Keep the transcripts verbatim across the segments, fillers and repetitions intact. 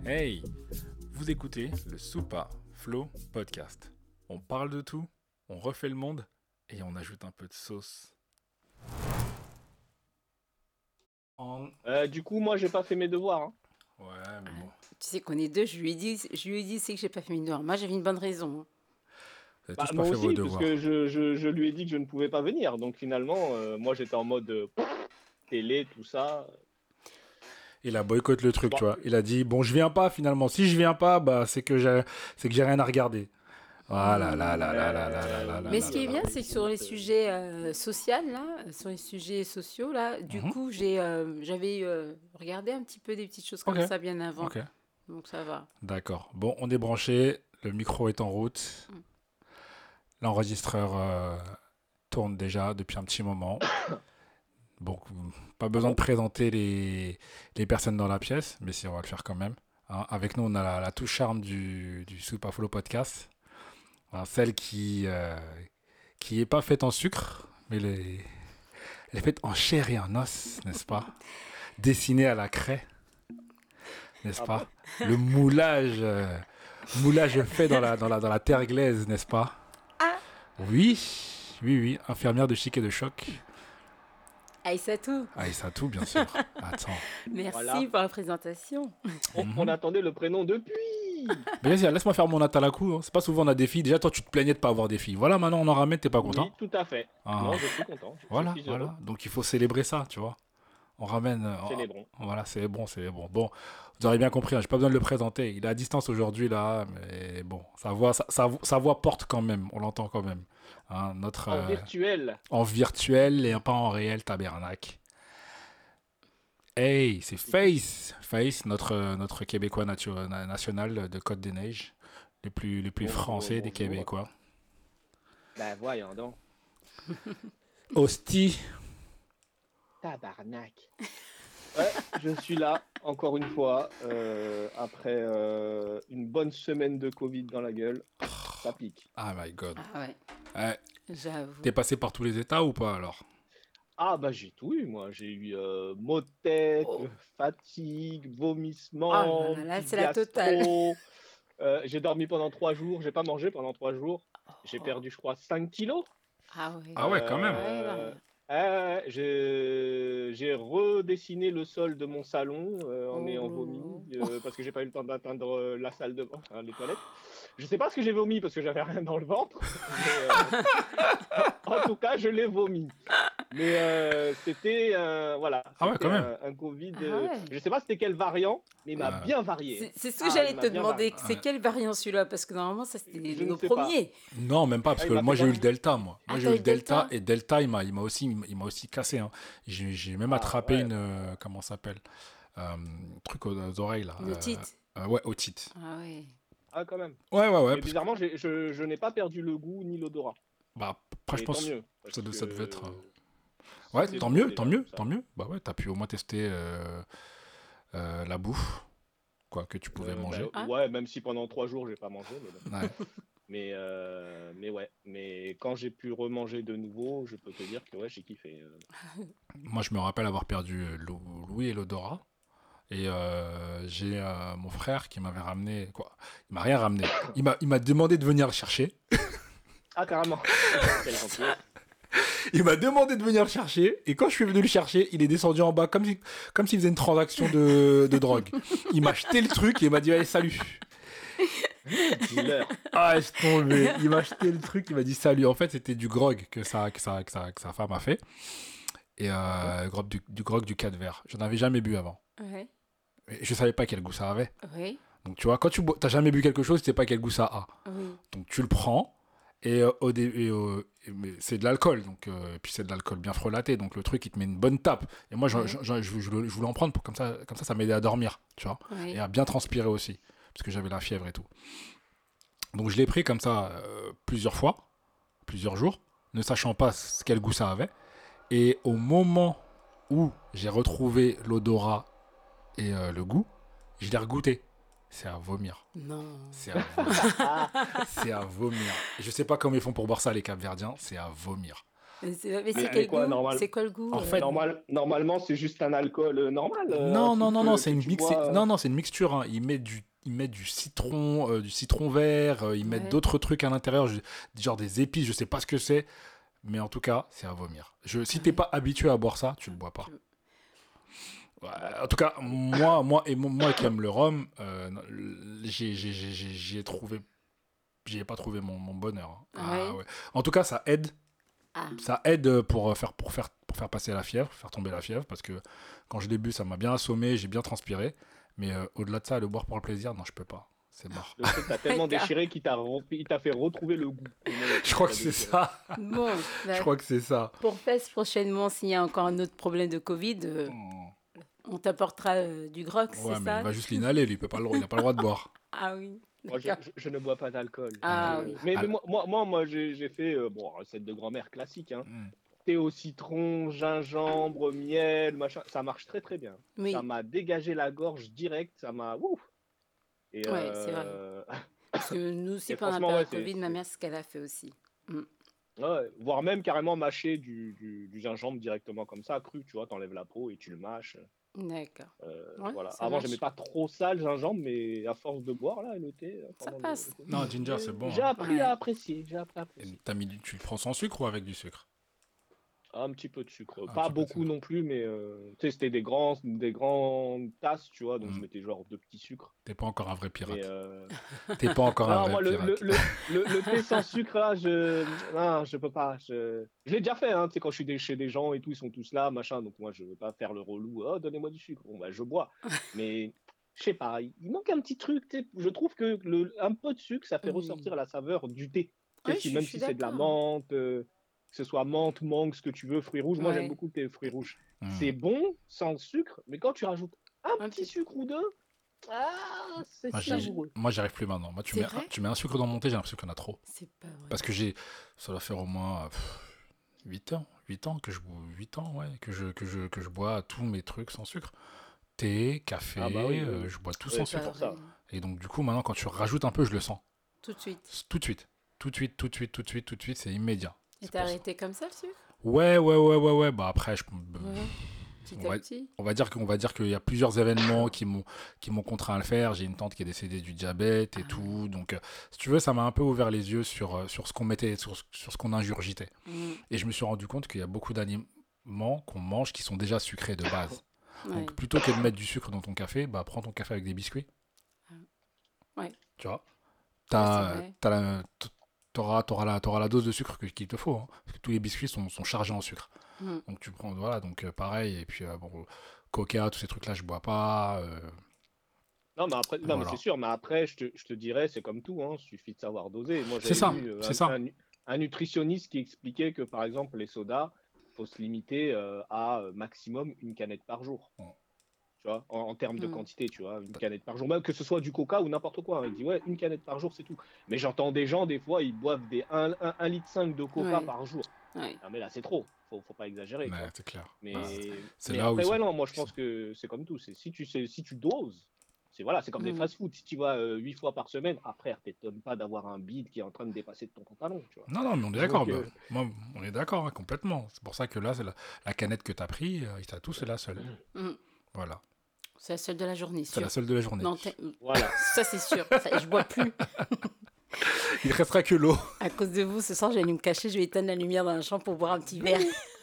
Hey, vous écoutez le Soupa Flow Podcast. On parle de tout, on refait le monde et on ajoute un peu de sauce. En... Euh, du coup, moi, j'ai pas fait mes devoirs. Hein. Ouais, mais bon. Tu sais qu'on est deux, je lui ai dit, je lui ai dit c'est que j'ai pas fait mes devoirs. Moi, j'avais une bonne raison. hein. Vous avez Bah, tous moi pas fait vos aussi, parce devoirs. que je, je, je lui ai dit que je ne pouvais pas venir. Donc finalement, euh, moi, j'étais en mode euh, télé, tout ça. Il a boycotté le truc, Bon. tu vois. Il a dit, bon, je viens pas finalement. Si je viens pas, bah, c'est que j'ai, c'est que j'ai rien à regarder. Voilà, là, là, là, là, là, là, là, là, Mais là, ce qui est là, bien, là. c'est que sur les sujets euh, sociaux, là, sur les sujets sociaux, là, du Mhm. coup, j'ai, euh, j'avais euh, regardé un petit peu des petites choses comme Ok. ça bien avant. Ok, Donc ça va. d'accord. Bon, on est branché, le micro est en route. Mm. L'enregistreur euh, tourne déjà depuis un petit moment. Bon, pas besoin bon de présenter les, les personnes dans la pièce, mais si on va le faire quand même. Hein, avec nous, on a la, la touche charme du, du Soupa Flow Podcast. Hein, celle qui euh, qui est pas faite en sucre, mais les, elle est faite en chair et en os, n'est-ce pas? Dessinée à la craie, n'est-ce Ah pas? Le moulage, euh, moulage fait dans la, dans la, dans la terre glaise, n'est-ce pas? Ah Oui, oui, oui, infirmière de chic et de choc. Aïssatou, Ah, et ça tout, bien sûr. Attends. merci Voilà. pour la présentation. on, Mhm. on attendait le prénom depuis. Mais vas-y, laisse-moi faire mon atalakou. Hein. C'est pas souvent on a des filles. Déjà, toi, tu te plaignais de pas avoir des filles. Voilà, maintenant, on en ramène, t'es pas content. Oui, tout à fait. Ah. Non, je suis content. Je Voilà, suis heureux. voilà. Donc, il faut célébrer ça, tu vois. On ramène. euh, Célébrons. Voilà, c'est bon, c'est bon. Bon, vous aurez bien compris, hein, j'ai pas besoin de le présenter. Il est à distance aujourd'hui, là, mais bon, sa voix, sa, sa, sa voix porte quand même, on l'entend quand même. Hein, notre, En euh, virtuel. en virtuel et pas en réel tabernacle. Hey, c'est Face, Face, notre, euh, notre Québécois natu- na- national de Côte-des-Neiges, les plus, les plus Bonjour, français des bonjour. Québécois. Ben voyons donc. Hostie, Tabarnak. Ouais, je suis là, encore une fois, euh, après euh, une bonne semaine de Covid dans la gueule. Ça pique. oh my god. Ah ouais, Ouais, j'avoue. t'es passé par tous les états ou pas alors? Ah bah j'ai tout eu, moi. J'ai eu euh, maux de tête, Oh. fatigue, Oh vomissement, là là, là, petit c'est la gastro. totale. Euh, j'ai dormi pendant trois jours, j'ai pas mangé pendant trois jours. J'ai Oh. perdu, je crois, cinq kilos. Ah ouais. Ah ouais, quand même. Ouais, Euh, non. euh, j'ai j'ai redessiné le sol de mon salon euh, en Oh ayant là vomi là. euh, parce que j'ai pas eu le temps d'atteindre euh, la salle de enfin, les toilettes. Je sais pas ce que j'ai vomi parce que j'avais rien dans le ventre. Mais, euh, en tout cas, je l'ai vomi. Mais euh, c'était euh, voilà, Ah ouais, c'était quand même. un, un Covid. Ah euh, ouais. Je sais pas c'était quel variant, mais il m'a Euh, bien varié. C'est hein. c'est ce que Ah, il j'allais m'a te bien demander. varié. C'est Ouais. quelle variant celui-là? Parce que normalement, ça c'était Je ne nos sais pas. premiers. Non, même pas, parce Ah, il que m'a moi fait j'ai eu le varier. Delta, moi. Moi Ah, j'ai t'as eu eu le le Delta, Delta? et Delta, il m'a, il m'a aussi, il m'a aussi cassé. Hein. J'ai, j'ai même Ah attrapé ouais. une, euh, comment ça s'appelle, euh, truc aux, aux oreilles là. Une Euh, otite. euh, ouais, otite. Ah ouais. Ah quand même. Ouais, ouais, ouais. Mais Parce que, bizarrement, j'ai- je, je n'ai pas perdu le goût ni l'odorat. bah, après je Et tant pense, mieux, que parce ça, de- ça devait être. euh, que Ouais, c'était tant dur mieux, tant déjà mieux, comme ça. tant mieux. Bah ouais, t'as pu au moins tester euh, euh, la bouffe, quoi, que tu pouvais Euh, bah, manger. Ah. ouais, même si pendant trois jours j'ai pas mangé, mais bon. Ouais. Mais, euh, mais ouais, mais quand j'ai pu remanger de nouveau, je peux te dire que ouais, j'ai kiffé. euh. Moi, je me rappelle avoir perdu euh, l'ou- l'ouïe et l'odorat. Et euh, j'ai euh, mon frère qui m'avait ramené. Quoi? Il m'a rien ramené. Il m'a, il m'a demandé de venir le chercher. Ah carrément. Quelle gentillesse. Il m'a demandé de venir le chercher. Et quand je suis venu le chercher, il est descendu en bas comme si, comme s'il faisait une transaction de, de drogue. Il m'a acheté le truc et il m'a dit allez, salut. Dealer. Ah, je tombé. Il m'a acheté le truc, il m'a dit salut. En fait, c'était du grog que sa, que sa, que sa, que sa femme a fait. Et euh, grog du, du grog du quatre verres. J'en avais jamais bu avant. Ouais. Et je savais pas quel goût ça avait. Oui. Donc tu vois, quand tu bois, t'as jamais bu quelque chose, tu sais pas quel goût ça a. Oui. Donc tu le prends. Et, euh, au dé- et, euh, et- mais c'est de l'alcool, donc euh, et puis c'est de l'alcool bien frelaté, donc le truc il te met une bonne tape. Et moi j'en- Ouais. j'en- j'en- je, je voulais je voulais en prendre pour comme ça, comme ça, ça m'aidait à dormir, tu vois, Oui. et à bien transpirer aussi, parce que j'avais la fièvre et tout. Donc je l'ai pris comme ça euh, plusieurs fois, plusieurs jours, ne sachant pas ce- quel goût ça avait. Et au moment où j'ai retrouvé l'odorat et euh, le goût, je l'ai regoûté. C'est à vomir. Non. C'est à vomir. C'est à vomir. Je sais pas comment ils font pour boire ça, les Capverdiens. C'est à vomir. Mais c'est mais Mais, c'est mais quel quoi, goût? normal, C'est quoi le goût? En euh fait, normal, normalement, c'est juste un alcool euh, normal, euh, un non, non, truc non, non, que, c'est que une tu mix, c'est- bois. euh. non, non, c'est une mixture. Hein. Ils mettent du, ils mettent du citron, euh, du citron vert. Euh, ils mettent Ouais. d'autres trucs à l'intérieur, je- genre des épices. Je sais pas ce que c'est, mais en tout cas, c'est à vomir. Je, si t'es Ouais. pas habitué à boire ça, tu le bois pas. Tu- Ouais, Ouais. en tout cas, moi, moi et mo- moi qui aime le rhum, euh, non, j'ai, j'ai, j'ai, j'ai- j'y ai trouvé, j'y ai pas trouvé mon, mon bonheur. Hein. Ah Ah ouais? ouais. En tout cas, ça aide, Ah, ça aide pour euh, faire, pour faire, pour faire passer la fièvre, faire tomber la fièvre, parce que quand je l'ai bu, ça m'a bien assommé, j'ai bien transpiré. Mais euh, au-delà de ça, le boire pour le plaisir, non, je peux pas. C'est mort. Le truc t'a tellement d'accord. déchiré qu'il t'a re- il t'a fait retrouver le goût. Tellement le Je truc crois t'a que c'est déchiré. ça. Bon, Je bah, crois que c'est ça. pour Fest prochainement, s'il y a encore un autre problème de Covid, euh, Hmm. on t'apportera euh, du grog, c'est Ouais, mais il ça? va juste l'inhaler, lui, il peut pas le, il a pas le droit de boire. Ah oui, Moi, je, d'accord. je- je ne bois pas d'alcool. Ah Je- oui. Mais, mais Alors, moi, moi, moi, moi, j'ai j'ai fait euh, bon, recette de grand-mère classique. Hein. hmm. Thé au citron, gingembre, miel, machin. Ça marche très très bien. Ça Oui, m'a dégagé la gorge direct. Ça m'a. Ouf. Et, ouais, c'est vrai. euh, Parce que nous aussi, et pendant la franchement, ouais, période c'est. Covid, ma c'est- mère, c'est ce qu'elle a fait aussi. Mm. Ouais, voire même carrément mâcher du, du, du gingembre directement comme ça, cru, tu vois, t'enlèves la peau et tu le mâches. D'accord. Euh, Ouais, voilà. ça Avant, j'aimais marche. pas trop ça le gingembre, mais à force de boire là, le thé, euh, Ça pardon, le, passe. le thé, Non, ginger, c'est j'ai bon. j'ai Hein. appris à Ouais. apprécier. J'ai appris à Et apprécier. t'as mis, du- tu le prends sans sucre ou avec du sucre? Un petit peu de sucre, Un pas petit peu de beaucoup sucre. non plus, mais euh, tu sais, c'était des grands, des grandes tasses, tu vois, donc je Hmm. mettais genre deux petits sucres. T'es pas encore un vrai Mais pirate. euh, T'es pas encore un non, vrai moi, le, le, pirate. le, le, le thé sans sucre, là, je non, je peux pas. Je, je l'ai déjà fait, hein, tu sais, quand je suis des- chez des gens et tout, ils sont tous là, machin, donc moi, je veux pas faire le relou. Oh, donnez-moi du sucre. Bon, bah, je bois. Mais je sais pas, il il manque un petit truc, tu sais. Je trouve que le, un peu de sucre, ça fait Oui. ressortir la saveur du thé. Tu Oui, sais, je, si, je même suis si c'est de la d'accord. menthe, euh, que ce soit menthe, mangue, ce que tu veux, fruits rouges. Moi, j'aime Ouais. beaucoup le thé fruits rouges. Hmm. C'est bon, sans sucre, mais quand tu rajoutes un Un petit petit. sucre ou deux, ah, c'est Moi, j'y- Moi, je- savoureux. moi, j'y arrive plus maintenant. Moi, tu C'est mets, un, vrai? tu mets un sucre dans mon thé, j'ai l'impression qu'il y en a trop. C'est pas vrai. Parce que j'ai, ça doit faire au moins pff, huit ans, huit ans que je bois, huit ans, ouais, que je, que je, que je bois tous mes trucs sans sucre. Thé, café, Ah bah oui, oui, euh, oui. je bois tout Oui, sans c'est Pas sucre. pour ça. vrai. Et donc, du coup, maintenant, quand tu rajoutes un peu, je le sens. Tout de suite. C'est Tout de suite. Tout de suite, tout de suite, tout de suite, tout de suite, c'est immédiat. Et C'est t'as pour ça. arrêté comme ça le sucre? Ouais, ouais, ouais, ouais, ouais. Bah après, je, Ouais. Petit on à va, petit. on va dire qu'on va dire qu'il y a plusieurs événements qui m'ont qui m'ont contraint à le faire. J'ai une tante qui est décédée du diabète et Ah. tout. Donc, euh, si tu veux, ça m'a un peu ouvert les yeux sur, euh, sur ce qu'on mettait, sur, sur ce qu'on ingurgitait. Mm. Et je me suis rendu compte qu'il y a beaucoup d'aliments qu'on mange qui sont déjà sucrés de base. Ouais. Donc, plutôt que de mettre du sucre dans ton café, bah, prends ton café avec des biscuits. Ouais. Tu vois, Ouais, c'est t'as, vrai. t'as la, t'auras, t'auras la, t'auras la dose de sucre que- qu'il te faut. Hein, parce que tous les biscuits sont, sont chargés en sucre. Mm. Donc, tu prends, voilà, donc euh, pareil. Et puis, euh, bon, Coca, tous ces trucs-là, je bois pas. euh, Non, mais après, non, mais voilà. c'est sûr, mais après, je te, je te dirais, c'est comme tout, hein, suffit de savoir doser. Moi, C'est j'avais ça, vu euh, c'est un, ça. un nu- un nutritionniste qui expliquait que, par exemple, les sodas, faut se limiter euh, à euh, maximum une canette par jour. Bon. Tu vois, en, en termes de Mm. quantité, tu vois, une canette par jour, même que ce soit du coca ou n'importe quoi. Hein. Il dit, ouais, une canette par jour, c'est tout. Mais j'entends des gens, des fois, ils boivent des un virgule cinq litre de coca Ouais. par jour. Ouais. Ah, mais là, c'est trop. Faut, faut pas exagérer. Mais Quoi. c'est clair. Mais, Bah, c'est mais là où après, ils ouais, sont. non, moi, je ils pense sont- que c'est comme tout. C'est si tu sais, si tu doses, c'est voilà, c'est comme des Mm. fast-food. Si tu vas euh, huit fois par semaine, après, t'étonnes pas d'avoir un bide qui est en train de dépasser de ton pantalon, tu vois. Non, non, mais on est d'accord. Donc, bah, euh, moi, on est d'accord, hein, complètement. C'est pour ça que là, c'est la, la canette que tu as pris, euh, t'as tout, c'est la seule. Mm. Voilà. C'est la seule de la journée, C'est la sûr. seule de la journée. Non, t'es- voilà. ça c'est sûr. Ça, je bois plus. Il restera que l'eau. À cause de vous, ce soir, je vais aller me cacher, je vais éteindre la lumière dans la chambre pour boire un petit verre.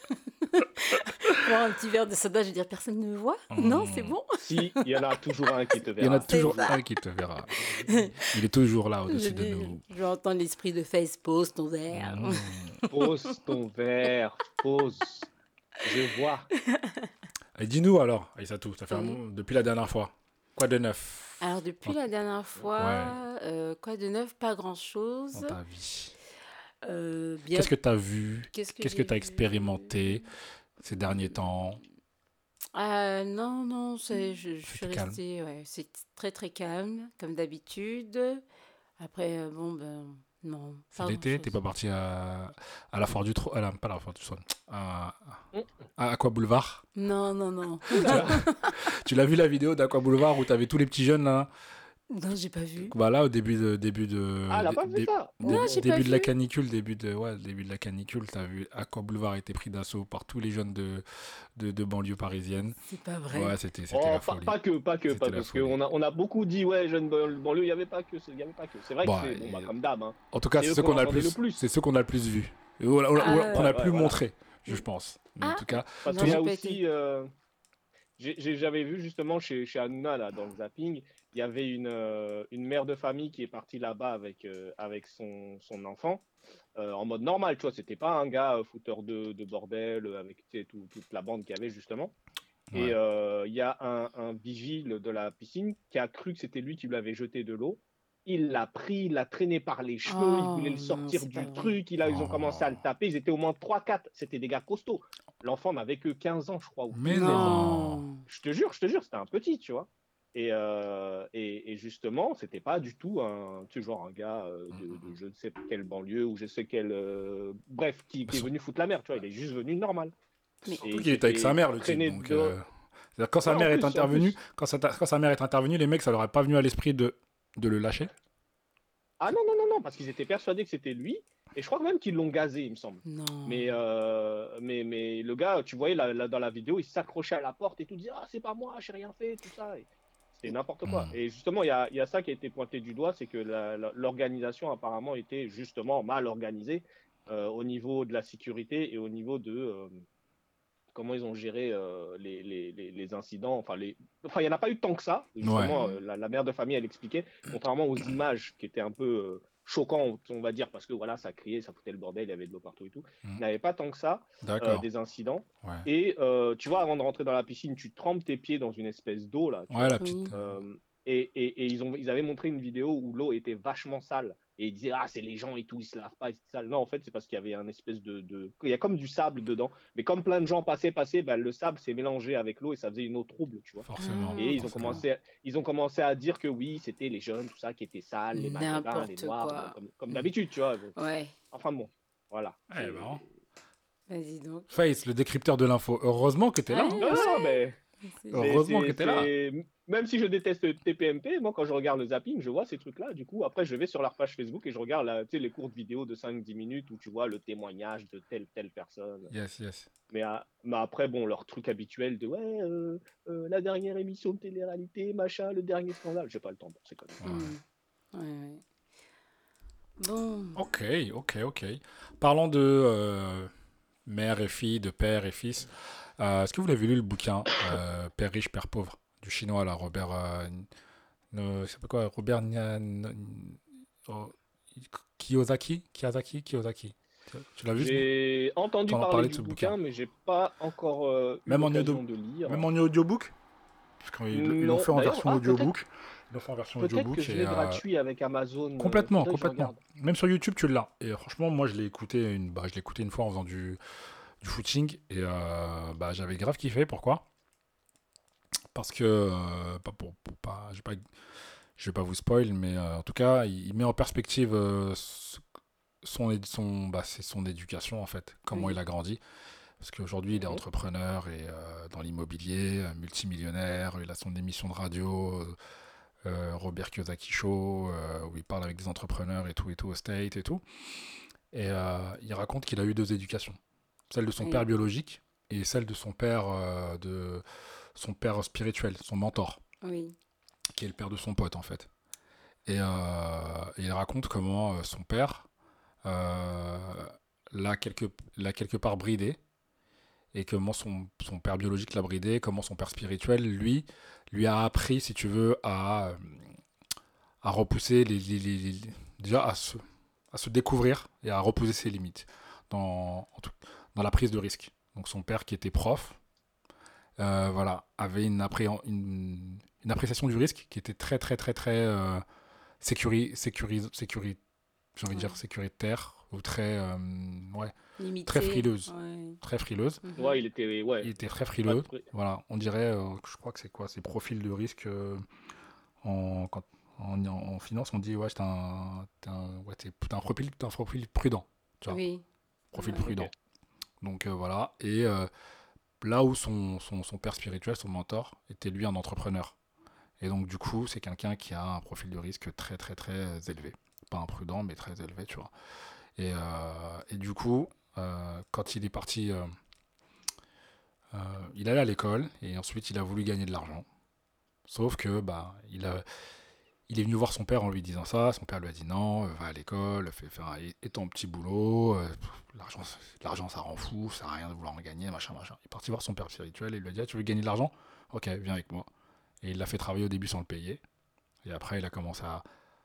Boire un petit verre de soda, je vais dire, personne ne me voit? Non, c'est bon. Si, il y en a toujours un qui te Il y en a verra. C'est toujours ça. un qui te verra. Il est toujours là Je au-dessus de vais, nous. je vais entendre l'esprit de face, pose ton verre. Mmh. Pose ton verre, pose. Je vois. Et dis-nous alors, Aïssatou, ça fait un Oui. moment- depuis la dernière fois. Quoi de neuf Alors, depuis Dans- la dernière fois, Ouais. euh, quoi de neuf? Pas grand-chose. dans ta vie? Euh, bien... Qu'est-ce que tu as vu Qu'est-ce que Qu'est-ce que j'ai tu as vu? expérimenté ces derniers temps? Ah, non, non, c'est, je, je suis C'était calme. restée, ouais, c'est très très calme, comme d'habitude. Après, euh, bon, ben, non, C'est pas l'été, t'es grand-chose. pas parti à, à la foire du trône, pas la foire du trône, à, Mm. à Aqua Boulevard. Non, non, non. Tu l'as vu la vidéo d'Aqua Boulevard où t'avais tous les petits jeunes là, Non, j'ai pas vu. Bah là, au début de début de Ah, elle a dé- pas vu dé- ça? dé- Non, j'ai pas début de la vu. canicule, début de ouais, début de la canicule, t'as vu Aqua Boulevard a été pris d'assaut par tous les jeunes de de, de banlieue parisienne. C'est pas vrai. Ouais, c'était c'était Oh, la pas, folie. pas que, pas que, C'était pas la que, parce folie. qu'on a, on a beaucoup dit, ouais, jeune ban- banlieue, il n'y avait pas que, il y avait pas que. C'est vrai que Bon, c'est, bon, bah, et- comme d'hab, hein. en tout cas, C'est c'est eux ceux qu'on qu'on a le entendait le plus, plus. c'est ceux qu'on a le plus vu, et ou- ou- ou- Ah, qu'on a Ouais, le plus ouais, voilà. montré, je pense. Mais en Ah, tout cas, Parce non, qu'il y j'ai a pas aussi, été. euh, j'ai- j'ai- j'avais vu justement chez, chez Hanouna, là, dans le zapping, il y avait une, euh, une mère de famille qui est partie là-bas avec, euh, avec son, son enfant, euh, en mode normal, tu vois, c'était pas un gars euh, fouteur de, de bordel, euh, avec tu sais, tout- toute la bande qu'il y avait, justement. Et ouais. euh, il y a un, un vigile de la piscine qui a cru que c'était lui qui lui avait jeté de l'eau. Il l'a pris, il l'a traîné par les cheveux, il Oh voulait le non, sortir c'est pas du vrai. truc, il a, ils ont commencé à le Oh. taper, ils étaient au moins trois quatre, c'était des gars costauds. L'enfant n'avait que quinze ans, je crois, ou Mais seize ans. Non. Je te jure, je te jure, c'était un petit, tu vois. Et, euh, et, et justement, c'était pas du tout un, tu sais, genre un gars euh, de, de je ne sais quelle banlieue ou je sais quelle. euh, bref, qui, qui est venu foutre la merde, tu vois. Il est juste venu normal. Mais Surtout Et il qu'il était avec sa s'était mère, le type. traîné Donc, de. euh, c'est-à-dire, quand sa Ouais, en mère est plus, en intervenue, plus. quand sa, quand sa mère est intervenue, les mecs, ça leur est pas venu à l'esprit de, de le lâcher. Ah non, non, non, non, parce qu'ils étaient persuadés que c'était lui. Et je crois même qu'ils l'ont gazé, il me semble. non. Mais, euh, mais, mais le gars, tu voyais là, là, dans la vidéo, il s'accrochait à la porte et tout, disait ah, c'est pas moi, j'ai rien fait, tout ça. Et c'était n'importe quoi. Hmm. Et justement, il y a, il y a ça qui a été pointé du doigt, c'est que la- la- l'organisation apparemment était justement mal organisée euh, au niveau de la sécurité et au niveau de euh, comment ils ont géré euh, les, les, les, les incidents. Enfin, les... enfin, il n'y en a pas eu tant que ça. Ouais. Justement, euh, la, la mère de famille, elle expliquait, contrairement aux images qui étaient un peu euh, choquantes, on va dire, parce que voilà, ça criait, ça foutait le bordel, il y avait de l'eau partout et tout. Hmm. Il n'y avait pas tant que ça euh, D'accord. des incidents. Ouais. Et euh, tu vois, avant de rentrer dans la piscine, tu trempes tes pieds dans une espèce d'eau, là, tu Ouais, la vois. petite. Oui. Euh, et et, et ils, ont, ils avaient montré une vidéo où l'eau était vachement sale. Et ils disaient, ah, c'est les gens et tout, ils se lavent pas, c'est sale. Non, en fait, c'est parce qu'il y avait un espèce de, de. Il y a comme du sable dedans. Mais comme plein de gens passaient, passaient, ben, le sable s'est mélangé avec l'eau et ça faisait une eau trouble, tu vois. Forcément. Ah, Et ils ont, forcément. commencé à, ils ont commencé à dire que oui, c'était les jeunes, tout ça, qui étaient sales, les maghrébins, les N'importe noirs, quoi. bon, comme, comme d'habitude, tu vois. Ouais. Enfin bon, voilà. Eh C'est- ben. Vas-y donc. Face, le décrypteur de l'info. Heureusement que t'es là. Ouais. hein. Non, non, mais. C'est- C'est- Heureusement c'est- que t'es là. c'est- Même si je déteste T P M P, moi quand je regarde le zapping, je vois ces trucs-là. Du coup, après, je vais sur leur page Facebook et je regarde la- tu sais, les courtes vidéos de cinq dix minutes où tu vois le témoignage de telle telle personne. Yes, yes. Mais, à- mais après, bon, leur truc habituel de ouais, euh, euh, la dernière émission de télé-réalité, machin, le dernier scandale. J'ai pas le temps pour ces conneries. Hmm. Ouais, ouais. Bon. Ok, ok, ok. Parlons de euh, mère et fille, de père et fils. Euh, Est-ce que vous l'avez lu le bouquin euh, Père riche, Père pauvre du chinois là, Robert. Euh, ne, je sais pas quoi, Robert Nia- N- oh, Kiyosaki, Kiyosaki, Kiyosaki. Tu, tu l'as vu ce bouquin J'ai entendu T'en as parler parlé de du ce bouquin, bouquin. mais j'ai pas encore euh, eu Même en l'occasion audio, de lire. même en audiobook. Parce qu'ils ils l'ont Non, fait en d'ailleurs, version ah, audiobook. Ils l'ont fait en version Peut-être que audiobook je et l'ai euh, gratuit avec Amazon. euh, complètement, faudrait que je complètement. regarde. Même sur YouTube, tu l'as. Et euh, franchement, moi, je l'ai écouté une, bah, je l'ai écouté une fois en faisant du, du footing et euh, bah, j'avais grave kiffé. Pourquoi? Parce que, euh, pas pour, pour pas, je vais pas, je vais pas vous spoil, mais euh, en tout cas, il, il met en perspective euh, ce- son, éd- son, bah, c'est son éducation en fait, comment Oui. il a grandi. Parce qu'aujourd'hui, il est Mhm. entrepreneur et euh, dans l'immobilier, euh, multimillionnaire. Il a son émission de radio, euh, euh, Robert Kiyosaki Show, euh, où il parle avec des entrepreneurs et tout, et tout, au State et tout. Et euh, il raconte qu'il a eu deux éducations. Celle de son Oui. père biologique et celle de son père, euh, de son père spirituel, son mentor, Oui. qui est le père de son pote en fait. Et, euh, et il raconte comment euh, son père euh, l'a quelque, l'a quelque part bridé et comment son, son père biologique l'a bridé, comment son père spirituel, lui, lui a appris, si tu veux, à, euh, à repousser les, les- les- les- déjà à se, à se découvrir et à reposer ses limites dans, en tout- dans la prise de risque. Donc son père qui était prof, euh, voilà, avait une, appré- une, une appréciation du risque qui était très très très très euh, sécuri, sécuri, sécuri, j'ai envie de Ouais. dire sécuritaire ou très euh, ouais, Limité. très frileuse, Ouais. très frileuse. Mhm. Ouais, il était. Ouais. Il était très Pas frileux. de pré- Voilà, on dirait, euh, je crois que c'est quoi, c'est profil de risque euh, en, quand- en, en finance, on dit ouais, t'es un, t'es un, ouais, t'es- t'as un profil, t'as un profil prudent, tu vois, Oui. profil Ouais. prudent. Ok. Donc euh, voilà, et euh, là où son, son, son père spirituel, son mentor, était lui un entrepreneur. Et donc, du coup, c'est quelqu'un qui a un profil de risque très, très, très élevé. Pas imprudent, mais très élevé, tu vois. Et, euh, et du coup, euh, quand il est parti, euh, euh, il allait à l'école et ensuite il a voulu gagner de l'argent. Sauf que, bah, il a, il est venu voir son père en lui disant ça. Son père lui a dit non, euh, va à l'école, fais, fais un- et ton petit boulot. euh, pff, l'argent, l'argent, ça rend fou, ça sert à rien de vouloir en gagner, machin, machin. Il est parti voir son père spirituel et il lui a dit ah, tu veux gagner de l'argent? Ok, viens avec moi. Et il l'a fait travailler au début sans le payer. Et après, il a commencé à,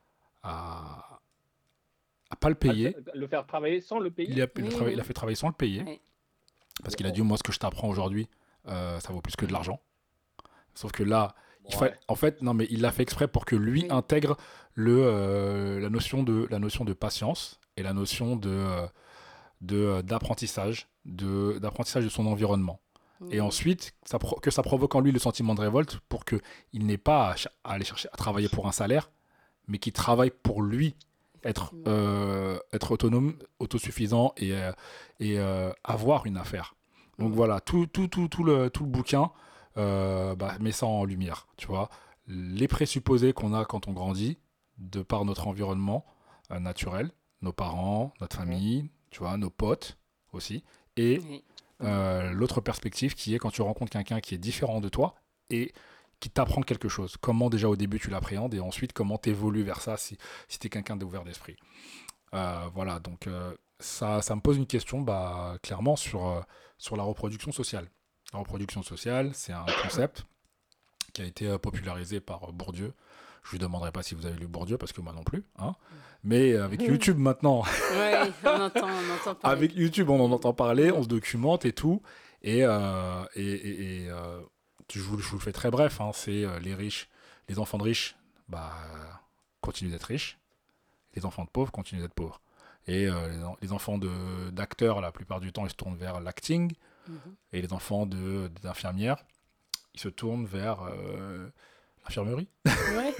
à, à pas le Ah, le payer. fa- le faire travailler sans le Il payer? a, il a Oui, travaillé- il a oui. fait travailler sans le payer. Oui. Parce qu'il a Wow. dit moi, ce que je t'apprends aujourd'hui, euh, ça vaut plus que de l'argent. Sauf que là, il fa... Ouais. en fait, non, mais il l'a fait exprès pour que lui Oui. intègre le, euh, la, notion de, la notion de patience et la notion de, euh, de, euh, d'apprentissage, de, d'apprentissage de son environnement. Et Oui. ensuite, ça pro- que ça provoque en lui le sentiment de révolte pour qu'il n'ait pas à, ch- à aller chercher à travailler pour un salaire, mais qu'il travaille pour lui, être, Effectivement. euh, être autonome, autosuffisant et, euh, et euh, avoir une affaire. Donc Mm. voilà, tout, tout, tout, tout, le, tout le bouquin euh, bah, met ça en lumière, tu vois. Les présupposés qu'on a quand on grandit, de par notre environnement euh, naturel, nos parents, notre Mhm. famille, tu vois, nos potes aussi, et Oui. euh, l'autre perspective qui est quand tu rencontres quelqu'un qui est différent de toi et qui t'apprend quelque chose. Comment déjà au début tu l'appréhendes et ensuite comment tu évolues vers ça si, si tu es quelqu'un d'ouvert d'esprit. Euh, voilà, donc euh, ça, ça me pose une question bah, clairement sur, euh, sur la reproduction sociale. La reproduction sociale, c'est un concept qui a été euh, popularisé par euh, Bourdieu. Je lui demanderai pas si vous avez lu Bourdieu parce que moi non plus, hein. Mais euh, avec YouTube maintenant, Oui, on entend, on entend parler. avec YouTube on en entend parler, on se documente et tout. Et, euh, et, et- et, euh, je, vous, je vous le fais très bref, hein, c'est euh, les riches, les enfants de riches, bah, euh, continuent d'être riches. Les enfants de pauvres continuent d'être pauvres. Et euh, les, en- les enfants de- d'acteurs, la plupart du temps, ils se tournent vers l'acting. Mhm. Et les enfants de- d'infirmières, ils se tournent vers euh, l'infirmerie. Ouais.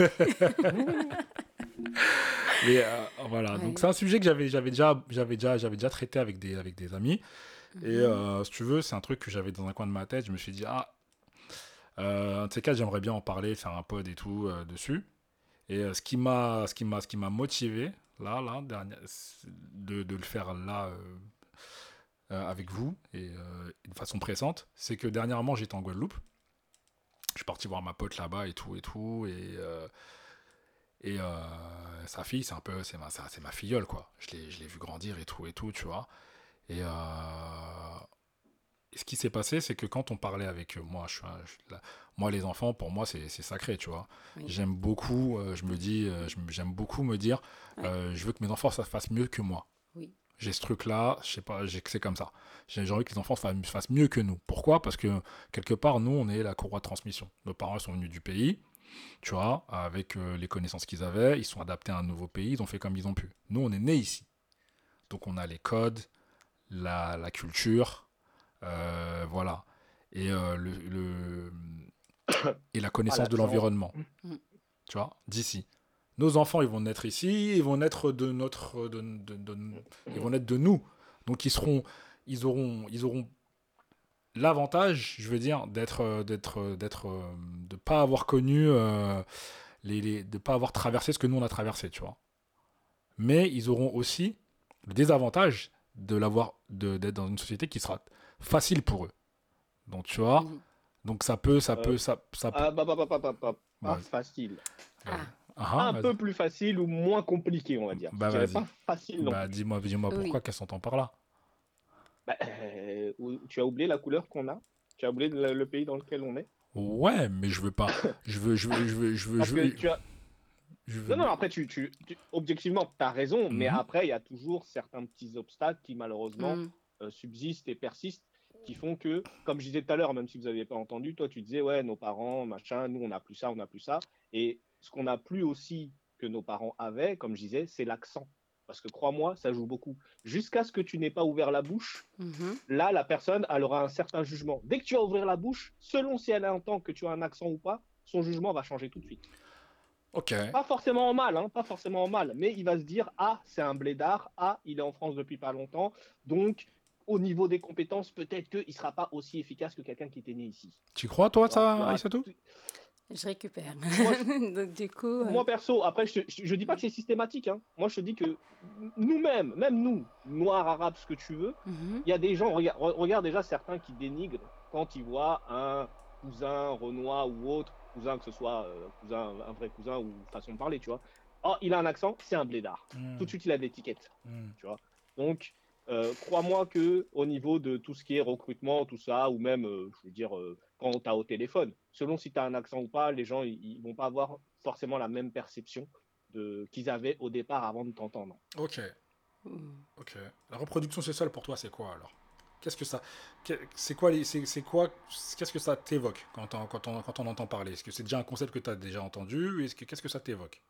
Mais euh, voilà, Ouais. donc c'est un sujet que j'avais j'avais déjà, j'avais déjà, j'avais déjà traité avec des, avec des amis. Et Mhm. euh, si tu veux, c'est un truc que j'avais dans un coin de ma tête. Je me suis dit, ah, euh, un de ces cas, j'aimerais bien en parler, faire un pod et tout euh, dessus. Et euh, ce qui m'a, ce qui m'a, ce qui m'a motivé, là, là, dernière, de, de le faire là euh, euh, avec vous et euh, de façon pressante, c'est que dernièrement, j'étais en Guadeloupe. Je suis parti voir ma pote là-bas et tout et tout et euh, et euh, sa fille, c'est un peu, c'est ma, ça- c'est ma filleule quoi. Je l'ai, je l'ai vu grandir et tout et tout, tu vois. Et, euh, et ce qui s'est passé, c'est que quand on parlait avec eux, moi, je suis, un- je suis là- moi les enfants, pour moi, c'est, c'est sacré, tu vois. Oui. J'aime beaucoup, euh, je me dis, euh, je me- j'aime beaucoup me dire, Ouais. euh, je veux que mes enfants ça fassent mieux que moi. Oui. J'ai ce truc-là, je sais pas, j'ai- c'est comme ça. J'ai j'ai envie que les enfants fa- fassent mieux que nous. Pourquoi? Parce que quelque part, nous, on est la courroie de transmission. Nos parents ils sont venus du pays, tu vois, avec euh, les connaissances qu'ils avaient, ils sont adaptés à un nouveau pays, ils ont fait comme ils ont pu. Nous, on est nés ici. Donc, on a les codes, la, la culture, euh, voilà. Et, euh, le, le- et la Pas connaissance de l'accent. l'environnement, Mm. tu vois, d'ici. Nos enfants, ils vont naître ici, ils vont naître de notre, de, de- de- ils vont naître de nous. Donc ils seront, ils auront, ils auront l'avantage, je veux dire, d'être, euh, d'être, euh, d'être, euh, de pas avoir connu, euh, les, les- de pas avoir traversé ce que nous on a traversé, tu vois. Mais ils auront aussi le désavantage de l'avoir, de, d'être dans une société qui sera facile pour eux. Donc tu vois, Mhm. donc ça peut, ça Euh, peut, ça, ça peut. Ah, bah, bah, bah, bah, bah, bah, pas Vas-y, facile. vas-y. Ah, Ah, ah, Un vas-y. peu plus facile ou moins compliqué, on va dire. Bah Je dirais vas-y. pas facile non Bah plus. dis-moi, dis-moi pourquoi, oui. qu'est-ce qu'on entend par là? Bah, euh, ou- tu as oublié la couleur qu'on a? Tu as oublié le, le pays dans lequel on est? Ouais, mais je veux pas. Je veux, je veux, je veux, je veux, Parce je que veux. tu as. Je veux Non, non, après, tu, tu, tu- objectivement, tu as raison, mais Mhm. après, il y a toujours certains petits obstacles qui, malheureusement, Mm. euh, subsistent et persistent, qui font que, comme je disais tout à l'heure, même si vous n'aviez pas entendu, toi, tu disais, ouais, nos parents, machin, nous, on n'a plus ça, on n'a plus ça. Et ce qu'on n'a plus aussi que nos parents avaient, comme je disais, c'est l'accent. Parce que crois-moi, ça joue beaucoup. Jusqu'à ce que tu n'aies pas ouvert la bouche, Mhm. là, la personne, elle aura un certain jugement. Dès que tu vas ouvrir la bouche, selon si elle entend que tu as un accent ou pas, son jugement va changer tout de suite. Ok. Pas forcément en mal, hein, pas forcément en mal, mais il va se dire, ah, c'est un blédard, ah, il est en France depuis pas longtemps, donc au niveau des compétences, peut-être qu'il ne sera pas aussi efficace que quelqu'un qui était né ici. Tu crois toi Tu vois, il y ça, aura Aïssatou? tout- Je récupère. Moi, je- Donc, du coup, euh, moi perso, après, je, je, je dis pas que c'est systématique, hein. Moi, je te dis que nous-mêmes, même nous, noirs, arabes, ce que tu veux, mhm, il y a des gens, regarde, re- regarde déjà certains qui dénigrent quand ils voient un cousin renois ou autre, cousin, que ce soit euh, cousin, un vrai cousin ou façon de parler, tu vois. Oh, il a un accent, c'est un blédard. Tout de Hmm, suite, il a l'étiquette, hmm. tu vois. Donc, euh, crois-moi que au niveau de tout ce qui est recrutement, tout ça, ou même, euh, je veux dire, euh, quand tu as au téléphone, selon si tu as un accent ou pas, les gens, ils, ils vont pas avoir forcément la même perception de qu'ils avaient au départ avant de t'entendre. Ok, mhm. ok. La reproduction sociale pour toi, c'est quoi alors? Qu'est-ce que ça, que- c'est quoi, les- c'est c'est quoi, qu'est-ce que ça t'évoque quand on, quand on, quand on entend parler? Est-ce que c'est déjà un concept que tu as déjà entendu? Est-ce que, qu'est-ce que ça t'évoque?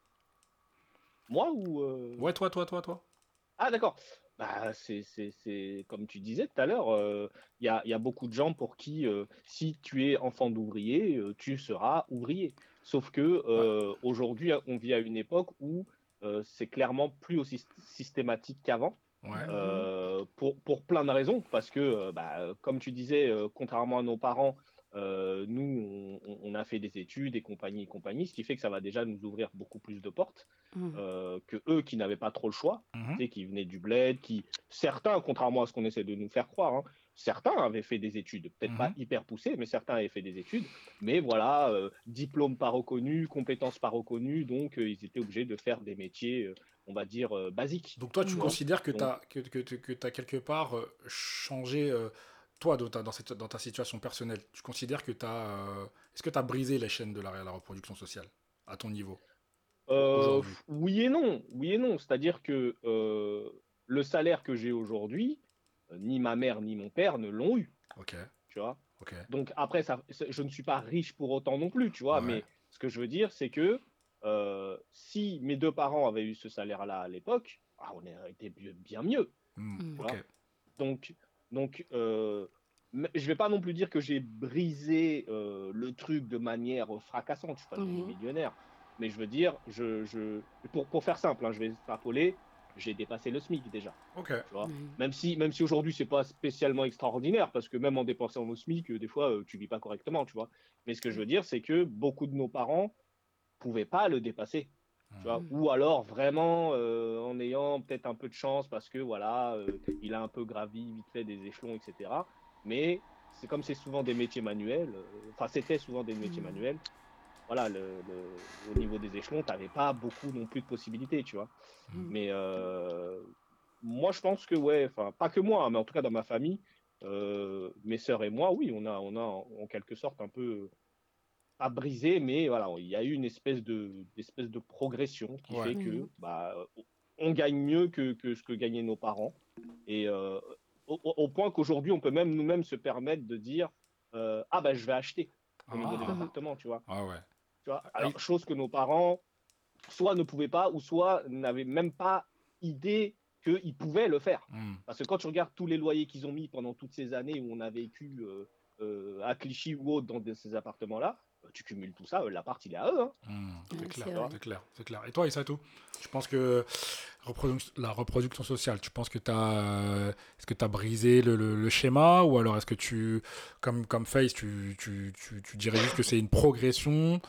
Moi ou euh, Ouais, toi, toi, toi, toi. Ah, d'accord. Bah, c'est, c'est, c'est comme tu disais tout à l'heure, euh, il y a, il y a beaucoup de gens pour qui, euh, si tu es enfant d'ouvrier, euh, tu seras ouvrier. Sauf que Ouais. euh, aujourd'hui, on vit à une époque où euh, c'est clairement plus aussi systématique qu'avant. Ouais. Mhm. Euh, pour, pour plein de raisons, parce que, euh, bah, comme tu disais, euh, contrairement à nos parents, euh, nous, on, on a fait des études et compagnie et compagnie, ce qui fait que ça va déjà nous ouvrir beaucoup plus de portes Mhm. euh, que eux qui n'avaient pas trop le choix, Mhm. tu sais, qui venaient du bled, qui, certains, contrairement à ce qu'on essaie de nous faire croire, hein, certains avaient fait des études, peut-être pas Mhm. hyper poussées, mais certains avaient fait des études, mais voilà, euh, diplôme pas reconnu, compétences pas reconnues, donc euh, ils étaient obligés de faire des métiers, euh, on va dire, euh, basiques, Donc toi, tu tu vois. Mhm. considères que tu Donc, as, que, que, que, que t'as quelque part euh, changé, euh, toi, dans ta, dans, cette, dans ta situation personnelle, tu considères que tu as... est-ce que tu as brisé les chaînes de la, la reproduction sociale à ton niveau, au- Euh, aujourd'hui? oui et non, oui et non. C'est-à-dire que euh, le salaire que j'ai aujourd'hui, euh, ni ma mère ni mon père ne l'ont eu, Ok, tu vois. ok, Donc après, ça, c'est- je ne suis pas riche pour autant non plus, tu vois. ouais, Mais ce que je veux dire, c'est que euh, si mes deux parents avaient eu ce salaire-là à l'époque, ah, on aurait été bi- bien mieux, hmm, tu Mhm. ok, vois. Donc, donc euh, m- je vais pas non plus dire que j'ai brisé euh, le truc de manière fracassante. Je suis pas devenu Oui. millionnaire, mais je veux dire, je, je, pour, pour faire simple, hein, je vais extrapoler, j'ai dépassé le SMIC déjà. ok, Tu vois, Oui. même si, même si aujourd'hui c'est pas spécialement extraordinaire, parce que même en dépensant au SMIC, euh, des fois euh, tu vis pas correctement, tu vois. Mais ce que je veux dire, c'est que beaucoup de nos parents pouvaient pas le dépasser, tu hmm, vois. Mhm. Ou alors vraiment euh, en ayant peut-être un peu de chance parce que voilà, euh, il a un peu gravi vite fait des échelons, et cetera. Mais c'est comme c'est souvent des métiers manuels, euh, enfin c'était souvent des métiers Mhm. manuels. Voilà, le, le- au niveau des échelons, tu n'avais pas beaucoup non plus de possibilités, tu vois. hmm, Mhm. Mais euh, moi, je pense que, ouais, enfin, pas que moi, hein, mais en tout cas dans ma famille, euh, mes sœurs et moi, oui, on a, on a en, en quelque sorte un peu, pas brisé, mais voilà, il y a eu une espèce de, d'espèce de progression qui ouais, fait Oui. que, bah, on gagne mieux que, que ce que gagnaient nos parents. Et euh, au, au point qu'aujourd'hui, on peut même nous-mêmes se permettre de dire, euh, ah, bah, je vais acheter au niveau des ah, Mhm. appartements, tu vois. ah ouais. Tu vois, Et- alors, chose que nos parents, soit ne pouvaient pas, ou soit n'avaient même pas idée qu'ils pouvaient le faire. hmm, Parce que quand tu regardes tous les loyers qu'ils ont mis pendant toutes ces années où on a vécu euh, euh, à Clichy ou autre dans de- ces appartements-là, euh, tu cumules tout ça, euh, l'appart, il est à eux. Hein, hmm, c'est Ouais, clair, c'est tu vois. vrai. c'est clair, c'est clair. Et toi, Isatou, tu penses que reproduc- la reproduction sociale, tu penses que tu as, est-ce que tu as brisé le, le- le schéma ou alors est-ce que tu, comme, comme Face, tu, tu, tu, tu dirais juste que c'est une progression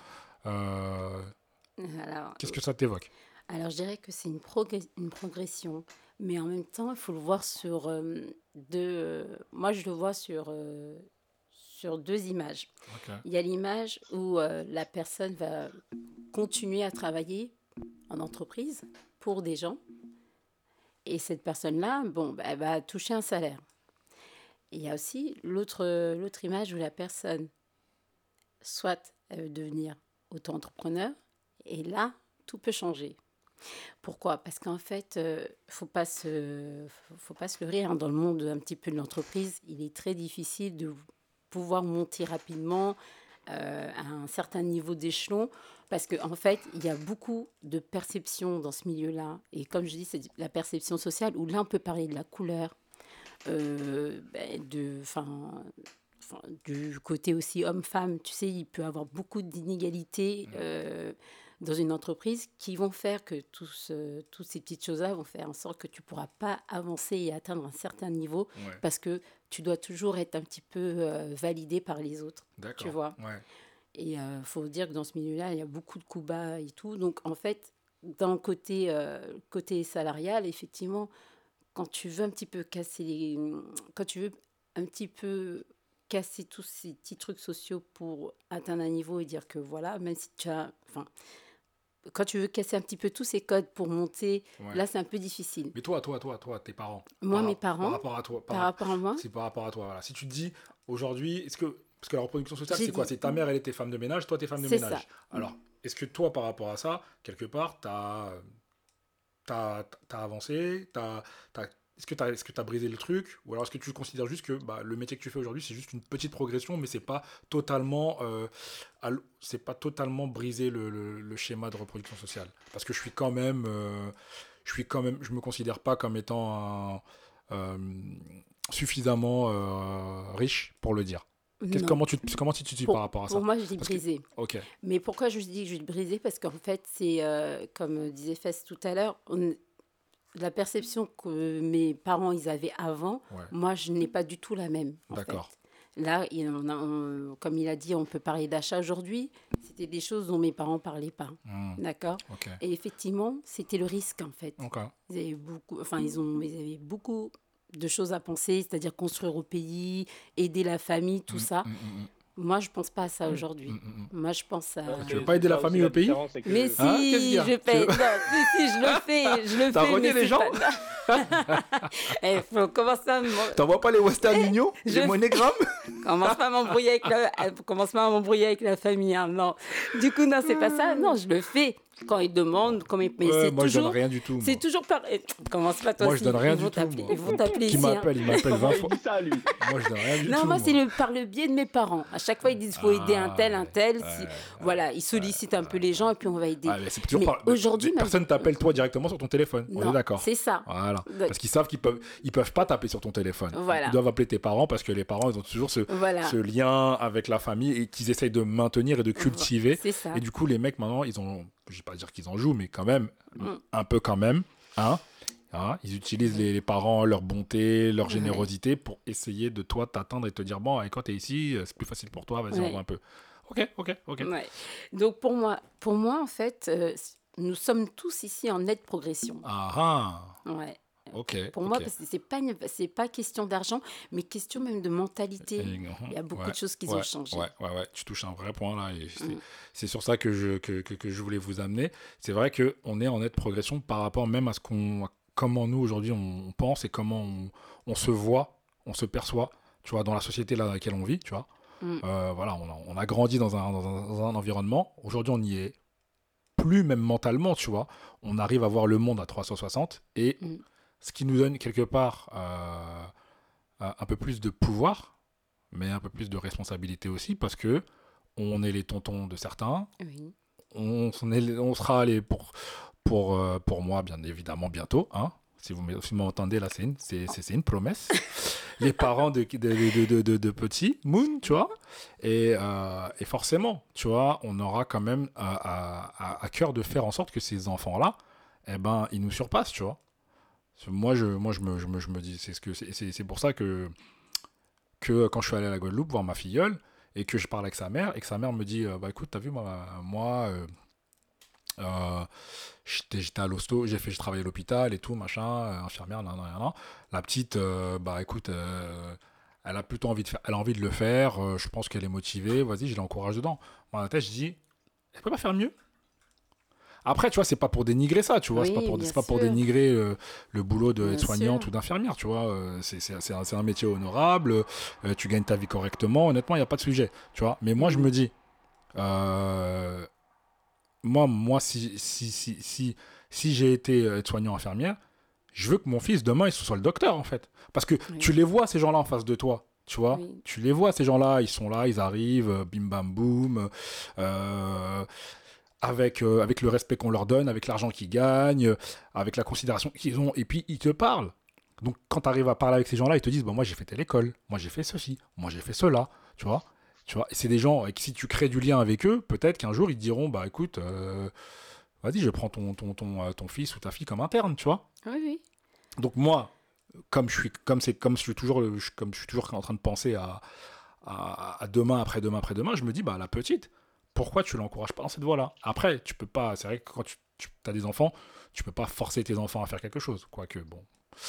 euh, Alors, qu'est-ce que ça t'évoque? alors, je dirais que c'est une, progr- une progression, mais en même temps, il faut le voir sur euh, deux. euh, moi, je le vois sur, euh, sur deux images. Ok. Il y a l'image où euh, la personne va continuer à travailler en entreprise pour des gens, et cette personne-là, bon, bah, elle va toucher un salaire. Et il y a aussi l'autre l'autre image où la personne, soit elle veut devenir auto-entrepreneur, et là, tout peut changer. Pourquoi? Parce qu'en fait, euh, faut pas se, faut faut pas se leurrer, hein. Dans le monde un petit peu de l'entreprise, il est très difficile de pouvoir monter rapidement euh, à un certain niveau d'échelon parce qu'en en fait, il y a beaucoup de perceptions dans ce milieu-là. Et comme je dis, c'est la perception sociale où là, on peut parler de la couleur, euh, ben, de, enfin, enfin, du côté aussi homme-femme, tu sais, il peut y avoir beaucoup d'inégalités euh, dans une entreprise qui vont faire que tous, euh, toutes ces petites choses-là vont faire en sorte que tu ne pourras pas avancer et atteindre un certain niveau Ouais. parce que tu dois toujours être un petit peu euh, validé par les autres, tu D'accord. vois. Ouais. Et il euh, faut dire que dans ce milieu-là, il y a beaucoup de coups bas et tout. Donc, en fait, dans le côté, euh, côté salarial, effectivement, quand tu veux un petit peu casser les... Quand tu veux un petit peu casser tous ces petits trucs sociaux pour atteindre un niveau et dire que voilà, même si tu as... Enfin, quand tu veux casser un petit peu tous ces codes pour monter, ouais. Là, c'est un peu difficile. Mais toi, toi, toi, toi, tes parents. Moi, par, mes parents. Par rapport à toi. Par, par rapport à moi. C'est par rapport à toi. Voilà. Si tu te dis, aujourd'hui, est-ce que... Parce que la reproduction sociale, J'ai c'est quoi dit... C'est ta mère, elle était femme de ménage, toi, t'es femme de c'est ménage. Ça. Alors, est-ce que toi, par rapport à ça, quelque part, t'as, t'as, t'as avancé t'as, t'as... Est-ce que tu as est-ce que tu as brisé le truc, ou alors est-ce que tu considères juste que bah, le métier que tu fais aujourd'hui, c'est juste une petite progression, mais c'est pas totalement, euh, al- c'est pas totalement brisé le, le, le schéma de reproduction sociale. Parce que je suis quand même, euh, je suis quand même, je me considère pas comme étant un, euh, suffisamment euh, riche pour le dire. Qu'est-ce, comment tu comment tu te situes par rapport à ça? Pour moi, je dis Parce brisé. Que... Ok. Mais pourquoi je dis que je dis brisé? Parce qu'en fait, c'est euh, comme disait Fess tout à l'heure. On... La perception que mes parents ils avaient avant, ouais. Moi, je n'ai pas du tout la même. En D'accord. Fait. Là, il, on a, on, comme il a dit, on peut parler d'achat aujourd'hui. C'était des choses dont mes parents ne parlaient pas. Mmh. D'accord. Okay. Et effectivement, c'était le risque, en fait. Okay. Ils avaient beaucoup, enfin, ils, ont, ils avaient beaucoup de choses à penser, c'est-à-dire construire au pays, aider la famille, tout mmh, ça. Mmh, mmh. Moi, je ne pense pas à ça aujourd'hui. Mmh, mmh. Moi, je pense à... Tu ne veux pas aider la famille au pays? Que... Mais si, hein, je paye. Non, si, si, je le fais. Je le T'as fais, renié les gens Il faut commencer à... T'envoies pas les Western Union, les MoneyGram? Commence pas à m'embrouiller avec la... Commence pas à m'embrouiller avec la famille, hein, non. Du coup, non, c'est pas ça. Non, je le fais. Quand ils demandent, quand ils... mais ouais, c'est moi, toujours... je donne rien du tout. Moi. C'est toujours pareil. Commence pas toi moi, aussi. Moi, je donne rien ils du tout. Moi. Ils vont t'appeler Qui ici. m'appelle, il m'appelle vingt fois. Ça, lui. Moi, je donne rien du non, tout. Non, moi, moi. c'est le, par le biais de mes parents. À chaque fois, ils disent qu'il faut ah, aider un tel, un tel. Ouais, si... ouais, voilà, ils sollicitent ouais, un peu les gens et puis on va aider. Ah, mais c'est mais par... aujourd'hui, personne t'appelle toi directement sur ton téléphone. Non, on est d'accord. C'est ça. Voilà. Donc... Parce qu'ils savent qu'ils peuvent, ils peuvent pas taper sur ton téléphone. Voilà. Ils doivent appeler tes parents parce que les parents, ils ont toujours ce, voilà. ce lien avec la famille et qu'ils essayent de maintenir et de cultiver. C'est ça. Et du coup, les mecs maintenant, ils ont, je vais pas dire qu'ils en jouent, mais quand même. Mm. Un peu quand même, hein, hein ils utilisent les, les parents, leur bonté, leur générosité ouais. pour essayer de toi t'atteindre et te dire bon, quand t'es ici, c'est plus facile pour toi, vas-y, ouais. on va un peu. Ok, ok, ok. Ouais. Donc pour moi, pour moi en fait, euh, nous sommes tous ici en nette progression. Ah ah. Ouais. Ok. Pour okay. moi, parce que c'est pas une, c'est pas question d'argent, mais question même de mentalité. Et, Il y a beaucoup ouais, de choses qui ouais, ont changé. Ouais, ouais, ouais. Tu touches un vrai point là, et c'est, mm. c'est sur ça que je que, que, que je voulais vous amener. C'est vrai que on est en nette progression par rapport même à ce qu'on, à comment nous aujourd'hui on pense et comment on, on se voit, on se perçoit, tu vois, dans la société là dans laquelle on vit, tu vois. Mm. Euh, voilà, on a, on a grandi dans un, dans un dans un environnement. Aujourd'hui, on n'y est plus même mentalement, tu vois. On arrive à voir le monde à trois cent soixante et mm. ce qui nous donne quelque part euh, un peu plus de pouvoir, mais un peu plus de responsabilité aussi, parce que on est les tontons de certains. Oui. On, on, est, on sera les pour, pour, euh, pour moi, bien évidemment, bientôt. Hein, si vous m'entendez, là, c'est une, c'est, c'est, c'est une promesse. Les parents de, de, de, de, de, de petits, Moon, tu vois. Et, euh, et forcément, tu vois, on aura quand même à, à, à cœur de faire en sorte que ces enfants-là, eh ben, ils nous surpassent, tu vois. Moi, je, moi je, me, je, me, je me dis, c'est, ce que, c'est, c'est, c'est pour ça que, que quand je suis allé à la Guadeloupe voir ma filleule et que je parle avec sa mère et que sa mère me dit, euh, bah écoute, t'as vu, moi, moi euh, euh, j'étais, j'étais à l'hosto, j'ai fait, j'ai travaillé à l'hôpital et tout, machin, euh, infirmière, nan, nan, nan. La petite, euh, bah écoute, euh, elle a plutôt envie de faire, elle a envie de le faire, euh, je pense qu'elle est motivée, vas-y, je l'encourage dedans. Moi, dans la tête, je dis, elle peut pas faire mieux? Après, tu vois, c'est pas pour dénigrer ça, tu vois, oui, c'est pas pour, c'est pas pour dénigrer euh, le boulot d'aide-soignante ou d'infirmière, tu vois. Euh, c'est, c'est, c'est, un, c'est un métier honorable, euh, tu gagnes ta vie correctement, honnêtement, il n'y a pas de sujet, tu vois. Mais moi, je me dis, euh, moi, moi si, si, si, si, si j'ai été aide-soignant infirmière, je veux que mon fils, demain, il soit le docteur, en fait. Parce que oui. tu les vois, ces gens-là, en face de toi. Tu vois, oui. tu les vois, ces gens-là, ils sont là, ils arrivent, bim bam boum, euh, avec, euh, avec le respect qu'on leur donne, avec l'argent qu'ils gagnent, avec la considération qu'ils ont, et puis ils te parlent. Donc quand tu arrives à parler avec ces gens-là, ils te disent bah, moi j'ai fait telle école, moi j'ai fait ceci, moi j'ai fait cela, tu vois. Tu vois, et c'est des gens avec qui si tu crées du lien avec eux, peut-être qu'un jour ils te diront bah écoute, euh, vas-y, je prends ton, ton, ton, euh, ton fils ou ta fille comme interne, tu vois. Oui, oui. Donc moi, comme je suis, comme c'est, comme je suis toujours, comme je suis toujours en train de penser à, à, à demain, après-demain, après-demain, je me dis bah la petite. pourquoi tu l'encourages pas dans cette voie-là? Après, tu peux pas, c'est vrai que quand tu, tu as des enfants, tu peux pas forcer tes enfants à faire quelque chose. Quoique, bon.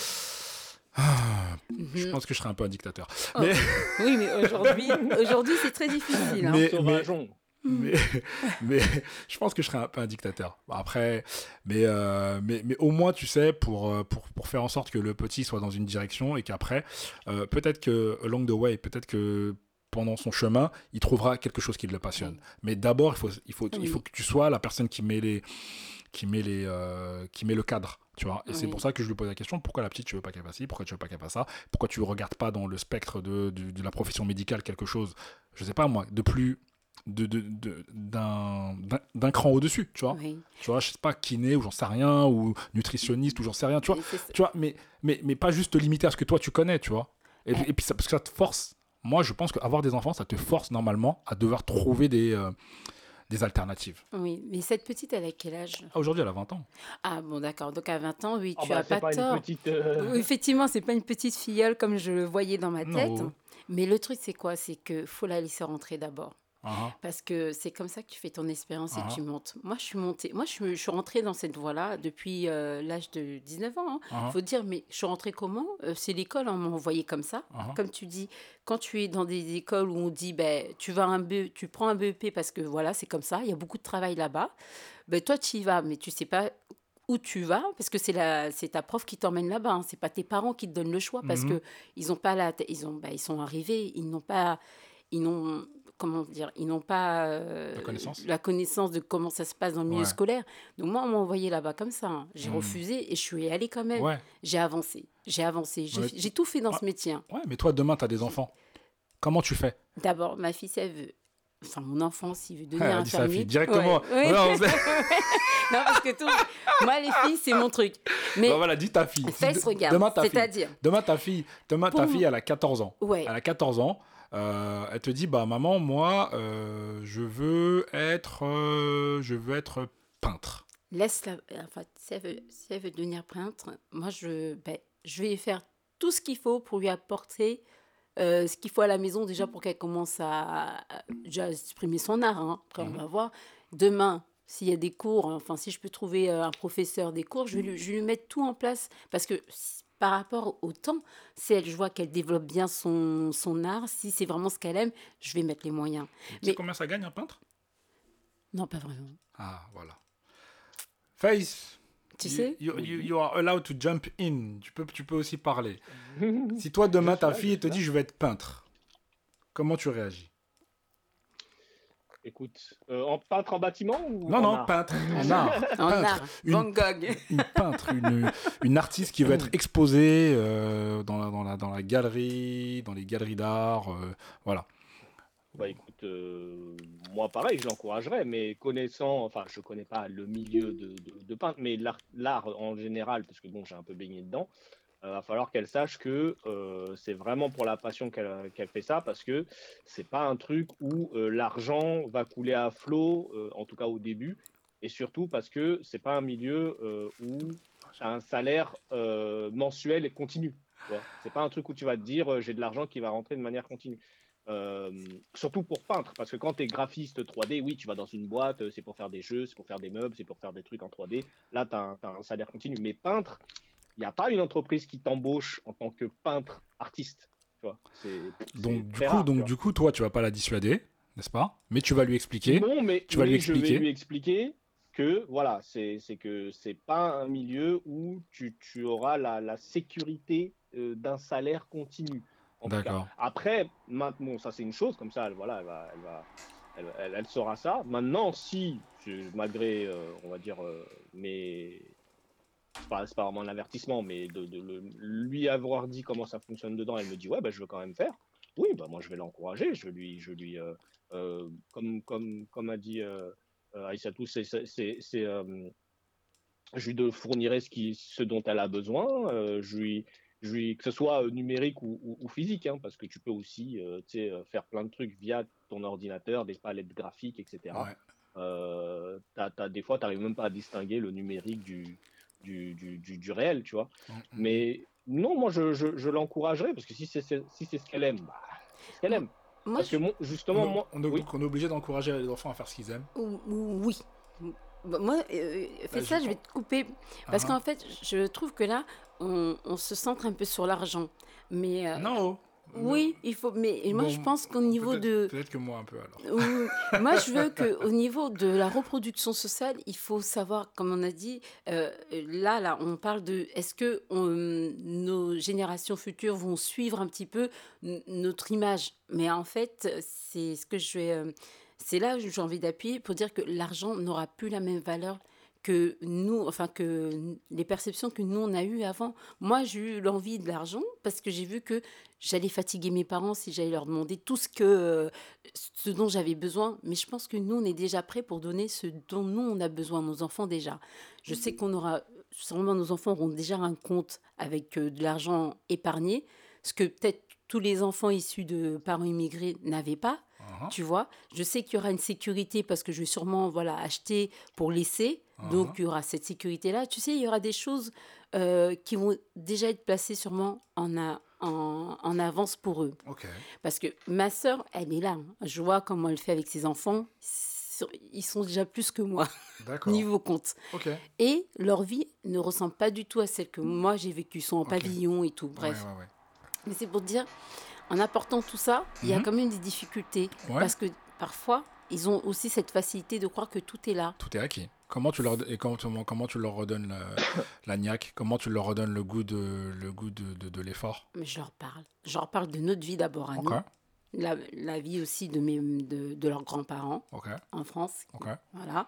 Ah, je Mhm. pense que je serais un peu un dictateur. Oh, Mais, oui, mais aujourd'hui, aujourd'hui c'est très difficile. Hein. mais, Sur mais, rajon. mais, mais je pense que je serais un peu un dictateur. Après, mais, euh, mais, mais au moins, tu sais, pour, euh, pour, pour faire en sorte que le petit soit dans une direction et qu'après, euh, peut-être que along the way, peut-être que pendant son chemin, il trouvera quelque chose qui le passionne. Oui. Mais d'abord, il faut, il, faut, il Oui. faut que tu sois la personne qui met, les, qui met, les, euh, qui met le cadre. Tu vois, et c'est Oui. pour ça que je lui pose la question, pourquoi la petite tu veux pas qu'elle fasse ci, pourquoi tu veux pas qu'elle fasse ça, pourquoi tu ne regardes pas dans le spectre de, de, de la profession médicale quelque chose, je sais pas moi, de plus de, de, de, d'un, d'un, d'un cran au-dessus, tu vois. Oui. Tu vois, je sais pas, kiné ou j'en sais rien, ou nutritionniste ou j'en sais rien, tu vois. Et c'est ça. Tu vois, mais, mais, mais pas juste te limiter à ce que toi tu connais, tu vois. Et, Eh. et puis ça, parce que ça te force, moi je pense qu'avoir des enfants, ça te force normalement à devoir trouver des, euh, des alternatives. Oui, mais cette petite, elle a quel âge? Ah, aujourd'hui, elle a vingt ans. Ah bon, d'accord. Donc à vingt ans, oui, Ah tu bah, as c'est pas pas une tort. petite. euh, Oui, effectivement, c'est pas une petite filleule comme je le voyais dans ma tête. Non. Mais le truc, c'est quoi? C'est que faut la laisser rentrer d'abord. Uh-huh. Parce que c'est comme ça que tu fais ton expérience et Uh-huh. tu montes. Moi, je suis montée. Moi, je suis, je suis rentrée dans cette voie-là depuis euh, l'âge de dix-neuf ans. Il Uh-huh. faut dire, mais je suis rentrée comment? Euh, C'est l'école, on m'a envoyé comme ça. Uh-huh. Comme tu dis, quand tu es dans des écoles où on dit, ben, tu, vas un B- tu prends un B E P parce que voilà, c'est comme ça, il y a beaucoup de travail là-bas. Ben, toi, tu y vas, mais tu sais pas où tu vas parce que c'est la c'est ta prof qui t'emmène là-bas, hein. C'est pas tes parents qui te donnent le choix parce Mhm. que ils ont pas la t- ils ont bah, ils sont arrivés, ils n'ont pas ils n'ont comment dire, ils n'ont pas euh, La connaissance. la connaissance de comment ça se passe dans le milieu Ouais. scolaire. Donc moi on m'a envoyé là-bas comme ça, hein. J'ai Mhm. refusé et je suis allée quand même. Ouais. J'ai avancé, j'ai avancé, j'ai Ouais. j'ai tout fait dans Ouais. ce métier, hein. Ouais, mais toi, demain, tu as des enfants. Comment tu fais? D'abord ma fille, si elle veut enfin mon enfant s'il veut Elle devenir a dit sa infirmier. fille directement. Ouais, ouais. Ouais, on sait- Non parce que tout moi les filles c'est mon truc. Mais Bah voilà, dis ta fille. Fais, Si de- regarde. Demain, ta fille. C'est-à-dire, Demain, ta fille, demain, ta Pour fille, moi- elle a quatorze ans. ouais, Elle a quatorze ans. Euh, elle te dit, bah maman, moi, euh, je veux être, euh, je veux être peintre. laisse-la. Enfin, si elle veut, si elle veut devenir peintre, moi, je, ben, je vais faire tout ce qu'il faut pour lui apporter euh, ce qu'il faut à la maison, déjà pour qu'elle commence à, à- déjà exprimer son art, hein. Après, on Mhm. va voir. Demain, s'il y a des cours, hein, enfin, si je peux trouver euh, un professeur des cours, je vais lui, je vais lui mettre tout en place. Parce que si- par rapport au temps, si elle, je vois qu'elle développe bien son, son art, si c'est vraiment ce qu'elle aime, je vais mettre les moyens. Tu sais Mais- combien ça gagne un peintre? Non, pas vraiment. Ah, voilà. Face. Tu you, sais you, you, you are allowed to jump in. Tu peux, tu peux aussi parler. Si toi, demain, Je ta suis là, fille je te suis dit, je vais être peintre, comment tu réagis? Écoute, euh, en peintre en bâtiment ou Non, en non, art peintre, en art. En Peintre. art, Une- Van Gogh. Une peintre, une, une artiste qui va être exposée euh, dans, la, dans, la, dans la galerie, dans les galeries d'art. euh, voilà. Bah écoute, euh, moi pareil, je l'encouragerais, mais connaissant, enfin je connais pas le milieu de, de, de peintre, mais l'art, l'art en général, parce que bon, j'ai un peu baigné dedans, il va falloir qu'elle sache que euh, c'est vraiment pour la passion qu'elle qu'elle fait ça, parce que c'est pas un truc où euh, l'argent va couler à flot, euh, en tout cas au début, et surtout parce que c'est pas un milieu euh, où tu as un salaire euh, mensuel et continu. Tu vois. C'est pas un truc où tu vas te dire euh, j'ai de l'argent qui va rentrer de manière continue. Euh, surtout pour peintre, parce que quand tu es graphiste trois D, oui, tu vas dans une boîte, euh, c'est pour faire des jeux, c'est pour faire des meubles, c'est pour faire des trucs en trois D. Là, tu as un, t'as un salaire continu. Mais peintre, il n'y a pas une entreprise qui t'embauche en tant que peintre artiste. Tu vois, c'est, Donc, c'est du très coup, rare, tu donc vois. du coup, toi, tu vas pas la dissuader, n'est-ce pas? Mais tu vas lui expliquer. Non, mais, tu vas mais lui je expliquer. vais lui expliquer que voilà, c'est, c'est que c'est pas un milieu où tu, tu auras la, la sécurité euh, d'un salaire continu. En tout cas. D'accord. Après, maintenant, ça c'est une chose, comme ça, elle, voilà, elle, va, elle, va, elle, elle, elle saura ça. Maintenant, si, je- malgré, euh, on va dire, euh, mes. C'est pas, c'est pas vraiment un avertissement, mais de, de le- lui avoir dit comment ça fonctionne dedans, elle me dit ouais, bah, je veux quand même faire. Oui, bah, moi je vais l'encourager, je lui, je lui euh, euh, comme, comme, comme a dit euh, euh, Aïssatou, c'est, c'est, c'est, c'est, euh, je lui de- fournirai ce, qui, ce dont elle a besoin, euh, je lui, je lui, que ce soit euh, numérique ou, ou- ou physique, hein, parce que tu peux aussi euh, tu sais, euh, faire plein de trucs via ton ordinateur, des palettes graphiques, et cetera. Ouais. Euh, t'as- t'as- des fois, tu n'arrives même pas à distinguer le numérique du, du, du, du, du réel, tu vois. Mm, mm. Mais non, moi, je, je, je l'encouragerais, parce que si c'est, c'est- si c'est ce qu'elle aime, bah, c'est ce qu'elle aime. moi, Parce que je- mon- justement, On, moi, on est, oui. donc on est obligé d'encourager les enfants à faire ce qu'ils aiment. ou- ou- oui. Bah, moi, euh, fais Là, ça, je- je vais te couper. Parce Ah, qu'en fait, je trouve que là, on, on se centre un peu sur l'argent. Mais euh, non. oui, il faut. Mais moi, je Bon, pense qu'au niveau peut-être, de. peut-être que moi un peu alors. Oui, moi, je veux qu'au niveau de la reproduction sociale, il faut savoir, comme on a dit, euh, là, là, on parle de est-ce que on- nos générations futures vont suivre un petit peu n- notre image. Mais en fait, c'est ce que je vais. euh, c'est là où j'ai envie d'appuyer pour dire que l'argent n'aura plus la même valeur que nous, enfin que n- les perceptions que nous on a eues avant. Moi, j'ai eu l'envie de l'argent parce que j'ai vu que j'allais fatiguer mes parents si j'allais leur demander tout ce que euh, ce dont j'avais besoin. Mais je pense que nous, on est déjà prêts pour donner ce dont nous, on a besoin à nos enfants déjà. Je sais qu'on aura, sûrement nos enfants auront déjà un compte avec euh, de l'argent épargné, ce que peut-être tous les enfants issus de parents immigrés n'avaient pas. Uh-huh, Tu vois, je sais qu'il y aura une sécurité parce que je vais sûrement voilà, acheter pour laisser. Donc, uh-huh. il y aura cette sécurité-là. Tu sais, il y aura des choses euh, qui vont déjà être placées sûrement en, a- en, en avance pour eux. Ok. Parce que ma sœur, elle est là. Hein. Je vois comment elle fait avec ses enfants. Ils sont déjà plus que moi, D'accord. niveau compte. Ok. Et leur vie ne ressemble pas du tout à celle que moi j'ai vécue. Ils sont en Ok. pavillon et tout. Bref. Ouais, ouais, ouais. Mais c'est pour dire, en apportant tout ça, il y a Mhm. quand même des difficultés. Ouais. Parce que parfois, ils ont aussi cette facilité de croire que tout est là. Tout est acquis. Comment tu leur et comment, comment, comment tu leur redonnes la, la niaque? Comment tu leur redonnes le goût de le goût de, de, de l'effort? Mais je leur parle. Je leur parle de notre vie d'abord à Ok. nous. La, la vie aussi de, mes, de, de leurs grands-parents Ok. en France. Ok. Voilà.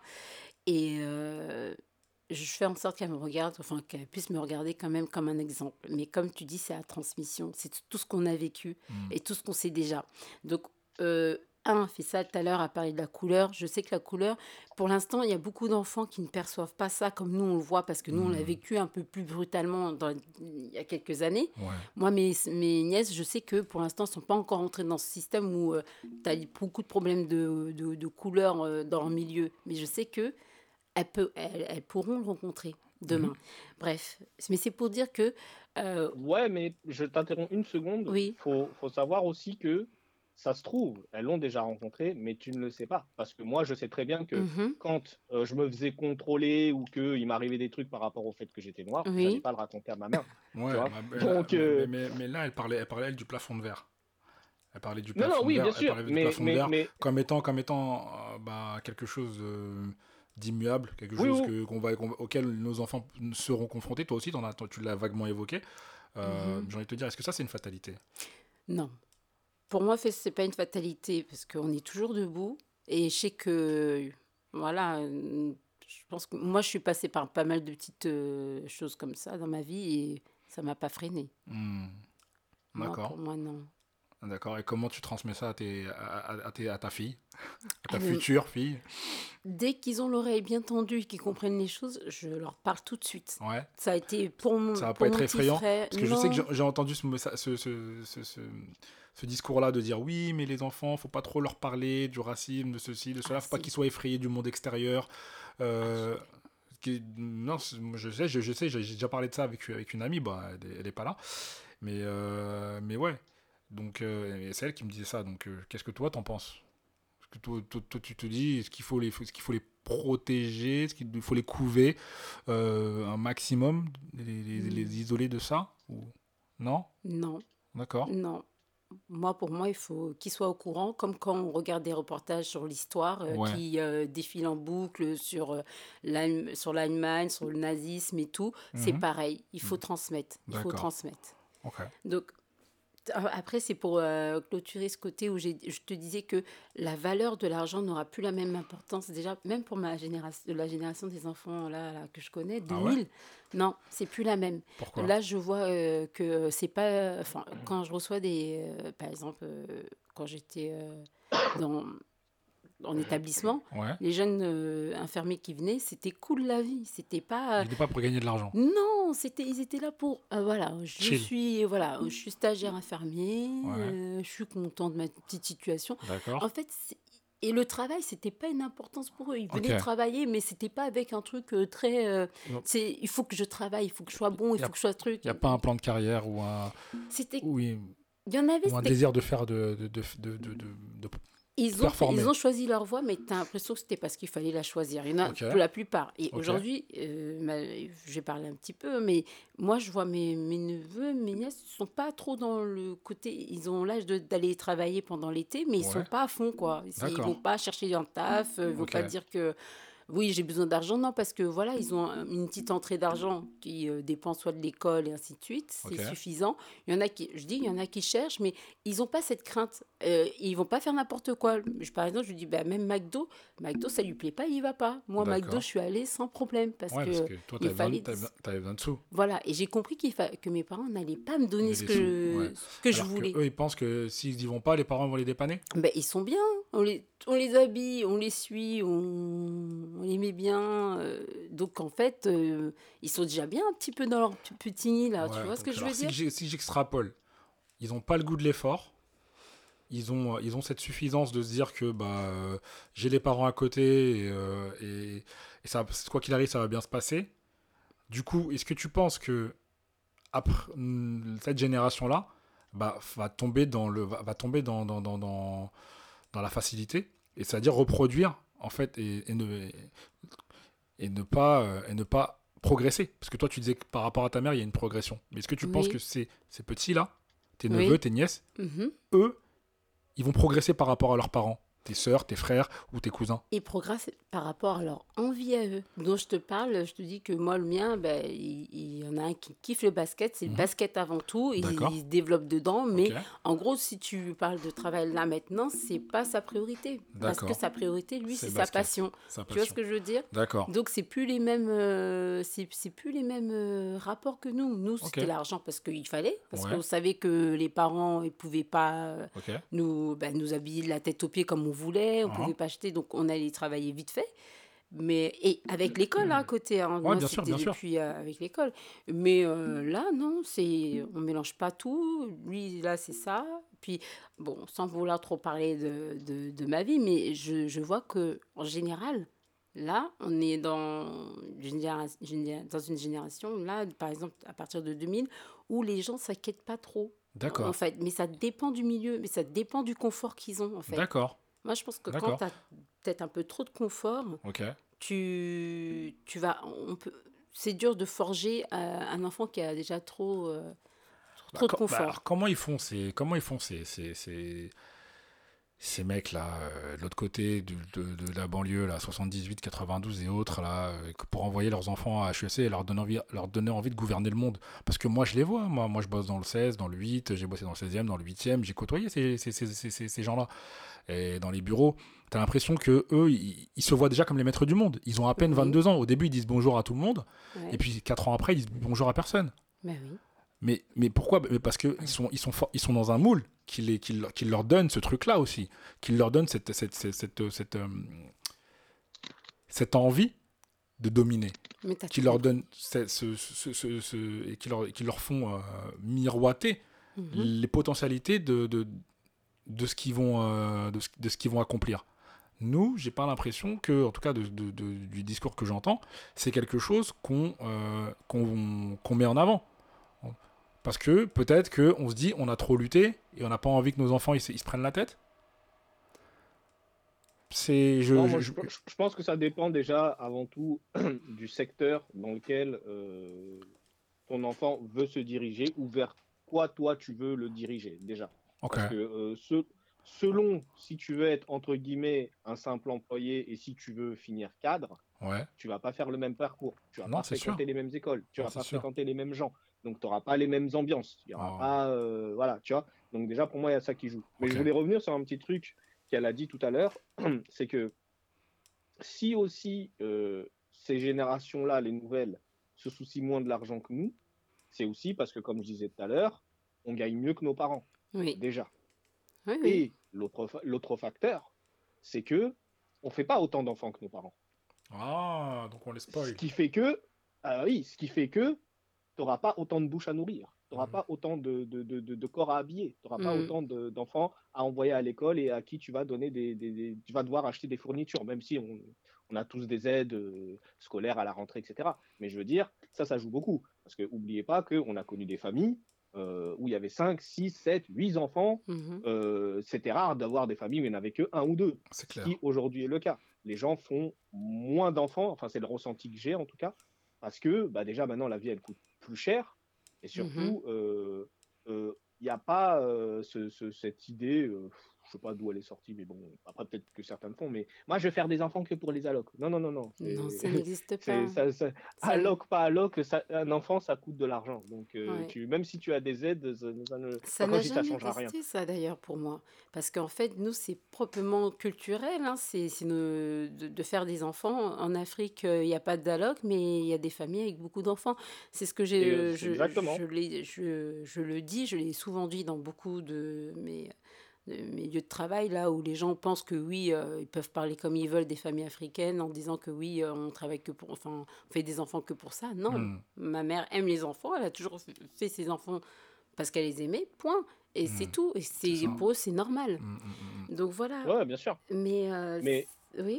Et euh, je fais en sorte qu'elle me regarde, enfin qu'elle puisse me regarder quand même comme un exemple. Mais comme tu dis, c'est la transmission. C'est tout ce qu'on a vécu Mm. et tout ce qu'on sait déjà. Donc, euh, un, fait ça tout à l'heure à parler de la couleur. Je sais que la couleur, pour l'instant, il y a beaucoup d'enfants qui ne perçoivent pas ça comme nous on le voit parce que nous, on l'a Mm. vécu un peu plus brutalement dans, il y a quelques années. Ouais. Moi, mes, mes nièces, je sais que pour l'instant, elles ne sont pas encore entrées dans ce système où tu as beaucoup de problèmes de, de, de couleurs euh, dans leur milieu. Mais je sais que elles, peut, elles, elles pourront le rencontrer demain. Mhm. Bref, mais c'est pour dire que... euh, Ouais, mais je t'interromps une seconde. oui, Faut, faut savoir aussi que ça se trouve, elles l'ont déjà rencontré, mais tu ne le sais pas. Parce que moi, je sais très bien que mhm, quand euh, je me faisais contrôler ou qu'il m'arrivait des trucs par rapport au fait que j'étais noir, j'allais oui, pas le raconter à ma mère. Ouais, Tu vois. bah, bah, Donc, mais, euh, mais, mais, mais là, elle parlait, elle parlait elle, du plafond de verre. Elle parlait du non, non, plafond de oui, verre. bien Elle sûr, parlait du mais, plafond de mais, verre mais comme étant, comme étant euh, bah, quelque chose euh, d'immuable, quelque oui, chose oui, que, qu'on va, qu'on- auquel nos enfants seront confrontés. Toi aussi, t'en as, tu l'as vaguement évoqué. Euh, mhm. J'ai envie de te dire, est-ce que ça, c'est une fatalité? Non. Pour moi, fait, c'est pas une fatalité parce qu'on est toujours debout et je sais que, voilà, euh, je pense que moi, je suis passée par pas mal de petites euh, choses comme ça dans ma vie et ça m'a pas freinée. Hmm. Moi, D'accord. pour moi, non. D'accord. Et comment tu transmets ça à, tes, à, à- à tes- à ta fille, à ta Ah, mais future fille? dès qu'ils ont l'oreille bien tendue et qu'ils comprennent les choses, je leur parle tout de suite. Ouais. Ça a été pour mon, Ça va pour pas être mon petit effrayant? frère. Parce que je sais que j'ai Non, j'ai entendu ce, messa- ce, ce, ce, ce- ce discours-là de dire oui, mais les enfants, faut pas trop leur parler du racisme, de ceci, de cela, ah faut pas si. qu'ils soient effrayés du monde extérieur. Euh, qui- non, c'est- moi, je sais, je, je sais, j'ai j'ai déjà parlé de ça avec, avec une amie, bah, elle, est- elle est pas là, mais, euh, mais ouais. Donc, euh, et c'est elle qui me disait ça. Donc, euh, qu'est-ce que toi t'en penses? Est-ce que toi, toi- toi, tu te dis, est-ce qu'il faut les, est-ce qu'il faut les protéger, est-ce qu'il faut les couver euh, un maximum, les, les, les Hmm. isoler de ça ou... Non? Non, D'accord. non. Moi, pour moi, il faut qu'ils soient au courant, comme quand on regarde des reportages sur l'histoire euh, Ouais. qui euh, défilent en boucle sur, euh, l'Allem- sur l'Allemagne, sur le nazisme et tout. C'est Mhm. pareil, il faut transmettre. Il faut D'accord. transmettre. Ok. Donc, t- après, c'est pour euh, clôturer ce côté où j'ai- je te disais que la valeur de l'argent n'aura plus la même importance. Déjà, même pour ma génération, la génération des enfants là, là, que je connais, Ah ouais? deux mille, non, c'est plus la même. Pourquoi? Là, je vois euh, que c'est pas. Enfin, quand je reçois des. euh, par exemple, euh, quand j'étais euh, dans, en établissement, Ouais. les jeunes euh, infirmiers qui venaient, c'était cool la vie. C'était pas. Il n'était pas pour gagner de l'argent. Non, c'était, ils étaient là pour. euh, voilà, je Chill. suis, voilà, je suis stagiaire infirmier, Ouais. euh, je suis content de ma petite situation. D'accord. En fait, c'est- et le travail, c'était pas une importance pour eux. Ils venaient Ok. travailler, mais c'était pas avec un truc euh, très. euh, Non. c'est, il faut que je travaille, il faut que je sois bon, il Y a- faut que je sois truc. Il n'y a pas un plan de carrière ou un... C'était Oui. Il y en avait, ou un c'était désir de faire de, de, de, de, de, de- de Ils ont, fait- performer. ils ont choisi leur voie, mais tu as l'impression que c'était parce qu'il fallait la choisir. Il y en a Ok, pour la plupart. Et ok, aujourd'hui, euh, ma- je vais parler un petit peu, mais moi, je vois mes, mes neveux, mes nièces, ils sont pas trop dans le côté. Ils ont l'âge de- d'aller travailler pendant l'été, mais ils sont ouais, pas à fond, quoi. Ils ils vont d'accord, pas chercher un taf, euh, ils vont ok, pas dire que oui, j'ai besoin d'argent. Non, parce que voilà, ils ont un- une petite entrée d'argent qui euh, dépend soit de l'école et ainsi de suite. C'est ok, suffisant. Il y en a qui, je dis, il y en a qui cherchent, mais ils n'ont pas cette crainte. Euh, ils vont pas faire n'importe quoi. Je, par exemple, je lui dis, bah, même McDo, McDo, ça lui plaît pas, il y va pas. Moi, McDo, je d'accord. suis allée sans problème parce Ouais, parce que que toi, il t'avais besoin, de- fallait. t'avais besoin t'avais besoin de sous, Voilà, et j'ai compris qu'il fa- que mes parents n'allaient pas me donner de ce des que sous, ouais. je, ce que je Alors que voulais. eux, ils pensent que s'ils y vont pas, les parents vont les dépanner. Ben, ils sont bien, on les, on les habille, on les suit, on, on les met bien. euh, donc en fait, euh, ils sont déjà bien un petit peu dans leur p- petit nid là, tu Ouais, vois ce que donc je alors veux si dire? j'ai- si j'extrapole, ils ont pas le goût de l'effort. Ils ont, euh, ils ont cette suffisance de se dire que bah, euh, j'ai les parents à côté et, euh, et, et ça, quoi qu'il arrive, ça va bien se passer. Du coup, est-ce que tu penses que après, mm, cette génération-là bah, va tomber dans le, va, va tomber dans, dans, dans, dans, dans la facilité, et c'est-à-dire reproduire en fait et, et ne, et ne pas, euh, et ne pas progresser? Parce que toi, tu disais que par rapport à ta mère, il y a une progression. Mais est-ce que tu penses que Oui, ces, ces petits-là, tes neveux, oui. tes nièces, Mhm. eux, ils vont progresser par rapport à leurs parents, tes sœurs, tes frères ou tes cousins? Ils progressent par rapport à leur envie à eux. Dont je te parle, je te dis que moi, le mien, ben, il, il y en a un qui kiffe le basket, c'est le Mhm. basket avant tout, il, il D'accord. se développe dedans, Ok. mais en gros, si tu parles de travail là maintenant, c'est pas sa priorité. Parce que D'accord. sa priorité, lui, C'est c'est le sa basket. passion. Sa Tu vois ce passion. que je veux dire? D'accord. Donc, c'est plus les mêmes, euh, c'est, c'est plus les mêmes euh, rapports que nous. Nous, Ok. c'était l'argent parce qu'il fallait, parce Ouais. qu'on savait que les parents, ils pouvaient pas euh, Ok. nous, ben, nous habiller de la tête aux pieds comme on voulait, on Hein. pouvait pas acheter, donc on allait travailler vite fait. Mais, et avec l'école hein, à côté, hein. Ouais, Moi bien sûr, c'était bien sûr. depuis euh, avec l'école. Mais euh, là, non, c'est, on mélange pas tout. Lui, là, c'est ça. Puis, bon, sans vouloir trop parler de, de, de ma vie, mais je, je vois que en général, là, on est dans une, généra- géné- dans une génération, là, par exemple, à partir de deux mille, où les gens s'inquiètent pas trop. En D'accord. fait, mais ça dépend du milieu, mais ça dépend du confort qu'ils ont, en fait. D'accord. Moi, je pense que quand D'accord. tu as peut-être un peu trop de confort, Ok. tu, tu vas, on peut, c'est dur de forger euh, un enfant qui a déjà trop, euh, trop, Bah, trop de co- bah, alors, confort. comment ils font ces, comment ils font ces, ces, ces, ces mecs-là, euh, de l'autre côté de, de, de la banlieue, là, soixante-dix-huit, quatre-vingt-douze et autres, là, euh, que pour envoyer leurs enfants à H E C et leur donner envie, leur donner envie de gouverner le monde? Parce que moi, je les vois. Moi, moi je bosse dans le seize, dans le huit, j'ai bossé dans le seizième, dans le huitième, j'ai côtoyé ces, ces, ces, ces, ces- ces gens-là. Et dans les bureaux, t'as l'impression que eux, ils, ils se voient déjà comme les maîtres du monde. Ils ont à peine Oui, vingt-deux ans. Au début, ils disent bonjour à tout le monde. Et ouais, puis, quatre ans après, ils disent bonjour à personne. ben oui. Mais, mais pourquoi? Mais parce qu'ils sont, ils sont, for- ils sont dans un moule qui, les, qui, leur, qui leur donne ce truc-là aussi. Qui leur donne cette, cette, cette, cette, cette, euh, cette envie de dominer. Mais t'as Qui tout leur compris. donne ce, ce, ce, ce- ce- et qui leur, qui leur font euh, miroiter Mhm. les potentialités de, de, de ce qu'ils vont, euh, de ce, de ce qu'ils vont accomplir. Nous, j'ai pas l'impression que, en tout cas de, de- de- du discours que j'entends, c'est quelque chose qu'on euh, qu'on qu'on met en avant. Parce que peut-être qu'on se dit, on a trop lutté et on n'a pas envie que nos enfants ils, se ils se prennent la tête. C'est, je, Non, je- moi, je, je- pe- je pense que ça dépend déjà avant tout du secteur dans lequel euh, ton enfant veut se diriger ou vers quoi toi tu veux le diriger déjà. ok, Parce que euh, ce- selon si tu veux être entre guillemets un simple employé et si tu veux finir cadre, ouais, tu vas pas faire le même parcours, tu vas non, pas c'est sûr, fréquenter les mêmes écoles, tu non, vas c'est pas sûr. fréquenter les mêmes gens, donc tu n'auras pas les mêmes ambiances, il y aura Oh, pas, euh, voilà, tu vois. Donc déjà pour moi il y a ça qui joue. Mais ok, je voulais revenir sur un petit truc qu'elle a dit tout à l'heure, c'est que si aussi euh, ces générations-là, les nouvelles, se soucient moins de l'argent que nous, c'est aussi parce que, comme je disais tout à l'heure, on gagne mieux que nos parents, Oui, déjà. oui, oui. Et l'autre, l'autre facteur, c'est que on fait pas autant d'enfants que nos parents. ah, donc on les Ce spoil. qui fait que, ah oui, ce qui fait que tu n'auras pas autant de bouches à nourrir, tu n'auras Mhm. pas autant de, de, de, de, de corps à habiller, tu n'auras pas Mm. autant de, d'enfants à envoyer à l'école et à qui tu vas donner des, des, des- tu vas devoir acheter des fournitures, même si on, on a tous des aides euh, scolaires à la rentrée, et cetera. Mais je veux dire, ça, ça joue beaucoup. Parce que n'oubliez pas qu'on a connu des familles euh, où il y avait cinq, six, sept, huit enfants. Mhm. Euh, c'était rare d'avoir des familles où il n'y en avait que un ou deux, C'est ce clair. qui aujourd'hui est le cas. Les gens font moins d'enfants, enfin c'est le ressenti que j'ai en tout cas, parce que bah, déjà maintenant la vie elle coûte plus cher, et Mhm. surtout euh, euh, il n'y a pas euh, ce- ce- cette idée, euh, je sais pas d'où elle est sortie, mais bon, après peut-être que certains le font, mais moi je vais faire des enfants que pour les allocs. Non, non, non, non, Non, c'est, ça n'existe c'est, pas. ça, ça- Ça, alloc, pas alloc, ça- un enfant ça coûte de l'argent. Donc euh, ouais. tu, même si tu as des aides, ça, ça ne, Ça enfin, quand n'a je dis ça jamais changera rien. existé, ça d'ailleurs, pour moi. Parce qu'en fait, nous, c'est proprement culturel. Hein. C'est c'est nos- de, de faire des enfants. En Afrique, euh, il n'y a pas d'alloc, mais il y a des familles avec beaucoup d'enfants. C'est ce que Et euh, j'ai, c'est je, exactement. je, l'ai- je, je le dis, je l'ai souvent dit dans beaucoup de mes, de mes lieux de travail, là où les gens pensent que oui, euh, ils peuvent parler comme ils veulent des familles africaines en disant que oui, euh, on travaille que pour, enfin, on fait des enfants que pour ça. Non, Hmm. ma mère aime les enfants, elle a toujours f- fait ses enfants parce qu'elle les aimait, point. Et c'est Hmm. tout. Et C'est c'est ça. pour eux, c'est normal. Hmm, hmm, hmm. Donc voilà. Ouais, bien sûr. Mais euh, Mais c- oui.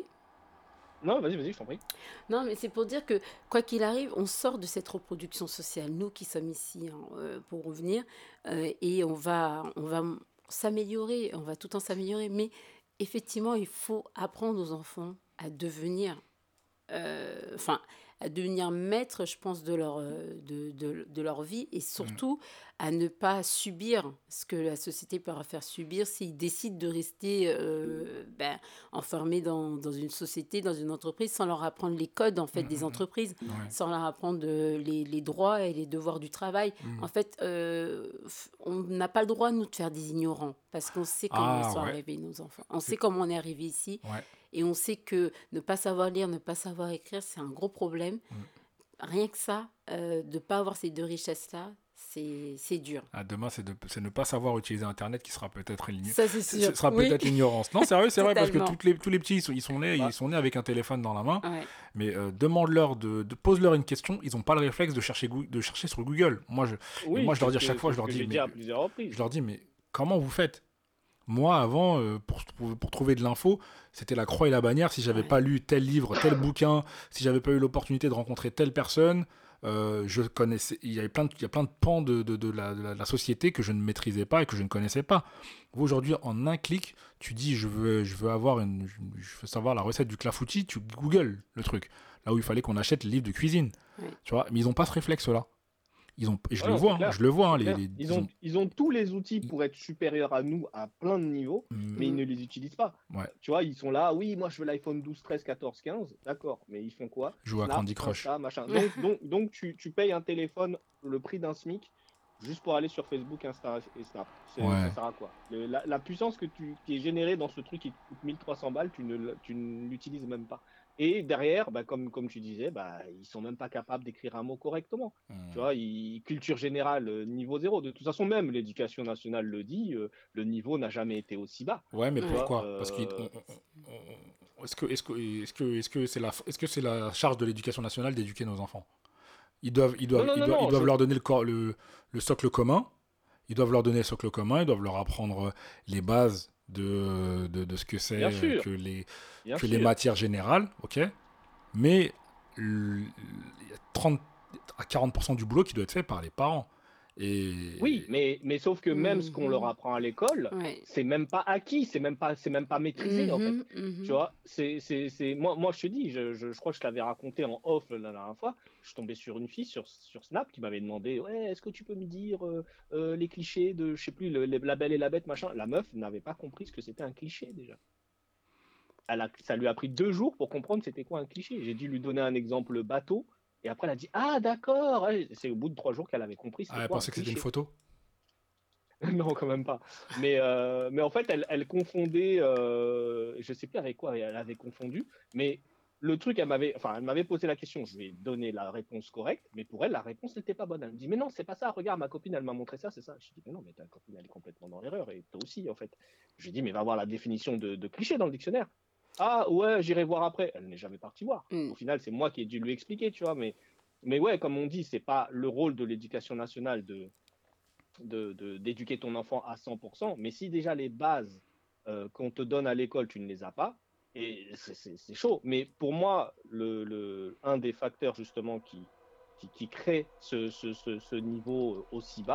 non, vas-y, vas-y, je t'en prie. Non, mais c'est pour dire que quoi qu'il arrive, on sort de cette reproduction sociale. Nous qui sommes ici hein, euh, pour revenir, euh, et on va, on va m- s'améliorer. On va tout le temps s'améliorer. Mais effectivement, il faut apprendre aux enfants à devenir euh, enfin, à devenir maître, je pense, de leur, euh, de, de, de leur vie et Hmm. surtout à ne pas subir ce que la société peut leur faire subir s'ils décident de rester euh, ben, enfermés dans, dans une société, dans une entreprise, sans leur apprendre les codes en fait Hmm, des hmm, entreprises, hmm. Ouais. sans leur apprendre euh, les, les droits et les devoirs du travail. Hmm. En fait, euh, f- on n'a pas le droit, nous, de faire des ignorants parce qu'on sait comment ils Ah sont ouais. arrivés, nos enfants. On sait comment on est arrivé ici. Ouais. Et on sait que ne pas savoir lire, ne pas savoir écrire, c'est un gros problème. Mm. Rien que ça, euh, de ne pas avoir ces deux richesses-là, c'est c'est dur. Ah, demain, c'est de c'est ne pas savoir utiliser Internet qui sera peut-être l'igno- Ça, c'est ce sûr. sera Oui, peut-être l'ignorance. Non, sérieux, c'est vrai, parce que totalement. toutes les, tous les petits, ils sont, ils sont nés, Bah, ils sont nés avec un téléphone dans la main, Ouais. mais euh, demande-leur, de, de pose-leur une question, ils n'ont pas le réflexe de chercher, Goo- de chercher sur Google. Moi, je, et oui, moi, je c'est leur ce dis à chaque que, fois, c'est je ce leur que dis, j'ai dit mais, à plusieurs reprises. je leur dis, mais comment vous faites? Moi, avant, euh, pour, pour, pour trouver de l'info, c'était la croix et la bannière. Si j'avais Ouais. pas lu tel livre, tel bouquin, si j'avais pas eu l'opportunité de rencontrer telle personne, euh, je connaissais. Il y avait plein de, il y a plein de pans de, de, de la, de la- de la société que je ne maîtrisais pas et que je ne connaissais pas. Vous, aujourd'hui, en un clic, tu dis, je veux, je veux avoir une, je je veux savoir la recette du clafoutis, tu googles le truc. Là où il fallait qu'on achète le livre de cuisine, Ouais. tu vois. Mais ils n'ont pas ce réflexe-là. Ils ont, et je Ouais, le non, c'est vois, hein, clair. je le vois. hein, C'est les, clair. les- Ils ils ont, ont, ils ont tous les outils ils- pour être supérieurs à nous à plein de niveaux, mais ils Mm. ne les utilisent pas. ouais, Tu vois, ils sont là, oui, moi je veux l'iPhone douze, treize, quatorze, quinze, d'accord, mais ils font quoi? jouent à Snap, Candy Crush. Insta, machin. Donc, donc, donc tu, tu payes un téléphone le prix d'un SMIC juste pour aller sur Facebook, Insta et Snap. C'est- Ça Ouais. sert à quoi? Le- la, la puissance que tu, qui est générée dans ce truc qui te coûte mille trois cents balles, tu ne, l- tu ne l'utilises même pas. Et derrière, bah, comme, comme tu disais, bah, ils sont même pas capables d'écrire un mot correctement. Tu Hmm. vois, ils- culture générale, euh, niveau zéro. De toute façon, même l'éducation nationale le dit, euh, le niveau n'a jamais été aussi bas. Ouais, mais Ouais. Tu vois, pourquoi? Parce qu'ils euh, on- on- on- est-ce que est-ce que est-ce que est-ce que c'est la est-ce que c'est la charge de l'éducation nationale d'éduquer nos enfants? Ils doivent ils non, doivent non, ils non, doivent, ils non, doivent je, leur donner le, cor- le le socle commun. Ils doivent leur donner le socle commun. Ils doivent leur apprendre les bases de de, de ce que c'est bien euh, sûr, que les bien que les sûr. matières générales, ok? Mais le- il y a trente à quarante pour cent du boulot qui doit être fait par les parents. Oui, Et mais, mais sauf que même ce qu'on leur Mhm. apprend à l'école, Ouais. c'est même pas acquis, c'est même pas, c'est même pas maîtrisé en fait. Mhm, Tu mhm. vois, c'est, c'est, c'est... Moi, moi, je te dis, je, je, je crois que je t'avais raconté en off la dernière fois, je suis tombé sur une fille sur, sur Snap qui m'avait demandé, ouais, est-ce que tu peux me dire euh, euh, les clichés de, je sais plus, le, les- La Belle et la Bête, machin. La meuf n'avait pas compris ce que c'était un cliché déjà. Elle a, ça lui a pris deux jours pour comprendre c'était quoi un cliché. J'ai dû lui donner un exemple bateau, et après elle a dit, ah d'accord. Ouais, c'est au bout de trois jours qu'elle avait compris ah, c'était elle quoi un pensait que c'était une cliché. photo. Non, quand même pas. Mais, euh, mais en fait, elle, elle confondait, euh, je sais plus avec quoi elle avait confondu, mais le truc, elle m'avait, enfin, elle m'avait posé la question, je lui ai donné la réponse correcte, mais pour elle, la réponse n'était pas bonne. Elle me dit, mais non, c'est pas ça, regarde, ma copine, elle m'a montré ça, c'est ça. Je lui ai dit, mais non, mais ta copine, elle est complètement dans l'erreur, et toi aussi, en fait. Je lui ai dit, mais va voir la définition de, de cliché dans le dictionnaire. Ah ouais, j'irai voir après. Elle n'est jamais partie voir. Mm. Au final, c'est moi qui ai dû lui expliquer, tu vois, mais, mais ouais, comme on dit, c'est pas le rôle de l'éducation nationale de de, de- d'éduquer ton enfant à cent pour cent, mais si déjà les bases euh, qu'on te donne à l'école, tu ne les as pas, et c'est, c'est- c'est chaud. Mais pour moi, le, le- un des facteurs justement qui, qui, qui crée ce, ce, ce, ce niveau aussi bas,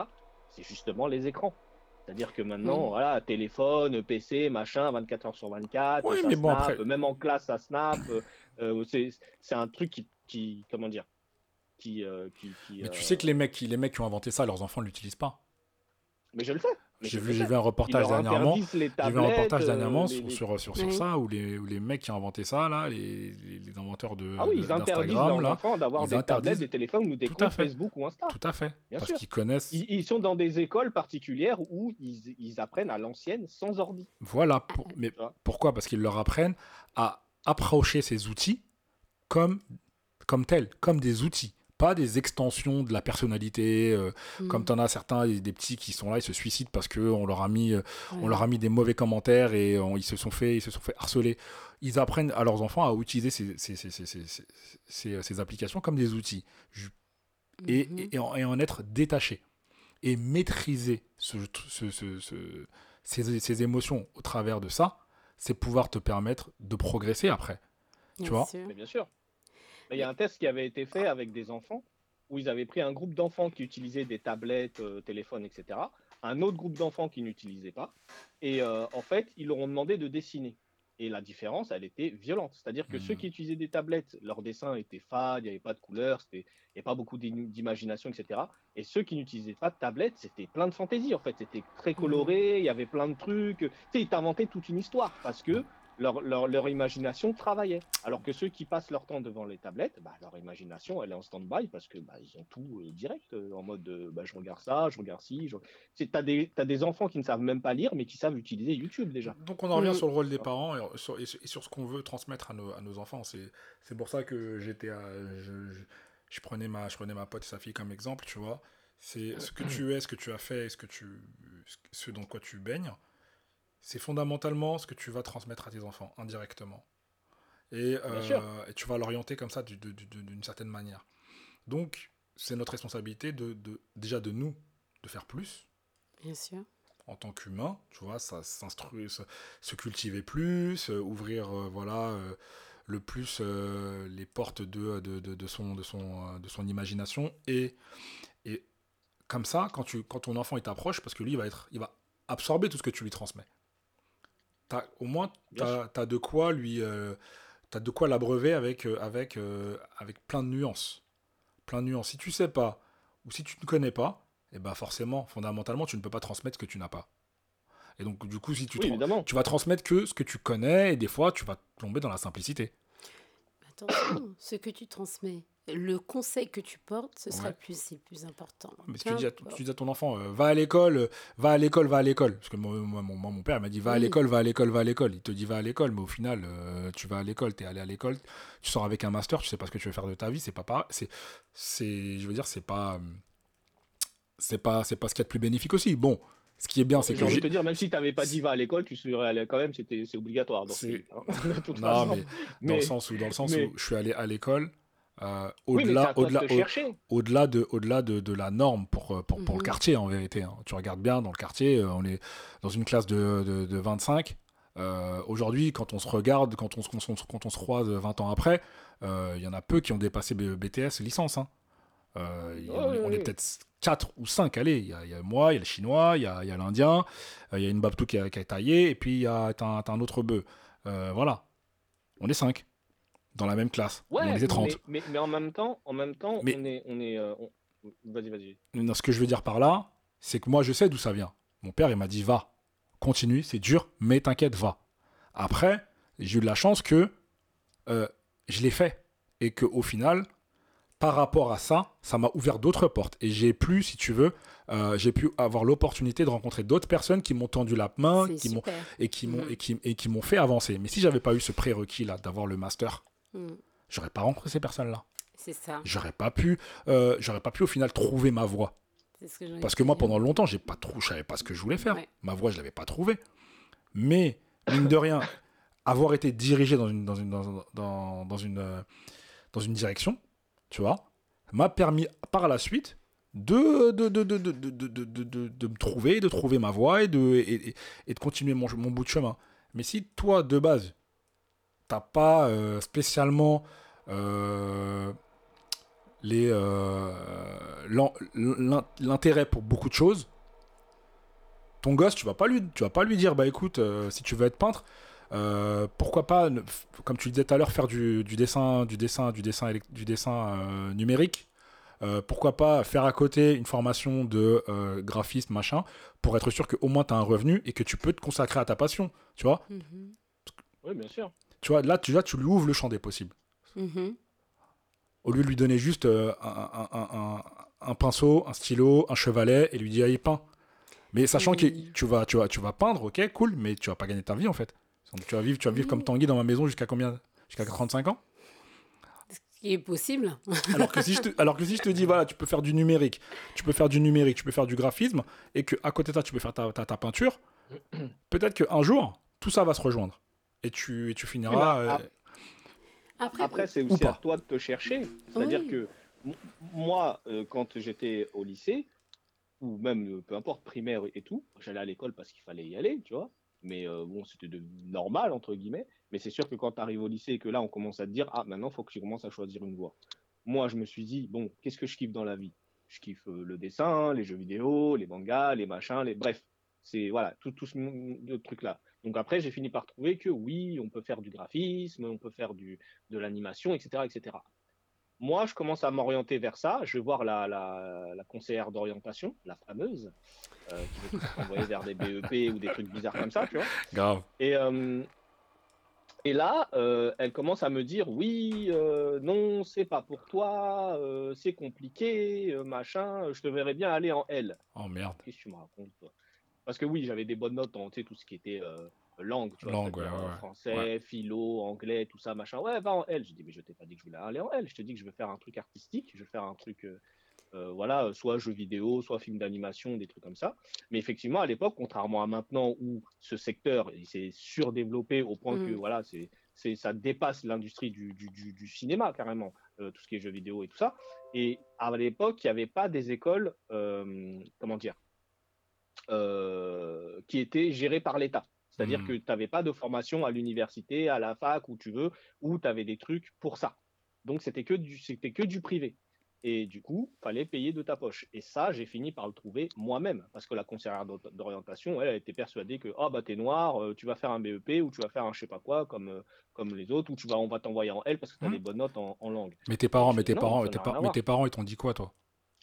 c'est justement les écrans. C'est-à-dire que maintenant, Oui. voilà, téléphone, P C, machin, vingt-quatre heures sur vingt-quatre, Oui, ça mais bon, snap, après. même en classe, ça snap. euh, euh, c'est, c'est un truc qui, qui, comment dire, qui, euh, qui, qui Mais tu euh, sais que les mecs, qui, les mecs qui ont inventé ça, leurs enfants ne l'utilisent pas. mais je le sais, mais J'ai je vu, le j'ai sais. vu un Ils reportage leur dernièrement. interdisent les J'ai vu un tablettes, reportage euh, dernièrement les, sur, les- sur, sur, sur Oui. ça, où les, où les mecs qui ont inventé ça, là, les, les, les inventeurs Ah de, oui, de- ils interdisent d'Instagram, leurs là, enfants d'avoir ils des tablettes, interdisent. des téléphones ou des Tout à comptes fait. Facebook ou Insta, Tout à fait. bien Parce sûr. qu'ils connaissent. Ils, ils sont dans des écoles particulières où ils, ils apprennent à l'ancienne sans ordi. Voilà. Pour- mais Tu vois. pourquoi? Parce qu'ils leur apprennent à approcher ces outils comme, comme tels, comme des outils. Pas des extensions de la personnalité, euh, comme Mm. tu en as certains, des des petits qui sont là, ils se suicident parce qu'on leur a mis, euh, on leur Ouais. a mis des mauvais commentaires et on- ils se sont fait, ils se sont fait harceler. Ils apprennent à leurs enfants à utiliser ces, ces, ces, ces, ces, ces- ces- ces applications comme des outils Ju- et, Mhm. et, et en, et en être détaché et maîtriser ce, ce, ce- ce- ces, ces émotions au travers de ça, c'est pouvoir te permettre de progresser après. Tu Bien vois? sûr. Mais bien sûr. Mais il y a Mais- un test qui avait été fait avec des enfants où ils avaient pris un groupe d'enfants qui utilisaient des tablettes, euh, téléphones, et cetera. Un autre groupe d'enfants qui n'utilisaient pas. Et euh, en fait, ils leur ont demandé de dessiner. Et la différence, elle était violente. C'est-à-dire que ceux Hmm. qui utilisaient des tablettes, leurs dessins étaient fades, il n'y avait pas de couleurs, c'était- il n'y avait pas beaucoup d'im- d'imagination, et cetera. Et ceux qui n'utilisaient pas de tablettes, c'était plein de fantaisie, en fait. C'était très Mm. coloré, il y avait plein de trucs. Tu sais, ils t'inventaient toute une histoire parce que leur, leur, leur imagination travaillait. Alors que ceux qui passent leur temps devant les tablettes, bah, leur imagination, elle est en stand-by parce que bah, ils ont tout euh, direct, euh, en mode euh, bah, je regarde ça, je regarde ci. Je... Tu as des, t'as des enfants qui ne savent même pas lire, mais qui savent utiliser YouTube déjà. Donc on en revient Mm. sur le rôle des parents et sur, et sur- et sur ce qu'on veut transmettre à nos, à nos enfants. C'est, c'est pour ça que j'étais à- je, je, je prenais ma, je prenais ma pote et sa fille comme exemple, tu vois. C'est ce que tu es, ce que tu as fait et ce, que tu, ce dans quoi tu baignes. C'est fondamentalement ce que tu vas transmettre à tes enfants, indirectement. Et, Bien sûr. euh, et tu vas l'orienter comme ça du- de- de- de- d'une certaine manière. Donc, c'est notre responsabilité de, de- déjà de nous, de faire plus, Bien sûr. en tant qu'humain, tu vois, ça s'instruire, se, se cultiver plus, euh, ouvrir, euh, voilà, euh, le plus euh, les portes de, de, de, de son, de, son, euh, de son imagination. Et, et comme ça, quand, tu, quand ton enfant il t'approche, parce que lui, il va, être, il va absorber tout ce que tu lui transmets. T'as, au moins, tu Bien sûr. as de quoi lui... euh, t'as de quoi l'abreuver avec, euh, avec, euh, avec plein de nuances. Plein de nuances. Si tu sais pas, ou si tu ne connais pas, eh ben forcément, fondamentalement, tu ne peux pas transmettre ce que tu n'as pas. Et donc, du coup, si tu, Oui, tra- évidemment. tu vas transmettre que ce que tu connais, et des fois, tu vas tomber dans la simplicité. Attention, ce que tu transmets, le conseil que tu portes, ce sera Ouais. le plus, c'est le plus important. Mais si tu dis à, Qu'importe. tu dis à ton enfant, euh, va à l'école, euh, va à l'école, va à l'école. Parce que moi, moi, mon, moi, mon père il m'a dit, va à Oui. l'école, va à l'école, va à l'école. Il te dit, va à l'école, mais au final, euh, tu vas à l'école, tu es allé à l'école, tu sors avec un master, tu sais pas ce que tu veux faire de ta vie, c'est pas pareil. C'est, c'est, je veux dire, c'est pas, euh, c'est pas, c'est pas ce qu'il y a de plus bénéfique aussi. Bon, ce qui est bien, c'est J'ai que envie j'ai... de te dire, même si tu n'avais pas dit va à l'école, tu serais allé quand même, c'était, c'est obligatoire. Donc, C'est- hein, de toute Non, façon. mais dans le Mais, sens où, dans le sens mais- où je suis allé à l'école, euh, oui, mais c'est au-delà, à toi au-delà, de te au- chercher. au-delà de, au-delà de, de la norme pour, euh, pour, pour le Mhm. quartier, en vérité. Hein. Tu regardes bien dans le quartier, euh, on est dans une classe de, de, de vingt-cinq. Euh, aujourd'hui, quand on se regarde, quand on se, quand on se- quand on se croise vingt ans après, euh, il y en a peu qui ont dépassé B- BTS licence. Hein. Euh, il y a- Ouais, on est, ouais, on est ouais. peut-être quatre ou cinq, allez. Il y a, il y a moi, il y a le chinois, il y a, il y a l'indien, euh, il y a une babtou qui a, qui a taillé, et puis il y a t'as un, t'as un autre bœuf. Euh, voilà. On est cinq dans la même classe. Ou on Ouais, était trente. mais, mais, mais en même temps, en même temps, Mais- on est, on est, euh, on- vas-y, vas-y. Non, ce que je veux dire par là, c'est que moi, je sais d'où ça vient. Mon père, il m'a dit, va, continue, c'est dur, mais t'inquiète, va. Après, j'ai eu de la chance que euh, je l'ai fait. Et qu'au final, par rapport à ça, ça m'a ouvert d'autres portes. Et j'ai pu, si tu veux, euh, j'ai pu avoir l'opportunité de rencontrer d'autres personnes qui m'ont tendu la main C'est qui m'ont, super. et, qui m'ont, Mhm. et, qui, et qui m'ont fait avancer. Mais si j'avais pas eu ce prérequis-là d'avoir le master, Mm. j'aurais pas rencontré ces personnes-là. C'est ça. J'aurais pas pu, euh, j'aurais pas pu au final trouver ma voie. C'est ce que j'allais Parce te que moi, dire. pendant longtemps, j'ai pas trop, je savais pas ce que je voulais faire. Ouais. Ma voie, je l'avais pas trouvée. Mais, mine de rien, avoir été dirigé dans une, dans une, dans, dans, dans une, euh, dans une direction, tu vois, m'a permis par la suite de, de, de, de, de, de, de, de, de, de- de me trouver, de trouver ma voie et de, et, et- et de continuer mon, mon bout de chemin. Mais si toi, de base, t'as pas euh, spécialement euh, les, euh, l'en- l'in- l'intérêt pour beaucoup de choses, ton gosse, tu vas pas lui, tu vas pas lui dire, bah écoute, euh, si tu veux être peintre, euh, pourquoi pas, ne- f- comme tu le disais tout à l'heure, faire du, du dessin, du dessin, du dessin, élec- du dessin euh, numérique. Euh, pourquoi pas faire à côté une formation de euh, graphisme, machin, pour être sûr qu'au moins tu as un revenu et que tu peux te consacrer à ta passion. Tu vois, Mhm. Oui, bien sûr. tu vois là, tu, là, tu lui ouvres le champ des possibles. Mhm. Au lieu de lui donner juste euh, un, un- un- un- un pinceau, un stylo, un chevalet et lui dire, allez, peins. Mais sachant que Et tu vas, tu, vas, tu vas peindre, ok, cool, mais tu vas pas gagner ta vie en fait. Donc, tu vas vivre, tu vas vivre comme oui, Tanguy dans ma maison jusqu'à combien? Jusqu'à trente-cinq ans. ce qui est possible. Alors que, si je te, alors que si je te dis, voilà, tu peux faire du numérique, tu peux faire du numérique, tu peux faire du graphisme, et qu'à côté de ça, tu peux faire ta, ta, ta peinture, peut-être qu'un jour, tout ça va se rejoindre. Et tu, et tu Oui, mais finiras. euh, ap- Après, après, c'est ou aussi à pas. toi de te chercher. C'est-à-dire oui. que m- moi, euh, quand j'étais au lycée, ou même euh, peu importe, primaire et tout, j'allais à l'école parce qu'il fallait y aller, tu vois. Mais euh, bon, c'était de normal, entre guillemets. Mais c'est sûr que quand tu arrives au lycée et que là, on commence à te dire, ah, maintenant, il faut que tu commences à choisir une voie. Moi, je me suis dit, bon, qu'est-ce que je kiffe dans la vie? Je kiffe euh, le dessin, les jeux vidéo, les mangas, les machins, les... Bref, c'est voilà, tout, tout ce de truc-là. Donc après, j'ai fini par trouver que oui, on peut faire du graphisme, on peut faire du, de l'animation, et cetera, et cetera. Moi, je commence à m'orienter vers ça. Je vais voir la, la, la conseillère d'orientation, la fameuse, euh, qui veut toujours t'envoyer vers des B E P ou des trucs bizarres comme ça, tu vois. Grave. Et, euh, et là, euh, elle commence à me dire, oui, euh, non, c'est pas pour toi, euh, c'est compliqué, euh, machin, je te verrais bien aller en L. Oh merde. Qu'est-ce que tu me racontes, toi? Parce que oui, j'avais des bonnes notes en, tu sais, tout ce qui était euh, langue, tu vois, Langue, ouais, c'est-à-dire euh, ouais, ouais. Ouais. français, philo, anglais, tout ça, machin. Ouais, va en L. Je dis, mais je t'ai pas dit que je voulais aller en L. Je te dis que je veux faire un truc artistique, je veux faire un truc, euh, euh, voilà, euh, soit jeu vidéo, soit film d'animation, des trucs comme ça. Mais effectivement, à l'époque, contrairement à maintenant où ce secteur il s'est surdéveloppé au point que, Mm. voilà, c'est, c'est, ça dépasse l'industrie du, du, du, du cinéma carrément, euh, tout ce qui est jeux vidéo et tout ça. Et à l'époque, il n'y avait pas des écoles, euh, comment dire, euh, qui était géré par l'État. C'est-à-dire que Hmm. tu n'avais pas de formation à l'université, à la fac, où tu veux, où tu avais des trucs pour ça. Donc, c'était que du, c'était que du privé. Et du coup, fallait payer de ta poche. Et ça, j'ai fini par le trouver moi-même. Parce que la conseillère d'orientation, elle, elle était persuadée que, ah, oh, bah, t'es noir, euh, tu vas faire un B E P ou tu vas faire un je sais pas quoi, comme, euh, comme les autres, ou tu vas, on va t'envoyer en L parce que tu as Hmm. des bonnes notes en, en langue. Mais tes Et parents, je mais fais, tes non, parents, mais ça tes, n'a rien par- à mais tes voir. parents, ils t'ont dit quoi, toi?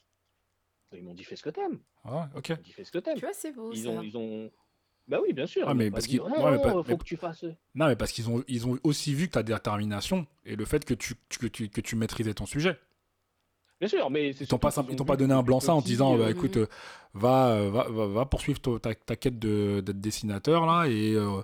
Ils m'ont dit, fais ce que t'aimes. Ah ouais, ok. Ils m'ont dit, fais ce que t'aimes. Tu vois, c'est beau Ils ont, ça. ils ont, bah oui, bien sûr, Ah, ils m'ont mais pas parce dit, qu'ils, oh ouais, mais, pas- non, mais- faut que tu fasses. non, mais parce qu'ils ont, ils ont aussi vu que ta détermination et le fait que tu, que tu, que tu maîtrisais ton sujet. Bien sûr, mais c'est Ils t'ont pas, surtout simp- qu'ils ils ont t'ont pas vu que donné un depuis blanc-seing en te petit, disant, bah, euh, écoute, Mhm. euh, va, euh, va, va, va poursuivre ta, ta, ta quête de, d'être dessinateur là et euh,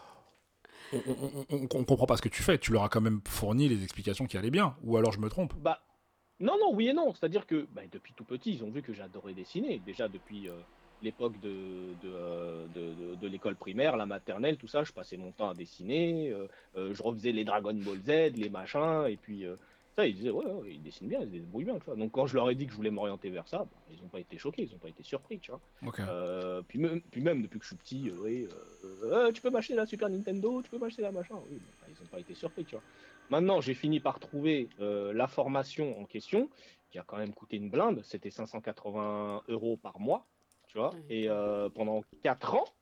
on, on, on, on comprend pas ce que tu fais. Tu leur as quand même fourni les explications qui allaient bien. Ou alors je me trompe. bah, non, non, oui et non. C'est-à-dire que bah, depuis tout petit, ils ont vu que j'adorais dessiner. Déjà depuis euh, l'époque de, de, euh, de, de- de l'école primaire, la maternelle, tout ça, je passais mon temps à dessiner. Euh, euh, je refaisais les Dragon Ball Z, les machins. Et puis, euh, ça, ils disaient, ouais, ouais, ils dessinent bien, ils se débrouillent bien. Tu vois. Donc, quand je leur ai dit que je voulais m'orienter vers ça, bah, ils n'ont pas été choqués, ils n'ont pas été surpris. Tu vois. Ok. Euh, puis, même, puis même, depuis que je suis petit, euh, oui, euh, euh, tu peux m'acheter la Super Nintendo, tu peux m'acheter la machin. Oui, bon, bah, ils n'ont pas été surpris. Tu vois. Maintenant, j'ai fini par trouver euh, la formation en question, qui a quand même coûté une blinde. C'était cinq cent quatre-vingts euros par mois, tu vois. Ouais. Et euh, pendant quatre ans,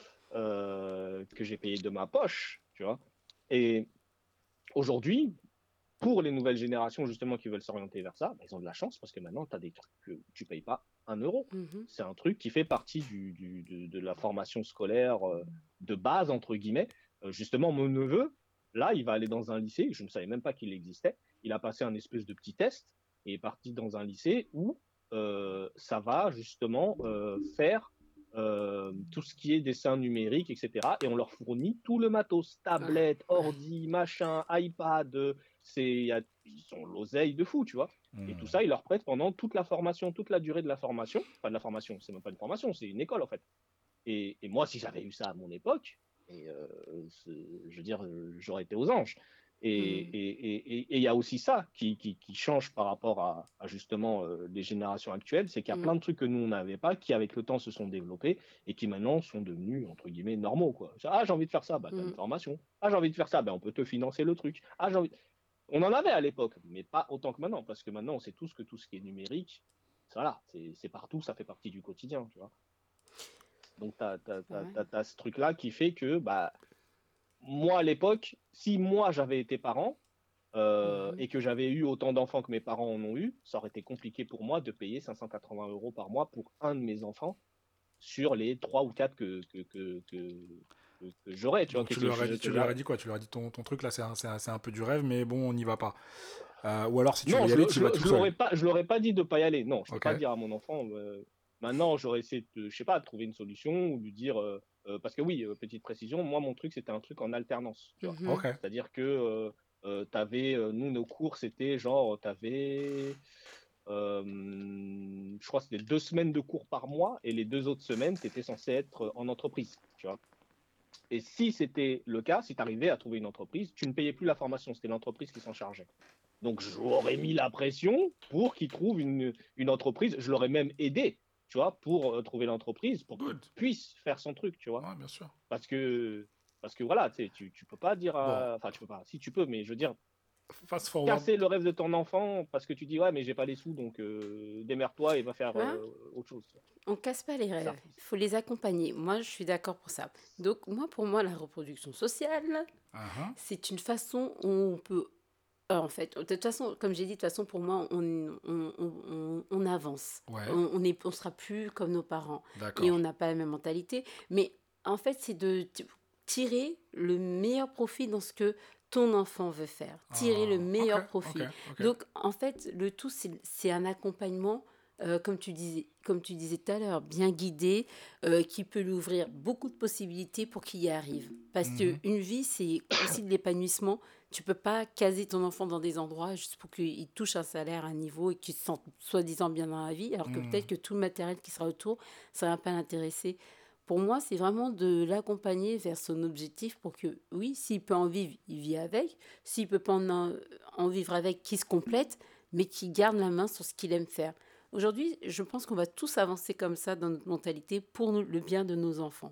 euh, que j'ai payé de ma poche, tu vois. Et aujourd'hui, pour les nouvelles générations, justement, qui veulent s'orienter vers ça, bah, ils ont de la chance parce que maintenant, tu as des trucs que tu ne payes pas un euro. Mhm. C'est un truc qui fait partie du, du- de, de la formation scolaire euh, de base, entre guillemets. Euh, justement, mon neveu, là, il va aller dans un lycée, je ne savais même pas qu'il existait. Il a passé un espèce de petit test et est parti dans un lycée où euh, ça va justement euh, faire euh, tout ce qui est dessin numérique, et cetera. Et on leur fournit tout le matos, Ah, tablette, ouais. ordi, machin, iPad, c'est, y a- ils sont l'oseille de fou, tu vois. Et tout Hmm. ça, ils leur prêtent pendant toute la formation, toute la durée de la formation. Enfin, de la formation, c'est même pas une formation, c'est une école en fait. Et, et moi, si j'avais eu ça à mon époque, et, euh, je veux dire, j'aurais été aux anges. Et Mhm. il et, et, y a aussi ça qui, qui, qui change par rapport à, à justement euh, les générations actuelles, c'est qu'il y a Mhm. plein de trucs que nous, on n'avait pas, qui avec le temps se sont développés et qui maintenant sont devenus, entre guillemets, normaux. Quoi. Ah, j'ai envie de faire ça, bah, tu as une Mhm. formation. Ah, j'ai envie de faire ça, bah, on peut te financer le truc. Ah, j'ai envie... On en avait à l'époque, mais pas autant que maintenant, parce que maintenant, on sait tous que tout ce qui est numérique, voilà, c'est partout, ça fait partie du quotidien, tu vois. Donc, tu as, Ouais. ce truc-là qui fait que, bah, moi, à l'époque, si moi, j'avais été parent euh, Mhm. et que j'avais eu autant d'enfants que mes parents en ont eu, ça aurait été compliqué pour moi de payer cinq cent quatre-vingts euros par mois pour un de mes enfants sur les trois ou quatre que, que, que, que, que, que j'aurais, tu vois, Donc que, tu que, leur as je- dit, que tu leur j'a- as dit quoi? Tu leur as dit ton, ton truc là, c'est un, c'est un- c'est un peu du rêve, mais bon, on n'y va pas. Euh, ou alors si tu veux Non, y je aller, ne tu y vas tout seul. l'aurais pas, je l'aurais pas dit de pas y aller. Non, je ne peux Ok. pas dire à mon enfant. euh, maintenant, j'aurais essayé de, je sais pas, de trouver une solution ou lui dire. euh, euh, parce que oui, euh, petite précision, moi, mon truc, c'était un truc en alternance. Tu vois. Mhm. Ok. C'est-à-dire que euh, euh, t'avais, euh, nous, nos cours, c'était genre, tu avais, je crois que c'était deux semaines de cours par mois et les deux autres semaines, tu étais censé être en entreprise. Tu vois. Et si c'était le cas, si tu arrivais à trouver une entreprise, tu ne payais plus la formation, c'était l'entreprise qui s'en chargeait. Donc, j'aurais mis la pression pour qu'il trouve une, une entreprise. Je l'aurais même aidé, tu vois, pour euh, trouver l'entreprise, pour qu'il Good. puisse faire son truc, tu vois. Ouais, bien sûr. Parce que, parce que voilà, tu sais, tu, tu peux pas dire Bon, à... Enfin, tu peux pas. Si tu peux, mais je veux dire, fast forward. casser le rêve de ton enfant parce que tu dis, ouais, mais j'ai pas les sous, donc euh, démerde-toi et va Tu faire vois, euh, autre chose. on casse pas les Ça. rêves. Il faut les accompagner. Moi, je suis d'accord pour ça. Donc, moi, pour moi, la reproduction sociale, Uh-huh. c'est une façon où on peut. euh, en fait, de toute façon, comme j'ai dit, de toute façon, pour moi, on, on, on, on- on avance. Ouais, On, on est, on sera plus comme nos parents. Et d'accord. on n'a pas la même mentalité. Mais en fait, c'est de t- tirer le meilleur profit dans ce que ton enfant veut faire. Tirer le Ah, ok, meilleur ok, profit. ok. Donc, en fait, le tout, c'est c'est un accompagnement, euh, comme tu disais, comme tu disais tout à l'heure, bien guidé, euh, qui peut lui ouvrir beaucoup de possibilités pour qu'il y arrive. Parce Mhm. qu'une vie, c'est aussi de l'épanouissement. Tu peux pas caser ton enfant dans des endroits juste pour qu'il touche un salaire, un niveau et qu'il se sente soi-disant bien dans la vie, alors que Mhm. peut-être que tout le matériel qui sera autour, ça va pas l'intéresser. Pour moi, c'est vraiment de l'accompagner vers son objectif pour que, oui, s'il peut en vivre, il vit avec. S'il peut pas en, en vivre avec, qu'il se complète, mais qu'il garde la main sur ce qu'il aime faire. Aujourd'hui, je pense qu'on va tous avancer comme ça dans notre mentalité pour nous- le bien de nos enfants.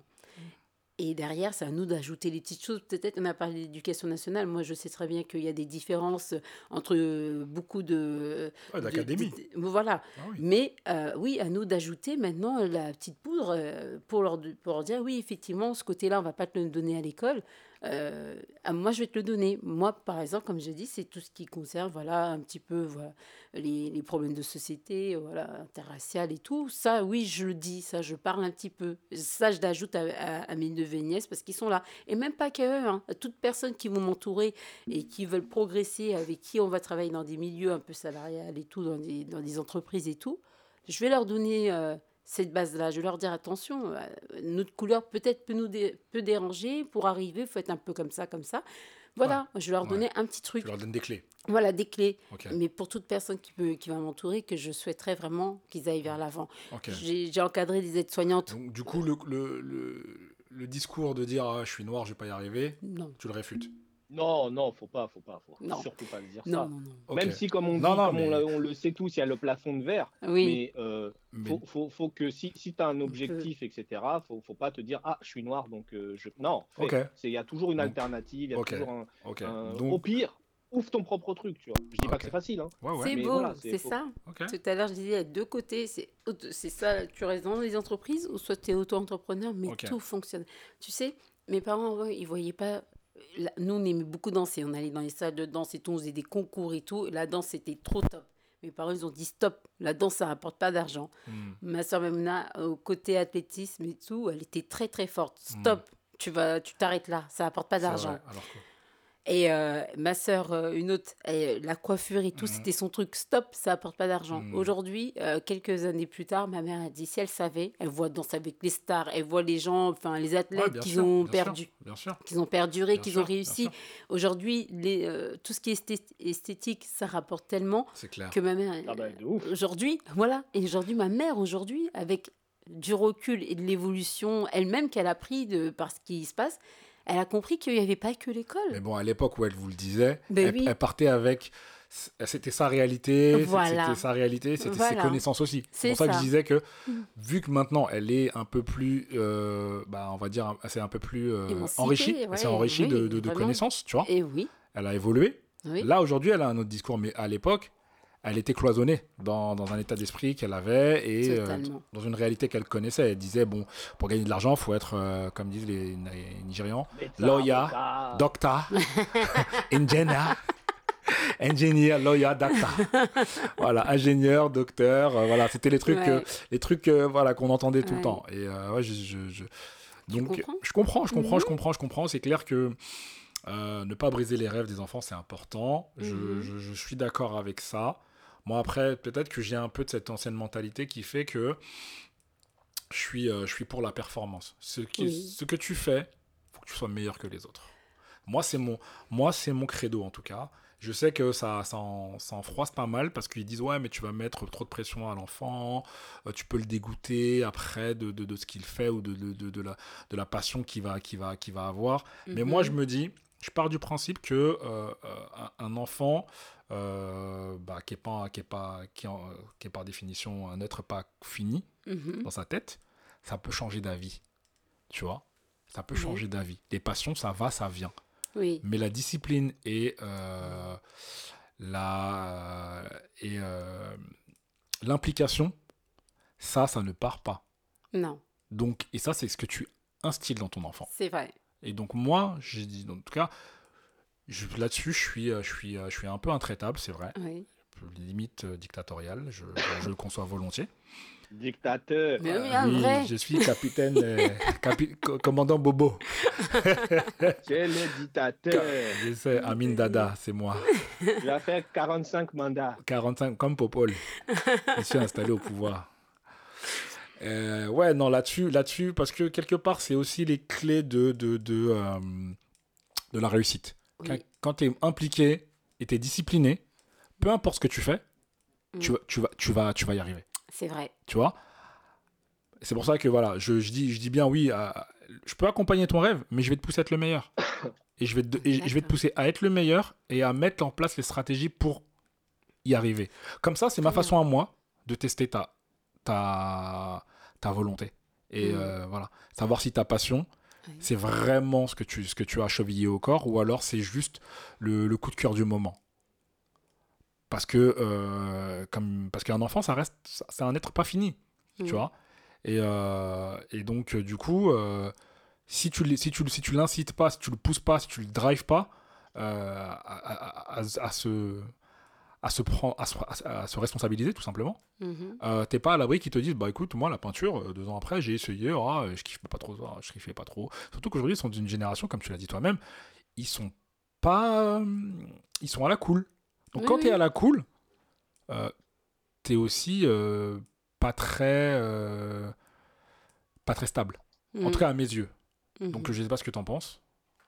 Et derrière, c'est à nous d'ajouter les petites choses. Peut-être, on a parlé d'éducation nationale. Moi, je sais très bien qu'il y a des différences entre euh, beaucoup de... Ouais, de- de- d'académie. de- voilà. Ah oui. Mais euh, oui, à nous d'ajouter maintenant la petite poudre euh, pour, leur, pour leur dire, oui, effectivement, ce côté-là, on ne va pas te le donner à l'école. Euh, ah, moi, je vais te le donner. Moi, par exemple, comme j'ai dit, c'est tout ce qui concerne, voilà, un petit peu, voilà, les, les problèmes de société, voilà, interracial et tout. Ça, oui, je le dis, ça, je parle un petit peu. Ça, je l'ajoute à, à, à mes neveux et nièces parce qu'ils sont là. Et même pas qu'à eux, hein, à toute personne qui vont m'entourer et qui veulent progresser, avec qui on va travailler dans des milieux un peu salariales et tout, dans des, dans des entreprises et tout. Je vais leur donner euh, cette base-là. Je vais leur dire attention, euh, notre couleur peut-être peut nous dé- peut déranger. Pour arriver, il faut être un peu comme ça, comme ça. Voilà, je vais leur Ouais. donner un petit Tu truc. leur donnes des clés. Voilà, des clés. Ok, Mais pour toute personne qui, peut, qui va m'entourer, que je souhaiterais vraiment qu'ils aillent vers l'avant. ok. J'ai j'ai encadré des aides-soignantes. Donc, du coup, le, le, le, le discours de dire ah, je suis noir, je vais pas y arriver, Non, tu le réfutes. Non, non, faut pas, faut pas, faut non, surtout pas le dire non, ça. non, non. Ok. Même si, comme on Non, dit, non, comme on, mais, l'a- on le sait tous, il y a le plafond de verre, Oui, mais euh, mais faut, faut, faut que si, si tu as un on peut. objectif, et cetera, faut, faut pas te dire, ah, je suis noir, donc euh, je... Non, ok, fais. C'est- Il y a toujours une donc, alternative, il y a ok, toujours un, ok. un- Au Donc, pire, ouvre ton propre truc, tu vois. Je dis pas ok. que c'est facile, hein, Ouais, ouais, C'est mais beau, voilà, c'est c'est faut... ça. ok. Tout à l'heure, je disais, il y a deux côtés. C'est c'est ça, tu restes dans les entreprises ou soit tu es auto-entrepreneur, mais Ok. tout fonctionne. Tu sais, mes parents, ouais, ils voyaient pas. la- Nous, on aimait beaucoup danser. On allait dans les salles de danse et tout, on faisait des concours et tout. La danse, c'était trop top. Mes parents, ils ont dit stop, la danse, ça rapporte pas d'argent. Hmm, Ma soeur Memna, au côté athlétisme et tout, elle était très très forte. hmm. Stop, tu vas, tu t'arrêtes là, ça rapporte pas C'est d'argent. vrai. Alors que. Et euh, ma sœur, euh, une autre, elle, la coiffure et tout, Mhm. c'était son truc. Stop, ça apporte pas d'argent. Mhm. Aujourd'hui, euh, quelques années plus tard, ma mère a dit si elle savait, elle voit danser avec les stars, elle voit les gens, enfin les Ouais, athlètes bien qui sûr, ont bien perdu, sûr, bien sûr, qu'ils ont perduré, bien qu'ils sûr, ont bien réussi. sûr. Aujourd'hui, les, euh, tout ce qui est esthé- esthétique, ça rapporte tellement C'est clair. que ma mère, Ah bah, euh, de ouf. aujourd'hui, voilà. Et aujourd'hui, ma mère, aujourd'hui, avec du recul et de l'évolution elle-même qu'elle a pris de, par ce qui se passe, elle a compris qu'il n'y avait pas que Mais l'école. bon, à l'époque où elle vous le disait, Ben elle, oui. elle partait avec. C'était sa réalité, Voilà. c'était sa réalité, c'était ses Voilà. connaissances aussi. C'est C'est pour ça, que ça. je disais que, Mm. vu que maintenant elle est un peu plus, euh, bah, on va dire, elle s'est un peu plus euh, Émancipée, enrichie, elle s'est ouais, enrichie oui, de, de- de vraiment. connaissances, tu vois. Et oui, Elle a évolué. oui. Là, aujourd'hui, elle a un autre discours, mais à l'époque, elle était cloisonnée dans, dans un état d'esprit qu'elle avait et euh, Totalement. dans une réalité qu'elle connaissait. Elle disait, bon, pour gagner de l'argent, il faut être, euh, comme disent les, les Nigérians, Médecin, lawyer, avocat. doctor, ingénieur, ingénieur, lawyer, doctor. Voilà, ingénieur, docteur, euh, voilà, c'était les trucs, Ouais. euh, les trucs euh, voilà, qu'on entendait tout le Ouais. temps. Et euh, ouais, je, je, je- donc, comprends je comprends, je comprends, Mhm. je comprends, je comprends. C'est clair que euh, ne pas briser les rêves des enfants, c'est important. Je, Mhm. je- je suis d'accord avec ça. Moi, après, peut-être que j'ai un peu de cette ancienne mentalité qui fait que je suis, euh, je suis pour la performance. Ce, qui, Oui. ce que tu fais, faut que tu sois meilleur que les autres. Moi, c'est mon, moi, c'est mon credo, en tout cas. Je sais que ça, ça, en, ça en froisse pas mal parce qu'ils disent « Ouais, mais tu vas mettre trop de pression à l'enfant, euh, tu peux le dégoûter après de, de, de ce qu'il fait ou de, de, de, de la, de la passion qu'il va, qu'il va, qu'il va avoir. Mais moi, je Mhm. me dis, je pars du principe que euh, euh, un, un enfant euh, bah, qui est pas, qui est pas, qui est, en- qui est par définition un être pas fini Mhm. dans sa tête, ça peut changer d'avis, tu vois. Ça peut Oui. changer d'avis. Les passions, ça va, ça vient. Oui. Mais la discipline et euh, la et euh, l'implication, ça, ça ne part pas. Non, Donc, et ça, c'est ce que tu instilles dans ton enfant. c'est vrai. Et donc moi, j'ai dit, en tout cas, je- là-dessus, je suis, euh, je suis, euh, je suis un peu intraitable, c'est vrai, Oui. limite euh, dictatorial, je, je- je le conçois volontiers. Dictateur. Mais oui, Euh, en vrai. je suis capitaine, euh, capi- co- commandant Bobo. Tu es le dictateur. Je sais, Amin Dada, c'est moi. Tu as fait quarante-cinq mandats. quarante-cinq comme Popol. Je suis installé au pouvoir. Euh, ouais, non, là-dessus, là-dessus, parce que quelque part, c'est aussi les clés de, de, de, euh, de la réussite. Oui. Quand, quand tu es impliqué et tu es discipliné, peu importe ce que tu fais, tu, Mm. vas- tu, vas, tu, vas, tu vas y arriver. C'est vrai. Tu vois? C'est pour ça que voilà, je, je, dis, je dis bien oui, à- je peux accompagner ton rêve, mais je vais te pousser à être le meilleur. Et je vais te, et je vais te D'accord. pousser à être le meilleur et à mettre en place les stratégies pour y arriver. Comme ça, c'est ma Très bien. façon à moi de tester ta, ta, ta volonté. Et Mm. euh, voilà, savoir si ta passion, Oui. c'est vraiment ce que, tu, ce que tu as chevillé au corps ou alors c'est juste le, le coup de cœur du moment. Parce que euh, comme, parce qu'un enfant, ça reste, ça- c'est un être pas fini, Mm. tu vois. Et, euh, et donc, euh, du coup, euh, si tu l'es- si tu, si tu l'incites pas, si tu le pousses pas, si tu le drives pas euh, à, à- à- à se, à, se prendre, à, se, à se responsabiliser, tout simplement, Mhm. euh, t'es pas à l'abri qui te disent bah écoute, moi, la peinture, euh, deux ans après, j'ai essayé, ah, je kiffe pas trop, ah, je kiffais pas trop. Surtout qu'aujourd'hui, ils sont d'une génération, comme tu l'as dit toi-même, ils sont pas. euh, Ils sont à la cool. Donc, Oui, quand t'es oui. à la cool, euh, t'es aussi euh, pas très. euh, pas très stable. En Mm. tout cas, à mes yeux. Mhm. Donc, je sais pas ce que t'en penses.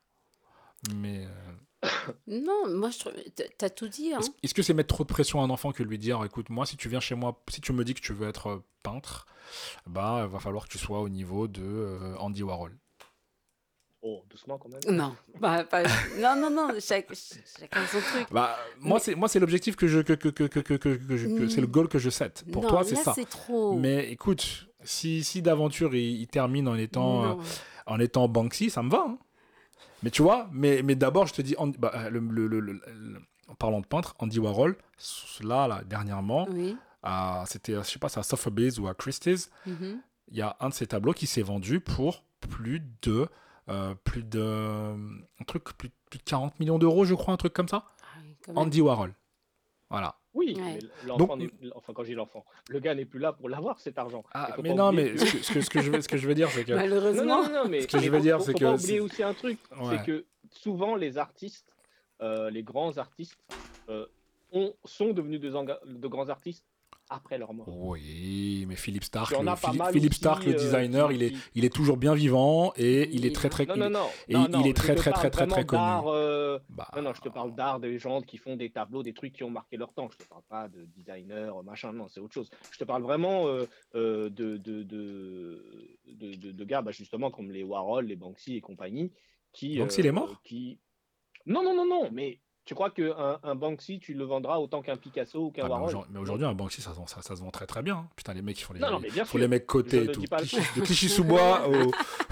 Mais euh, Non, moi, je trouve. t- T'as tout dit, hein. est-ce, est-ce que c'est mettre trop de pression à un enfant que lui dire écoute, moi, si tu viens chez moi, si tu me dis que tu veux être euh, peintre, bah, il va falloir que tu sois au niveau de euh, Andy Warhol. Oh, doucement quand même. Non. Bah, pas- Non, non, non. Chaque... Chacun son truc. Bah, moi, Mais- c'est, moi, c'est l'objectif que je. Que, que, que, que, que, que- que je- que- c'est le goal que je set. Pour non, toi, c'est là, ça. c'est trop. Mais écoute, si, si d'aventure il, il termine en étant, euh, Non. en étant Banksy, ça me va. Hein. Mais tu vois, mais, mais d'abord, je te dis, Andy- bah, le, le- le- le- le- en parlant de peintre, Andy Warhol, là, là dernièrement, Oui. à- c'était, je sais pas, c'est à Sotheby's ou à Christie's, Mhm. il y a un de ces tableaux qui s'est vendu pour plus de, euh, plus de, un truc, plus, plus de quarante millions d'euros, je crois, un truc comme ça. Ah oui, quand même. Andy Warhol. Voilà. Oui, Ouais. mais l'enfant Donc- n'est- enfin quand j'ai l'enfant, le gars n'est plus là pour l'avoir cet argent. Ah, Il faut mais pas non, oublier mais que- ce que, ce que, ce que je, veux, ce que je veux dire, c'est que. Non, Malheureusement. non, non, non, mais Ce que je mais veux faut- dire, faut- c'est faut que pas c'est- oublier aussi un truc, Ouais. c'est que souvent les artistes, euh, les grands artistes, euh, ont, sont devenus de, zanga- de grands artistes après leur mort. Oui, mais Philippe Stark, Il y en le, a pas Philippe, mal Philippe aussi, Stark, le euh, designer, qui- il, est, qui- il est toujours bien vivant et il est très très. Non, il, non, non. et non, il non, est je très te très parle très très très vraiment connu. d'art, euh, Bah, Non, non, je te parle d'art, des gens qui font des tableaux, des trucs qui ont marqué leur temps. Je te parle pas de designer, machin, non, c'est autre chose. Je te parle vraiment euh, euh, de, de, de, de, de- de gars, bah, justement, comme les Warhol, les Banksy et compagnie, qui... Banksy, il est mort qui... Non, non, non, non, mais tu crois qu'un un Banksy, tu le vendras autant qu'un Picasso ou qu'un Ah, mais Warhol? aujourd'hui- mais aujourd'hui, un Banksy, ça, se vend- ça, ça se vend très très bien. hein. Putain, les mecs, ils font les, Non, non, mais bien font sûr. les mecs Je cotés ne et tout. dis pas le Clichy- contraire. de Clichy-sous-Bois au...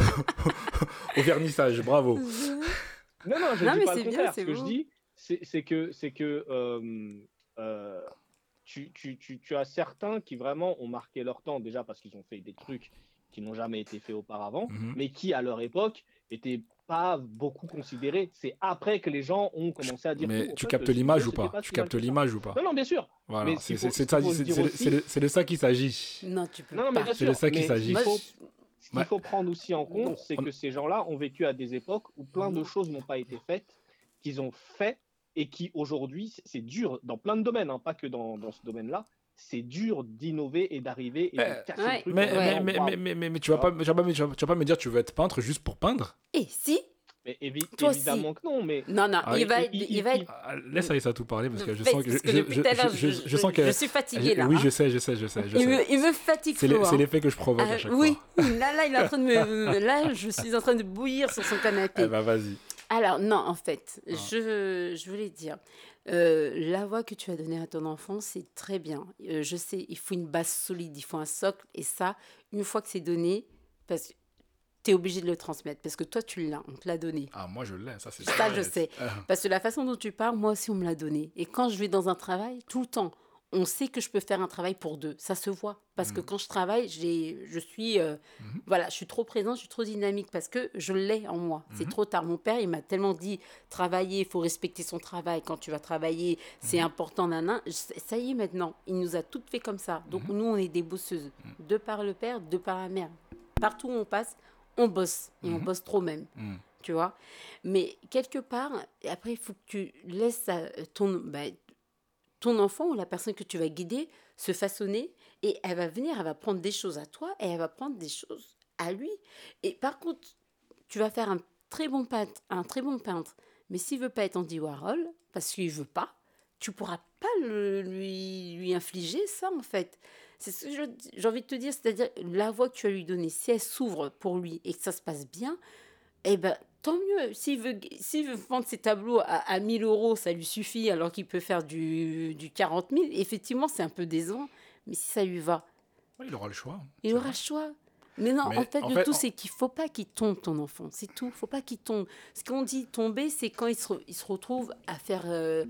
au vernissage, bravo. Non, non, je Non, dis mais pas c'est le bien, contraire. c'est Ce que je beau. dis, c'est c'est que, c'est que euh, euh, tu, tu, tu, tu as certains qui vraiment ont marqué leur temps, déjà parce qu'ils ont fait des trucs qui n'ont jamais été faits auparavant, Mhm. mais qui, à leur époque, étaient pas beaucoup considérés. C'est après que les gens ont commencé à dire... Mais oh, en tu fait, captes le l'image cinéma, ou c'était pas? pas Tu si mal captes que ça. l'image ou pas? Non, non, bien sûr. Voilà, Mais ce c'est qu'il faut- c'est- c'est ce qu'il ça- faut se c'est- dire c'est- aussi- c'est de- c'est de ça qu'il s'agit. Non, tu peux Non, non, mais pas. bien C'est de sûr. ça qu'il mais s'agit. il faut- Moi, Ce qu'il Ouais. faut prendre aussi en compte, c'est On- que ces gens-là ont vécu à des époques où plein de choses n'ont pas été faites, qu'ils ont fait et qui aujourd'hui, c'est- c'est dur dans plein de domaines, hein, pas que dans, dans ce domaine-là, c'est dur d'innover et d'arriver et Mais- de casser Ouais. le truc. Mais, en mais, disant, mais, waouh. mais, mais, mais, mais tu vas pas, tu vas pas, me- tu vas, tu vas pas me dire tu veux être peintre juste pour peindre? Et si? Mais évi- Toi aussi. évidemment que non, mais Non, non, Ah, il va il- être. il- Il va il- être Ah, Laisse Aïssa tout parler parce que je Fais- sens que je, parce que je, depuis je, tout à l'heure, je, je, je, je sens que je suis fatiguée là. oui, hein. je sais, je sais, je sais, je il, sais. me, il me fatigue. C'est l'e- Flo, c'est hein. l'effet que je provoque Ah, à chaque oui, fois. là, là, il est en train de me. Là, je suis en train de bouillir sur son canapé. Eh ben vas-y. Alors, non, en fait, Ah. je, je voulais dire, euh, la voix que tu as donnée à ton enfant, c'est très bien. Euh, je sais, il faut une base solide, il faut un socle. Et ça, une fois que c'est donné, parce que tu es obligé de le transmettre. Parce que toi, tu l'as, on te l'a donné. Ah moi je l'ai, ça c'est Ça, je net. sais. Ah. Parce que la façon dont tu parles, moi aussi, on me l'a donné. Et quand je vais dans un travail, tout le temps, on sait que je peux faire un travail pour deux. Ça se voit. Parce que Mhm. quand je travaille, j'ai, je suis, euh, Mhm. voilà, je suis trop présente, je suis trop dynamique parce que je l'ai en moi. C'est Mhm. trop tard. Mon père, il m'a tellement dit, travailler, il faut respecter son travail. Quand tu vas travailler, c'est important, nanan. Je- Ça y est, maintenant, il nous a toutes fait comme ça. Donc, nous, on est des bosseuses. De par le père, de par la mère. Partout où on passe, on bosse. Et on Mhm. bosse trop même. Mhm. Tu vois. Mais quelque part, après, il faut que tu laisses euh, ton, bah, ton enfant ou la personne que tu vas guider se façonner et elle va venir, elle va prendre des choses à toi et elle va prendre des choses à lui. Et par contre, tu vas faire un très bon peintre, un très bon peintre, mais s'il veut pas être Andy Warhol, parce qu'il veut pas, tu pourras pas le- lui, lui infliger ça en fait. C'est ce que je- j'ai envie de te dire, c'est-à-dire la voix que tu vas lui donner, si elle s'ouvre pour lui et que ça se passe bien, eh ben, tant mieux. S'il veut, s'il veut vendre ses tableaux à, à mille euros, ça lui suffit, alors qu'il peut faire du, du quarante mille. Effectivement, c'est un peu décevant, mais si ça lui va, Ouais, il aura le choix. il C'est aura vrai. le choix. Mais non, Mais en fait, en le fait, tout, en- c'est qu'il faut pas qu'il tombe, ton enfant. C'est tout. faut pas qu'il tombe. Ce qu'on dit tomber, c'est quand il se, re- il se retrouve à faire euh,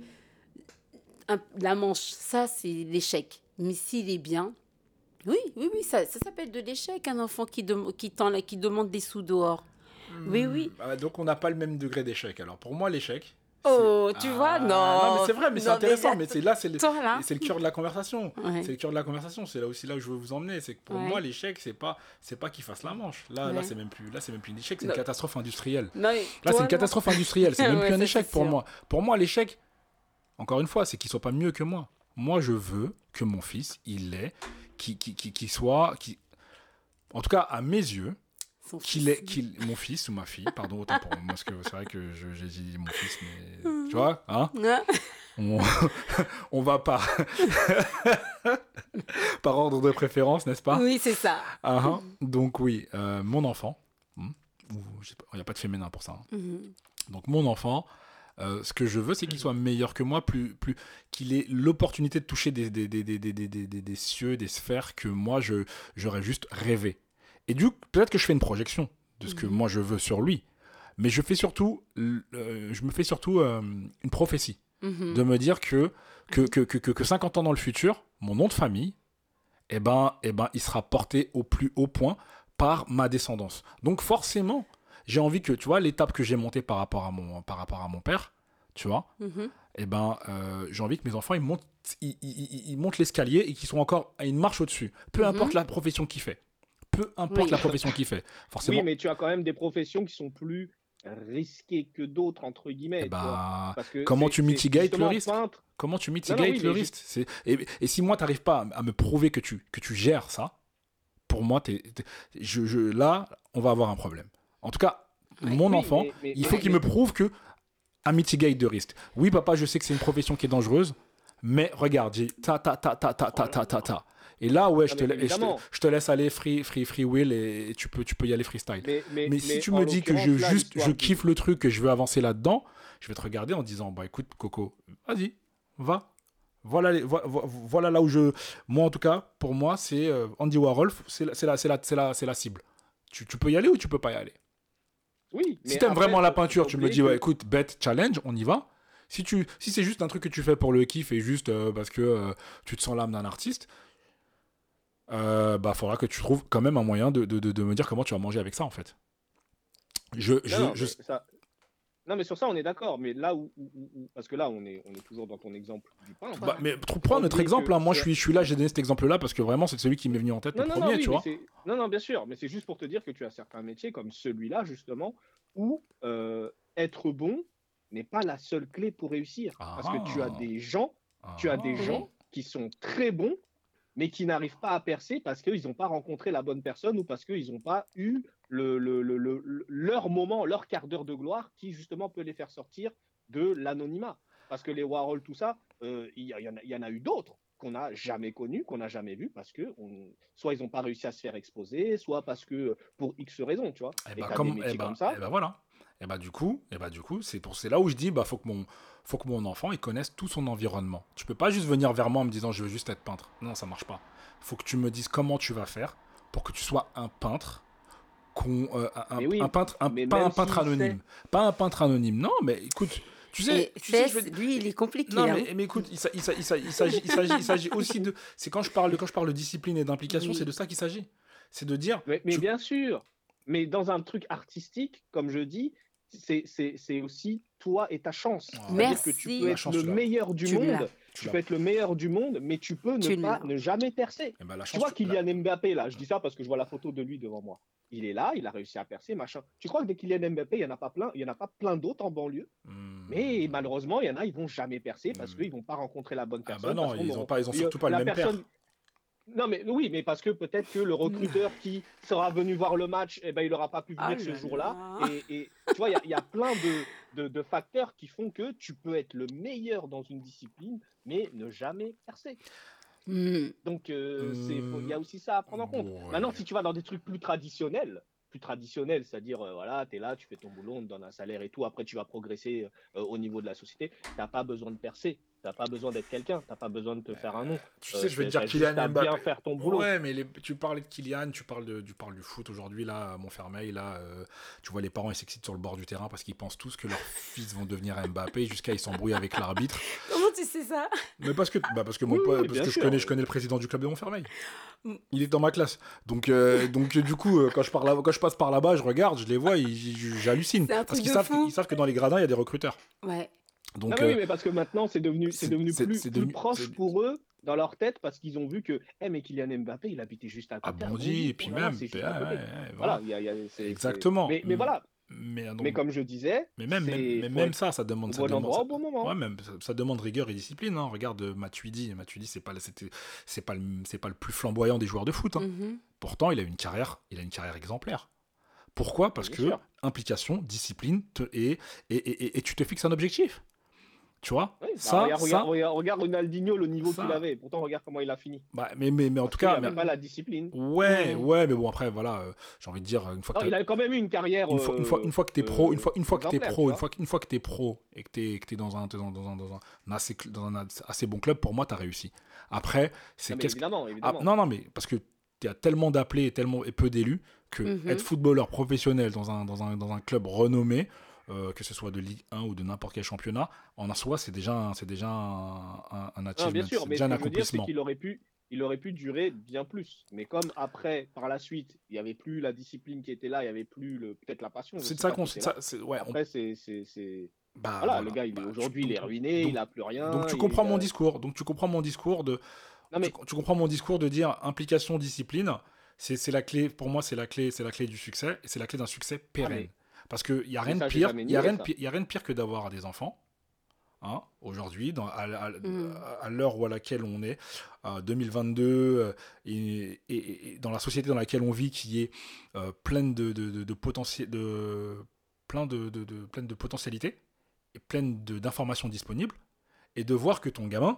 un- la manche. Ça, c'est l'échec. Mais s'il est bien, oui, oui, oui, ça, ça s'appelle de l'échec, un enfant qui, dem- qui, tend, la- qui demande des sous dehors. Oui, oui. Ah, donc on n'a pas le même degré d'échec. Alors pour moi l'échec. Oh, c'est- tu Ah, vois, non. Non mais c'est vrai, mais c'est Non, intéressant. là, Mais c'est là, c'est le, toi, là. c'est le cœur de la conversation. Ouais. C'est le cœur de la conversation. C'est là aussi là où je veux vous emmener. C'est que pour Ouais. moi l'échec, c'est pas, c'est pas qu'il fasse la manche. Là, là Ouais. c'est même plus, là c'est même plus un échec, c'est une Non. catastrophe industrielle. Non, mais Là, toi, c'est une non. catastrophe industrielle. C'est même Ouais, plus un ça, échec c'est pour sûr. moi. Pour moi, l'échec, encore une fois, c'est qu'il soit pas mieux que moi. Moi, je veux que mon fils, il est, qu'il qui, qui, qui soit, qui, en tout cas, à mes yeux, Son qu'il fils. est, qu'il, mon fils ou ma fille, pardon, autant pour moi, parce que c'est vrai que je- j'ai dit mon fils, mais tu vois, hein, Hein? on, on va par, par ordre de préférence, n'est-ce pas? Oui, c'est ça. Ah, hein. Donc oui, euh, mon enfant, hmm, ou je sais pas, il n'y a pas de féminin pour ça, hein. Mhm. Donc mon enfant, euh, ce que je veux, c'est qu'il soit meilleur que moi, plus, plus, qu'il ait l'opportunité de toucher des, des, des, des, des, des, des, des cieux, des sphères que moi, je, j'aurais juste rêvé. Et du coup, peut-être que je fais une projection de ce que Mhm. moi, je veux sur lui. Mais je, fais surtout, euh, je me fais surtout euh, une prophétie. Mhm. De me dire que, que, que, que, que, que cinquante ans dans le futur, mon nom de famille, eh ben, eh ben, il sera porté au plus haut point par ma descendance. Donc forcément, j'ai envie que, tu vois, l'étape que j'ai montée par rapport à mon, par rapport à mon père, tu vois, Mhm. eh ben, euh, j'ai envie que mes enfants, ils montent, ils, ils- ils- ils montent l'escalier et qu'ils soient encore à une marche au-dessus. Peu Mhm. importe la profession qu'il fait. Peu importe Oui. la profession qu'il fait. Forcément, Oui, mais tu as quand même des professions qui sont plus risquées que d'autres, entre guillemets. eh tu vois. ben, Parce que comment c'est- tu c'est mitigates le justement risque peintre. comment tu mitigates Non, non, oui, le mais risque c'est, et, et si moi, tu n'arrives pas à, à me prouver que tu, que tu gères ça, pour moi, t'es, t'es- je, je, là, on va avoir un problème. En tout cas, Ouais. mon Oui, enfant, mais- mais- il faut mais- qu'il me prouve que un mitigate de risque. Oui, papa, je sais que c'est une profession qui est dangereuse, mais regarde, j'ai ta, ta, ta, ta, ta, ta, ta, ta, ta. Et là, ouais, je Ah, te, mais la- et je, te, évidemment. je te laisse aller free, free, free will et, et tu, peux, tu peux y aller freestyle. Mais, mais, Mais si tu en me dis que je, l'occurrence, là, juste, l'histoire je du- kiffe le truc, que je veux avancer là-dedans, je vais te regarder en disant, bah écoute, Coco, vas-y, va. Voilà, les- vo- vo- voilà là où je... Moi, en tout cas, pour moi, c'est euh, Andy Warhol, c'est la, c'est la, c'est la, c'est la, c'est la cible. Tu, tu peux y aller ou tu peux pas y aller. Oui, Si mais t'aimes après, vraiment la faut- peinture, faut tu me oublier dis, ouais, que- écoute, bet challenge, on y va. Si, tu, si c'est juste un truc que tu fais pour le kiff et juste euh, parce que euh, tu te sens l'âme d'un artiste, euh, bah faudra que tu trouves quand même un moyen de, de, de, de me dire comment tu vas manger avec ça en fait. Je, Non, je, non, je... mais ça... non, mais sur ça, on est d'accord. Mais là où, où, où- parce que là, on est, on est toujours dans ton exemple du peintre. Bah, mais Faut prends pas notre oublier exemple, que hein. Moi je c'est- suis, je suis là, j'ai donné cet exemple-là parce que vraiment c'est celui qui m'est venu en tête Non, le non, non, premier, oui, tu mais vois. c'est. Non, non, bien sûr. Mais c'est juste pour te dire que tu as certains métiers comme celui-là, justement, où euh, être bon n'est pas la seule clé pour réussir. Parce que tu as Ah, des gens, tu as des Oui. ah. gens qui sont très bons, mais qui n'arrivent pas à percer parce qu'ils n'ont pas rencontré la bonne personne ou parce qu'ils n'ont pas eu le, le- le- le- le- leur moment, leur quart d'heure de gloire qui justement peut les faire sortir de l'anonymat. Parce que les Warhol, tout ça, euh, il y, a- il y en a- il y en a eu d'autres qu'on n'a jamais connus, qu'on n'a jamais vus, parce que on- soit ils n'ont pas réussi à se faire exposer, soit parce que pour X raisons, tu vois. Et Et bah tu as des comme, et métiers comme bah, ça. et bah voilà. Et bah du coup, et bah du coup, c'est pour, c'est là où je dis, bah faut que mon, faut que mon enfant il connaisse tout son environnement. Tu peux pas juste venir vers moi en me disant je veux juste être peintre. Non, ça marche pas. Faut que tu me dises comment tu vas faire pour que tu sois un peintre, qu'on, euh, un, Mais un oui, peintre, un, mais pas un même peintre s'il sait. anonyme, pas un peintre anonyme. Non, mais écoute, tu sais, Et tu sais, je Fess, vais, lui, il est compliqué. non, Hein. mais, mais écoute, il, s'a- il s'a- il s'a- il s'agit, il s'agit, il s'agit aussi de. C'est quand je parle, quand je parle de discipline et d'implication, Oui. c'est de ça qu'il s'agit. C'est de dire. Mais, mais Tu... bien sûr, mais dans un truc artistique, comme je dis, c'est c'est- c'est aussi toi et ta chance. Ah, C'est-à-dire que tu Merci. peux la être chance, le tu l'as. meilleur du Tu l'as. monde, Tu tu l'as. peux être le meilleur du monde, mais tu peux ne Tu pas, l'as. ne jamais percer. Eh ben, la Tu chance, vois tu... la- Kylian Mbappé, là, je dis ça parce que je vois la photo de lui devant moi. Il est là, il a réussi à percer, machin. Tu crois que des Kylian Mbappé, il n'y en a pas plein, il y en a pas plein d'autres en banlieue, Hmm. mais malheureusement, il y en a, ils vont jamais percer parce Hmm. qu'ils vont pas rencontrer la bonne Ah bah personne. non, Parce qu'on ils ont aura- pas, ils ont il y a- surtout pas le la même personne, père. non, mais oui, mais parce que peut-être que le recruteur qui sera venu voir le match, eh ben, il n'aura pas pu Ah venir ce là jour-là. là. Et, et tu vois, il y a, il y a plein de, de- de facteurs qui font que tu peux être le meilleur dans une discipline, mais ne jamais percer. Hmm. Donc, euh, c'est, faut- il y a Hmm. aussi ça à prendre en compte. Ouais. Maintenant, si tu vas dans des trucs plus traditionnels, plus traditionnels, c'est-à-dire, euh, voilà, tu es là, tu fais ton boulot, on te donne un salaire et tout, après tu vas progresser euh, au niveau de la société, tu n'as pas besoin de percer, tu n'as pas besoin d'être quelqu'un, tu n'as pas besoin de te faire un nom. Tu Euh, sais, je vais c'est- te dire t'as juste Kylian à Mbappé. bien faire ton boulot. Ouais, mais les- tu parlais de Kylian, tu parles, de, tu parles du foot aujourd'hui, là, à Montfermeil, là, euh, tu vois les parents, ils s'excitent sur le bord du terrain parce qu'ils pensent tous que leurs fils vont devenir Mbappé jusqu'à ils s'embrouillent avec l'arbitre. Comment tu sais ça? Mais parce que, bah parce que, mon Oui, pote- oui, parce bien que je, sûr. connais, je connais le président du club de Montfermeil. Mm. Il est dans ma classe. Donc, euh, donc euh, du coup, euh, quand je, parle là- quand je passe par là-bas, je regarde, je les vois, ils- j'hallucine. C'est un Parce truc qu'ils de savent, fou. ils savent que dans les gradins, il y a des recruteurs. Ouais. Donc, Non, mais oui, euh, mais parce que maintenant, c'est devenu, c'est c'est- devenu c'est- plus, c'est plus devenu- proche c'est- pour eux dans leur tête parce qu'ils ont vu que, eh, mais Kylian Mbappé, il habitait juste à à côté. à Bondy, Bondy. et puis Oh là là, même. c'est juste ouais, à côté. ouais, ouais, Voilà, voilà. il y a, il y a- c'est- c'est- Exactement. Mais, mais Mm. voilà, Mais, donc- mais comme je disais, mais même, même, c'est- mais faut même être ça, ça au demande. Ça bon demande endroit ça- au bon moment. Ouais, même ça, ça demande rigueur et discipline. Hein. Regarde euh, Matuidi. Matuidi, c'est pas, le- c'était- c'est pas, le, c'est pas le plus flamboyant des joueurs de foot. Hein. Mhm. Pourtant, il a une carrière, il a une carrière exemplaire. Pourquoi? Parce Bien que sûr. implication, discipline, te- et, et, et, et- et tu te fixes un objectif. Tu vois? Oui, bah, ça, regarde, ça, regarde, regarde, regarde Ronaldinho, le niveau ça- qu'il avait. Pourtant, regarde comment il a fini. bah, mais, mais, mais en Parce tout qu'il cas, n'avait mais- pas la discipline. ouais, Mm. ouais, mais bon après, voilà, euh, j'ai envie de dire une fois que Non, t'as- il a quand même eu une carrière. une fois, une fois, une fois que t'es euh, pro, une fois, une fois que t'es exemplaire, pro, tu une vois. fois, que- une fois que t'es pro et que t'es, que t'es dans un, t'es dans, dans un, dans un assez, cl- dans un assez bon club, pour moi, t'as réussi. Après, c'est Non, mais qu'est-ce que, évidemment, ah, évidemment. non, non, mais parce que il y a tellement d'appelés et tellement et peu d'élus que Mhm. être footballeur professionnel dans un, dans un, dans un club renommé, euh, que ce soit de Ligue un ou de n'importe quel championnat, en soi, c'est déjà, un- c'est déjà un, un, un Non, achievement, bien sûr, c'est mais déjà ce un que je veux dire, c'est accomplissement. qu'il aurait pu, il aurait pu durer bien plus. Mais comme après, par la suite, il n'y avait plus la discipline qui était là, il n'y avait plus le, peut-être la passion. je C'est de sais ça pas qu'on, qui c'est était ça, là. c'est, ouais, on- Après, c'est, c'est, c'est- bah, voilà, voilà, le gars, il est bah, tu- aujourd'hui, il est donc- ruiné, donc- il n'a plus rien. Donc tu il- comprends mon euh, discours. Donc tu comprends mon discours de. Non mais, Tu, tu comprends mon discours de dire implication, discipline. C'est, c'est la clé. Pour moi, c'est la clé. C'est la clé du succès et c'est la clé d'un succès pérenne. mais- Parce que il y a mais rien de ça, j'ai pire. jamais Il y a nié, rien de ça. pire. Il y a rien de pire que d'avoir des enfants. Hein, aujourd'hui, dans, à, à- Mm. à l'heure où à laquelle on est, euh, deux mille vingt-deux, euh, et, et- et dans la société dans laquelle on vit, qui est euh, pleine de, de, de, de, potentiel- de, plein de, de, de- pleine de potentialités et pleine de, d'informations disponibles, et de voir que ton gamin,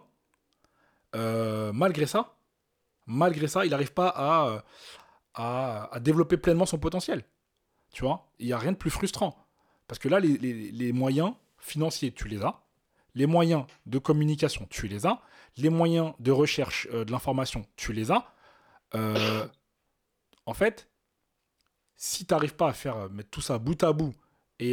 euh, malgré ça, malgré ça, il n'arrive pas à, à, à développer pleinement son potentiel. Tu vois, il n'y a rien de plus frustrant. Parce que là, les, les, les moyens financiers, tu les as. Les moyens de communication, tu les as. Les moyens de recherche euh, de l'information, tu les as. Euh, en fait, si tu n'arrives pas à faire mettre tout ça bout à bout et à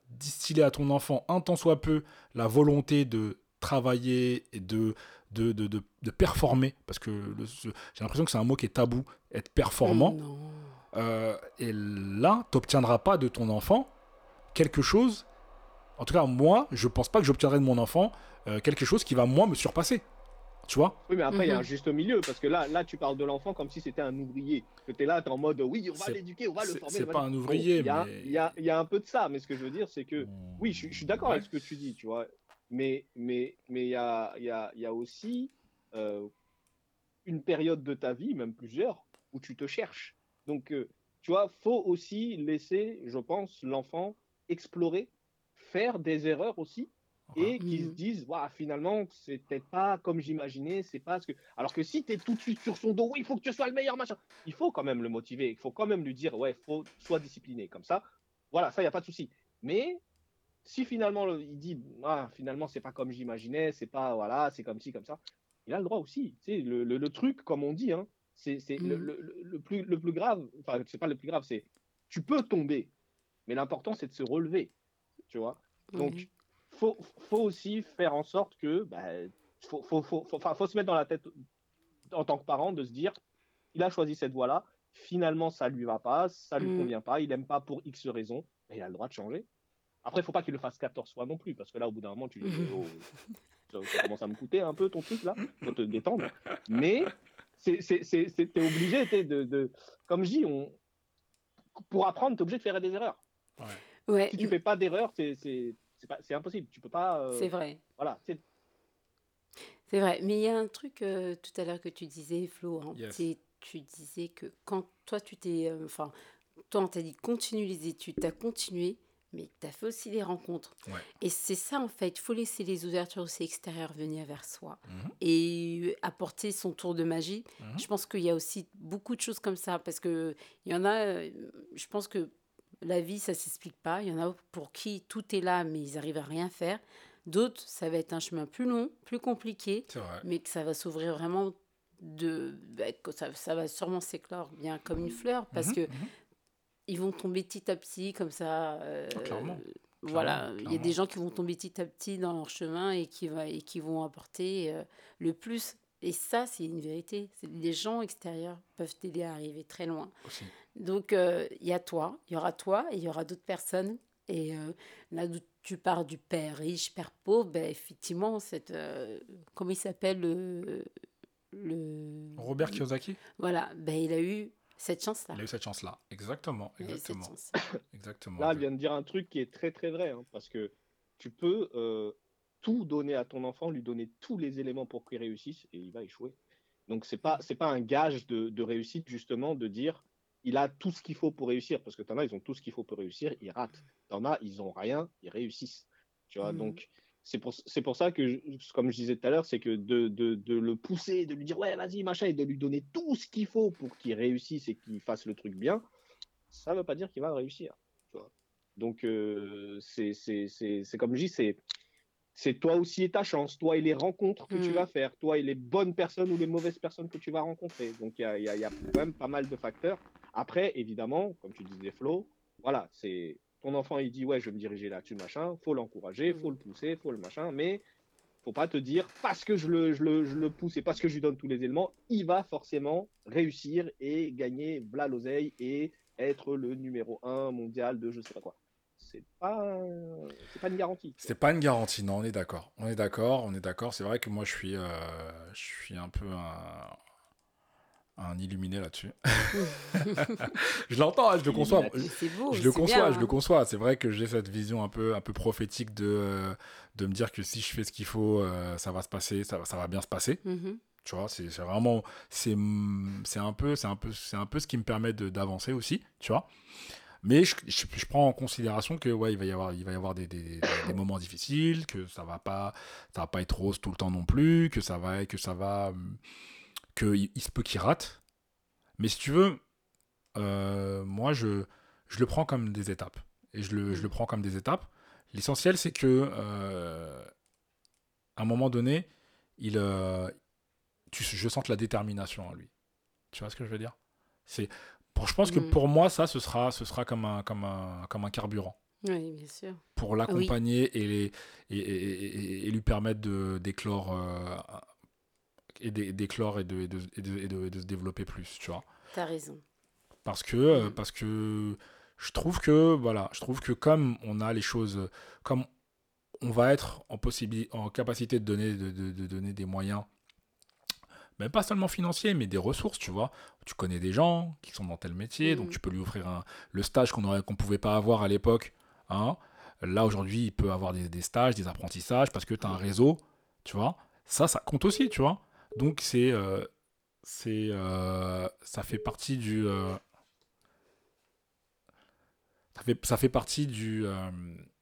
distiller à ton enfant un tant soit peu la volonté de travailler et de, de, de, de, de performer, parce que le, ce, j'ai l'impression que c'est un mot qui est tabou, être performant, Non. euh, et là, tu n'obtiendras pas de ton enfant quelque chose, en tout cas moi, je ne pense pas que j'obtiendrai de mon enfant euh, quelque chose qui va moi me surpasser. Tu vois? Oui, mais après, il y a un Mhm. juste milieu, parce que là, là, tu parles de l'enfant comme si c'était un ouvrier. Que tu es là, tu es en mode, oui, on va C'est, l'éduquer, on va le c'est, former. c'est le va- pas un Bon, ouvrier, il y a, mais... il y a, il y a un peu de ça, mais ce que je veux dire, c'est que, oui, je, je suis d'accord Ouais. avec ce que tu dis, tu vois, mais mais mais il y a, il y a, il y a aussi euh, une période de ta vie, même plusieurs, où tu te cherches. Donc, euh, tu vois, faut aussi laisser, je pense, l'enfant explorer, faire des erreurs aussi, Okay. et qu'ils se Mhm. disent, Ouah, finalement, c'est peut-être pas comme j'imaginais, c'est pas ce que. Alors que si tu es tout de suite sur son dos, oui, il faut que tu sois le meilleur, machin, il faut quand même le motiver, il faut quand même lui dire, ouais, faut, sois discipliné, comme ça. Voilà, ça, il n'y a pas de souci. Mais si finalement il dit ah, finalement c'est pas comme j'imaginais, c'est pas voilà, c'est comme ci comme ça, il a le droit aussi. Tu sais, le, le, le truc comme on dit, hein, c'est c'est le, Mhm. le, le plus le plus grave. Enfin, c'est pas le plus grave, c'est tu peux tomber, mais l'important c'est de se relever, tu vois. Ouais. Donc faut faut aussi faire en sorte que bah, faut faut faut faut, enfin, faut se mettre dans la tête en tant que parent de se dire il a choisi cette voie-là, finalement ça lui va pas, ça lui Mhm. convient pas, il aime pas pour X raisons, mais il a le droit de changer. Après, il ne faut pas qu'il le fasse quatorze fois non plus, parce que là, au bout d'un moment, tu dis, Mhm. oh, ça, ça commence à me coûter un peu ton truc là, faut te détendre. Mais c'est, c'est, c'est, c'est, t'es obligé, t'es de, de, comme je dis, on, pour apprendre, tu es obligé de faire des erreurs. Ouais. Ouais, Si tu mm, fais pas d'erreurs, c'est, c'est, c'est, pas, c'est impossible. Tu peux pas, euh, c'est vrai. voilà. C'est, C'est vrai. Mais il y a un truc euh, tout à l'heure que tu disais, Flo. Hein, Yes. c'est- tu disais que quand toi, tu t'es. euh, Enfin, toi, on t'a dit continue les études, tu as continué, mais tu as fait aussi des rencontres. Ouais. Et c'est ça, en fait. Il faut laisser les ouvertures aussi extérieures venir vers soi Mhm. et apporter son tour de magie. Mhm. Je pense qu'il y a aussi beaucoup de choses comme ça. Parce qu'il y en a, euh, je pense que la vie, ça ne s'explique pas. Il y en a pour qui tout est là, mais ils n'arrivent à rien faire. D'autres, ça va être un chemin plus long, plus compliqué, C'est vrai. mais que ça va s'ouvrir vraiment de. Bah, que ça, ça va sûrement s'éclore bien comme une fleur parce Mhm. que Mhm. ils vont tomber petit à petit comme ça. euh, Oh, clairement. Clairement. voilà, il y a des Clairement. gens qui vont tomber petit à petit dans leur chemin et qui, va, et qui vont apporter euh, le plus. Et ça, c'est une vérité. C'est- Les gens extérieurs peuvent t'aider à arriver très loin. Aussi. Donc, euh, il y a toi, il y aura toi et il y aura d'autres personnes. Et euh, là où tu pars du père riche, père pauvre, ben, effectivement, cette, euh, comment il s'appelle le, le... Robert Kiyosaki, Voilà, ben, il a eu cette chance-là. il a eu cette chance-là. Exactement. Il a eu cette Exactement. chance. Exactement. là, elle vient de dire un truc qui est très très vrai, hein, parce que tu peux euh, tout donner à ton enfant, lui donner tous les éléments pour qu'il réussisse, et il va échouer. Donc c'est pas c'est pas un gage de, de réussite justement de dire il a tout ce qu'il faut pour réussir parce que t'en as ils ont tout ce qu'il faut pour réussir, ils ratent. T'en as ils ont rien, ils réussissent. Tu vois Mhm. donc c'est pour c'est pour ça que je- comme je disais tout à l'heure c'est que de, de, de le pousser, de lui dire ouais vas-y machin et de lui donner tout ce qu'il faut pour qu'il réussisse et qu'il fasse le truc bien, ça veut pas dire qu'il va réussir. Tu vois. Donc euh, c'est c'est c'est c'est comme je dis c'est c'est toi aussi et ta chance, toi et les rencontres que tu Mhm. vas faire, toi et les bonnes personnes ou les mauvaises personnes que tu vas rencontrer. Donc il y a, y a- y a quand même pas mal de facteurs. Après, évidemment, comme tu disais Flo, voilà, c'est ton enfant il dit ouais je vais me diriger là-dessus machin, faut l'encourager, faut Mhm. le pousser, faut le machin, mais faut pas te dire parce que je le, je le, je le pousse et parce que je lui donne tous les éléments, il va forcément réussir et gagner v'là l'oseille et être le numéro un mondial de je sais pas quoi. C'est pas, c'est pas une garantie. Tu C'est vois. pas une garantie, non, on est d'accord. On est d'accord, on est d'accord. C'est vrai que moi, je suis, euh, je suis un peu un, un illuminé là-dessus. Je l'entends, hein, je le conçois. Mais Illuminati. c'est beau, Je le c'est bien. conçois, je le Hein. conçois. C'est vrai que j'ai cette vision un peu, un peu prophétique de, euh, de me dire que si je fais ce qu'il faut, euh, ça va se passer, ça, va- ça va bien se passer. Mhm. Tu vois, c'est c'est vraiment, c'est, c'est un peu, c'est un peu, c'est un peu ce qui me permet de- d'avancer aussi, tu vois. Mais je, je, je prends en considération que ouais, il va y avoir, il va y avoir des, des, des- des moments difficiles, que ça va pas, ça va pas être rose tout le temps non plus, que ça va, que ça va, hum, que il, il se peut qu'il rate. Mais si tu veux, euh, moi je, je le prends comme des étapes et je le, je le Mhm. prends comme des étapes. L'essentiel c'est que euh, à un moment donné, il, euh, tu, je sente la détermination en lui. Tu vois ce que je veux dire? C'est, pour, je pense que Mhm. pour moi ça, ce sera, ce sera comme un, comme un, comme un carburant. Oui, bien sûr. pour Oui, l'accompagner et, les- et, et- et- et lui permettre de d'éclore euh, et d'é- d'éclore et de, et de, et de, et de- et de se développer plus, tu vois. t'as raison. Parce que, euh, Mm. parce que je trouve que, voilà, je trouve que comme on a les choses, comme on va être en, possibili- en capacité de donner, de, de- de donner des moyens, même pas seulement financiers, mais des ressources, tu vois. Tu connais des gens qui sont dans tel métier, donc Mm. tu peux lui offrir un- le stage qu'on aurait, qu'on pouvait pas avoir à l'époque. Hein. Là, aujourd'hui, il peut avoir des, des stages, des apprentissages, parce que tu as un réseau, tu vois. Ça, ça compte aussi, tu vois. Donc, c'est, euh, c'est, euh, ça fait partie du, euh, ça fait, ça fait partie du, euh,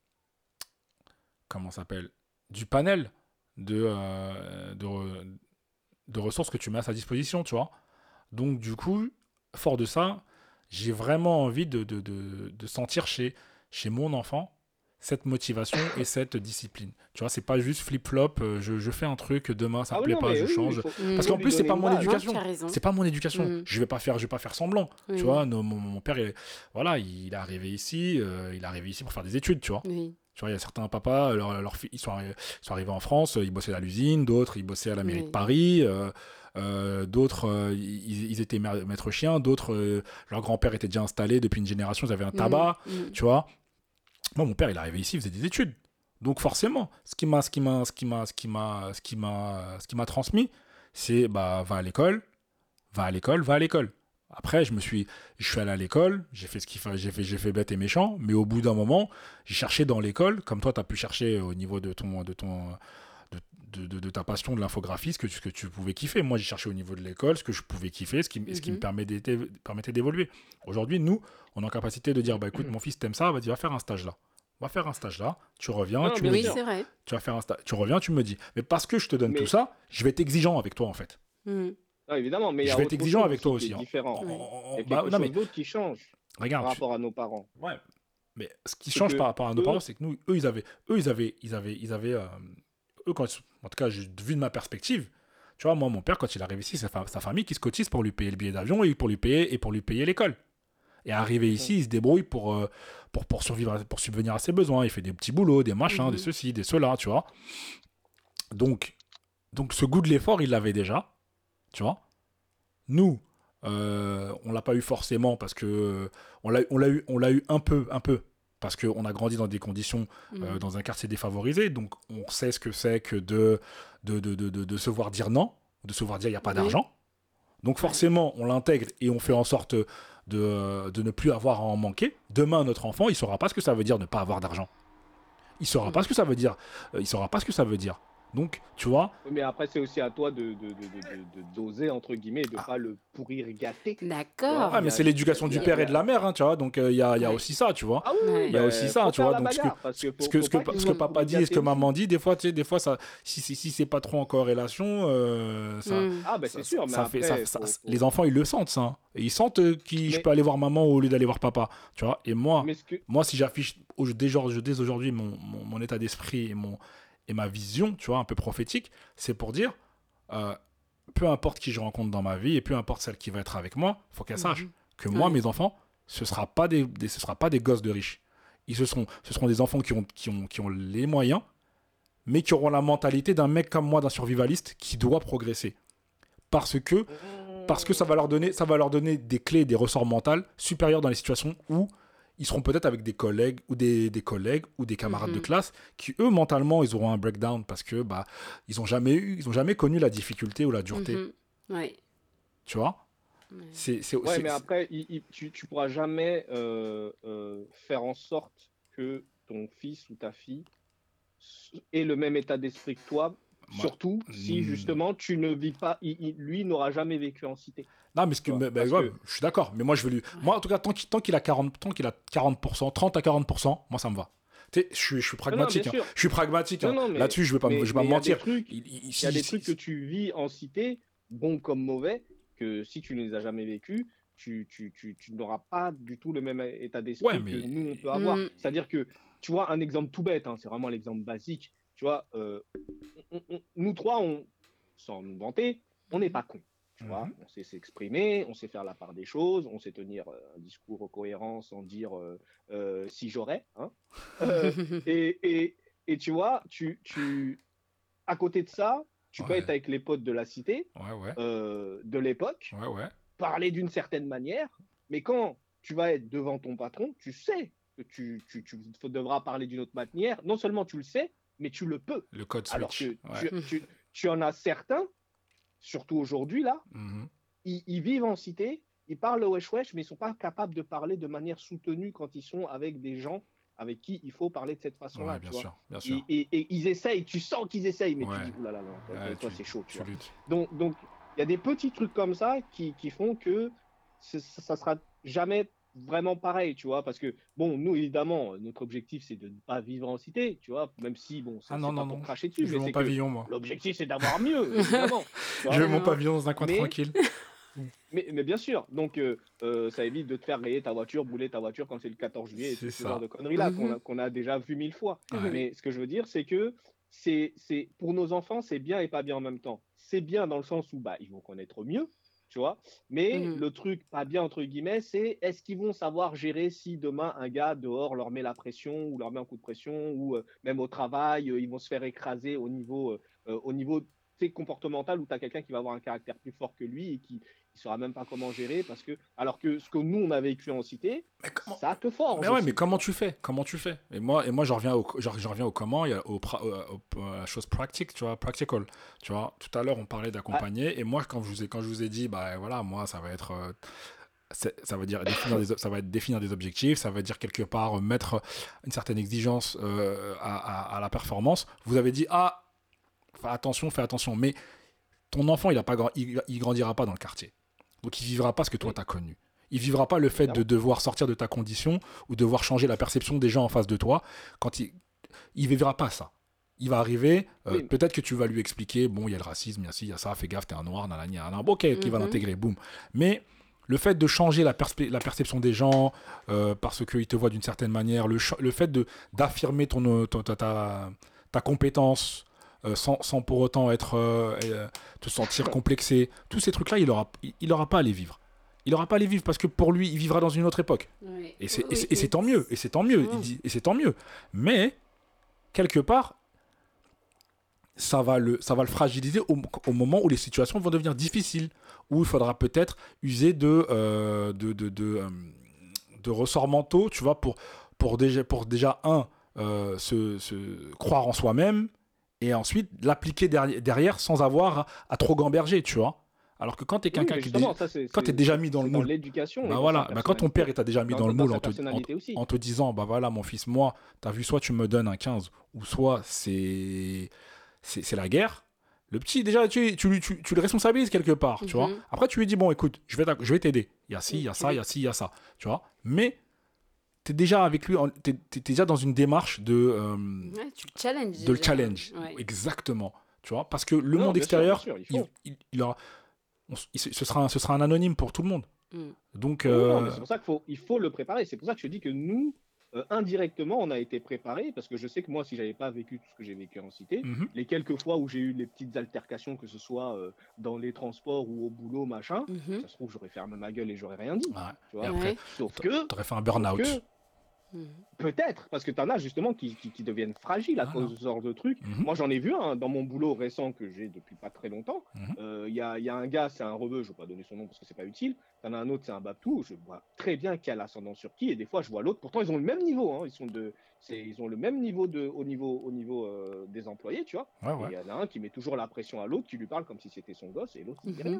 comment ça s'appelle, du panel de, euh, de, re- de ressources que tu mets à sa disposition, tu vois. Donc, du coup, fort de ça, j'ai vraiment envie de, de, de, de sentir chez, chez mon enfant cette motivation et cette discipline. Tu vois, c'est pas juste flip-flop, euh, je, je fais un truc, demain ça Ah me oui, plaît non, pas, mais je oui, oui, il change. faut, Mm. Parce faut qu'en lui plus, c'est donner pas une mon base. Non, tu éducation. as raison. C'est pas mon éducation. Mm. Je vais pas faire, je vais pas faire semblant. Tu Oui, vois, nos- mon, mon père, est- voilà, il est arrivé ici, euh, il est arrivé ici pour faire des études, tu vois. oui. Tu vois, il y a certains papas, leur, leur fi- ils, sont arri- ils sont arrivés en France, euh, ils bossaient à l'usine, d'autres, ils bossaient à la mairie de Oui. Paris, euh, euh, d'autres, euh, ils, ils étaient ma- maîtres chiens, d'autres, euh, leur grand-père était déjà installé depuis une génération, ils avaient un Mm. tabac, Mm. tu vois. Moi, mon père, il est arrivé ici, il faisait des études. Donc forcément, ce qui m'a, ce qui m'a, ce qui m'a, ce qui m'a, ce qui m'a, ce qui m'a transmis, c'est bah va à l'école, va à l'école, va à l'école. Après, je me suis, je suis allé à l'école, j'ai fait ce qu'il fallait, j'ai fait, j'ai fait bête et méchant, mais au bout d'un moment, j'ai cherché dans l'école, comme toi, tu as pu chercher au niveau de ton, de ton, de, de, de- de ta passion de l'infographie, ce que, tu- ce que tu pouvais kiffer. Moi, j'ai cherché au niveau de l'école ce que je pouvais kiffer, ce qui, m- ce qui me Mhm. permet d'été- permettait d'évoluer. Aujourd'hui, nous, on est en capacité de dire, bah écoute, mon fils, t'aimes ça, vas-y, va faire un stage là. Va faire un stage là, tu reviens, Non, tu bien me Oui, dis. sûr. c'est vrai. Tu vas faire un sta- tu reviens, tu me dis. Mais parce que je te donne tout Mais, ça, je vais être exigeant avec toi en fait. Mm. non, évidemment, mais il y Je a vais être autre exigeant chose avec toi aussi qui est aussi. En- différent. Oui. en- Il y en- a bah, quelque non mais chose d'autre qui change regarde, par tu- rapport à nos parents. ouais, mais ce qui C'est change par que rapport à nos parents, eux, c'est que nous, eux, ils avaient, eux, ils avaient, ils avaient, ils avaient, euh, eux, quand, ils- en tout cas, j'ai- vu de ma perspective, tu vois, moi, mon père, quand il arrive ici, c'est fa- sa famille qui se cotise pour lui payer le billet d'avion et pour lui payer et pour lui payer l'école. Et arrivé Mhm. ici, il se débrouille pour, euh, pour, pour survivre, à- pour subvenir à ses besoins. Il fait des petits boulots, des machins, des Mhm. ceci, des cela, tu vois. Donc, donc ce goût de l'effort, il l'avait déjà, tu vois. Nous, euh, on l'a pas eu forcément parce que on l'a, on l'a eu, on l'a eu un peu, un peu, parce qu'on a grandi dans des conditions, euh, Mm. dans un quartier défavorisé, donc on sait ce que c'est que de, de, de, de, de, de se voir dire non, de se voir dire il n'y a pas Oui. d'argent. Donc Ouais. forcément, on l'intègre et on fait en sorte de, de ne plus avoir à en manquer. Demain, notre enfant, il saura pas ce que ça veut dire ne pas avoir d'argent. Il saura pas Mm. ce que ça veut dire. Euh, il saura pas ce que ça veut dire. Donc, tu vois, Oui, mais après, c'est aussi à toi de, de, de, de, de- de doser, entre guillemets, et de pas le pourrir gâter. Tu vois, D'accord. ah, il y mais a, c'est il y a, l'éducation il y du a, il père y et de a- la mère, hein, tu vois. Donc, il y, a, y a Ouais. aussi ça, tu vois. Ah oui, oui, Il y a aussi ben, ça, faut tu faire vois. la Donc, ce que, bagarre, parce ce que que, ce faut, que, faut ce que, pas pa- qu'ils ce que soient papa pourris dit et ce que gâtés maman aussi. dit, des fois, tu sais, des fois, ça, si, si, si c'est pas trop en corrélation, euh, ça, Mm. Ah, ben ça, c'est ça, sûr, mais ça fait, ça, après, ça- faut, les faut... enfants, ils le sentent, ça. Hein. Et ils sentent euh, que je Mais, peux aller voir maman au lieu d'aller voir papa, tu vois. Et moi, mais ce que... moi, si j'affiche au- dès, genre- dès aujourd'hui mon, mon, mon état d'esprit et, mon, et ma vision, tu vois, un peu prophétique, c'est pour dire, euh, peu importe qui je rencontre dans ma vie et peu importe celle qui va être avec moi, faut qu'elle sache Mhm. que moi, Ouais. mes enfants, ce sera pas des, des- ce sera pas des gosses de riches. Ils ce seront, ce seront des enfants qui ont, qui ont, qui ont les moyens, mais qui auront la mentalité d'un mec comme moi, d'un survivaliste, qui doit progresser. Parce que, parce que ça va leur donner, ça va leur donner des clés, des ressorts mentaux supérieurs dans les situations où ils seront peut-être avec des collègues ou des, des collègues ou des camarades de Mhm. classe qui eux mentalement ils auront un breakdown parce que bah ils ont jamais eu, ils ont jamais connu la difficulté ou la dureté, Mhm. Ouais. tu vois. Ouais. C'est c'est Ouais, c'est- mais c'est- après, il- il- tu, tu pourras jamais euh, euh, faire en sorte que ton fils ou ta fille s- ait le même état d'esprit que toi, moi- surtout si Hmm. justement tu ne vis pas, il- il- lui n'aura jamais vécu en cité. Non, mais ce que, Tu vois, mais- mais parce ouais, que, je suis d'accord. Mais moi, je vais lui. Moi, en tout cas, tant qu'il tant qu'il a quarante, tant qu'il a quarante pour cent, trente à quarante pour cent, moi, ça me va. Tu sais, je suis, je suis non, non, bien pragmatique. Hein. sûr. Je suis pragmatique. Non, Hein. non, mais Là-dessus, je vais pas, me- mais je vais pas mais me il y a des mentir. trucs, Il, il- il y a si- des si- trucs que tu vis en cité, bons comme mauvais, que si tu ne les as jamais vécus, tu, tu, tu, tu n'auras pas du tout le même état Ouais, d'esprit que mais nous, on peut avoir. Mm. C'est-à-dire que, tu vois, un exemple tout bête, hein, c'est vraiment l'exemple basique. Tu vois, euh, on- on- nous trois, on, sans nous vanter, on n'est pas cons. Tu vois, Mhm. on sait s'exprimer, on sait faire la part des choses, on sait tenir euh, un discours cohérent sans dire euh, euh, si j'aurais. Hein. Euh, et, et, et tu vois, tu, tu, à côté de ça, tu peux être Ouais, avec les potes de la cité, ouais, ouais, euh, de l'époque, ouais, ouais. parler d'une certaine manière, mais quand tu vas être devant ton patron, tu sais que tu, tu, tu devras parler d'une autre manière. Non seulement tu le sais, mais tu le peux. Le code Alors switch. que Ouais. tu, tu, tu en as certains, surtout aujourd'hui, là, Mhm. ils, ils vivent en cité, ils parlent le wesh wesh, mais ils ne sont pas capables de parler de manière soutenue quand ils sont avec des gens avec qui il faut parler de cette Ouais, façon-là, bien tu vois. sûr, bien Et, sûr. et, et ils essayent, tu sens qu'ils essayent, mais tu Ouais, dis, oulala, non, toi, ouais, toi tu, c'est chaud, tu tu vois. luttes. Donc, donc, il y a des petits trucs comme ça qui, qui font que ça, ça sera jamais vraiment pareil, tu vois, parce que, bon, nous, évidemment, notre objectif, c'est de ne pas vivre en cité, tu vois, même si, bon, Ah c'est non, c'est pas non, pour non. cracher dessus, Je veux mais mon c'est que pavillon, moi. l'objectif, c'est d'avoir mieux, évidemment, tu Je vois. veux mon Tellement. pavillon dans un coin Mais, tranquille. mais, mais bien sûr, donc euh, euh, ça évite de te faire rayer ta voiture, brûler ta voiture quand c'est le quatorze juillet et C'est tout ce genre ça. de conneries-là qu'on Mhm. a, qu'on a déjà vu mille fois. Ouais. Mais ce que je veux dire, c'est que c'est, c'est, pour nos enfants, c'est bien et pas bien en même temps. C'est bien dans le sens où bah, ils vont connaître mieux, tu vois. Mais Mhm. le truc pas bien, entre guillemets, c'est est-ce qu'ils vont savoir gérer si demain un gars dehors leur met la pression ou leur met un coup de pression ou euh, même au travail, euh, ils vont se faire écraser au niveau, euh, euh, au niveau tu sais, comportemental où tu as quelqu'un qui va avoir un caractère plus fort que lui et qui ne saura même pas comment gérer parce que alors que ce que nous on a vécu en cité, Mais comment, ça te mais forge ouais, mais aussi, tu comment vois. tu fais? Comment tu fais? Et moi, et moi, j'en reviens au, j'en j'en reviens au comment, et au, pra- au- au- à la chose pratique, tu vois, practical. Tu vois, tout à l'heure, on parlait Ah, d'accompagner, et moi, quand je vous ai, quand je vous ai dit, bah voilà, moi, ça va être, euh, c'est- ça va dire définir des, ob- ça va être définir des objectifs, ça va dire quelque part euh, mettre une certaine exigence euh, à, à- à la performance. Vous avez dit, ah, fais attention, fais attention, mais ton enfant, il a pas, grand- il, il grandira pas dans le quartier. Donc il vivra pas ce que toi oui, tu as connu. Il vivra pas le fait de évidemment. devoir sortir de ta condition ou devoir changer la perception des gens en face de toi. Quand il, il vivra pas ça. Il va arriver, euh, Oui, peut-être que tu vas lui expliquer, bon, il y a le racisme, il y a ci, il y a ça, fais gaffe, t'es un noir, nanani, nanana. Bon, ok, qui va Mhm. l'intégrer, boum. Mais le fait de changer la, perspe- la perception des gens, euh, parce qu'ils te voient d'une certaine manière, le, ch- le fait de, d'affirmer ton, euh, ton- ta, ta, ta compétence, euh, sans, sans pour autant être, euh, euh, te sentir complexé, tous ces trucs-là, il n'aura il, il aura pas à les vivre. Il n'aura pas à les vivre parce que pour lui, il vivra dans une autre époque. Oui, Et oui, c'est, et oui, c'est, et c'est mais tant mieux, et c'est tant tout mieux, le il monde. dit, et c'est tant mieux. Mais, quelque part, ça va le, ça va le fragiliser au, au moment où les situations vont devenir difficiles, où il faudra peut-être user de, euh, de, de, de, euh, de ressorts mentaux, tu vois, pour, pour, déjà, pour déjà, un, euh, se, se croire en soi-même, et ensuite l'appliquer derrière, derrière sans avoir à, à trop gamberger, tu vois. Alors que quand tu es Oui, quelqu'un mais qui est justement, ça c'est quand tu es c'est- déjà c'est- mis dans le c'est dans moule, l'éducation et bah dans sa voilà, bah quand ton père personnalité, il t'a déjà mis dans, dans le dans moule en sa te, en, personnalité aussi. en te disant, bah voilà, mon fils, moi, t'as vu, soit tu me donnes un quinze, ou soit c'est c'est c'est la guerre. Le petit, déjà, tu, tu, tu, tu le responsabilises quelque part, tu vois. Mhm. Après, tu lui dis, bon, écoute, je vais t'ac- je vais t'aider. Il y a ci, il y a Tu ça, il y lui... a ci, il y a ça, tu vois. Mais tu es déjà avec lui, en- t'es, t'es déjà dans une démarche de, euh, Ouais, tu le challenges de le déjà. challenge. Ouais. Exactement, tu vois. Parce que le Non, monde bien sûr, bien extérieur, sûr, il il, faut. il, il aura- on s- il- ce, sera un, ce sera un anonyme pour tout le monde. Mm. Donc, Oui, oui, non, mais euh, c'est pour ça qu'il faut, il faut le préparer. C'est pour ça que je te dis que nous, euh, indirectement, on a été préparés parce que je sais que moi, si j'avais pas vécu tout ce que j'ai vécu en cité, mhm, les quelques fois où j'ai eu les petites altercations, que ce soit euh, dans les transports ou au boulot, machin, Mhm. ça se trouve, j'aurais fermé ma gueule et j'aurais rien dit, ouais. tu Et vois. après, Ouais. Sauf t'a- que, t'aurais fait un sauf burn-out. que, Mhm. peut-être, parce que tu en as justement qui, qui, qui deviennent fragiles à cause Voilà. de ce genre de trucs. Mhm, Moi, j'en ai vu un dans mon boulot récent que j'ai depuis pas très longtemps. mhm. Euh, Il y, a, y a un gars, c'est un rebeu, je ne vais pas donner son nom parce que c'est pas utile. T'en as un autre, c'est un Babtou. Je vois très bien qui a l'ascendant sur qui. Et des fois, je vois l'autre. Pourtant, ils ont le même niveau. Hein. Ils, sont de, c'est, ils ont le même niveau, de, au niveau, au niveau euh, des employés, tu vois. Ouais, Et ouais. il y en a un qui met toujours la pression à l'autre, qui lui parle comme si c'était son gosse, et l'autre, il dit Mhm. rien,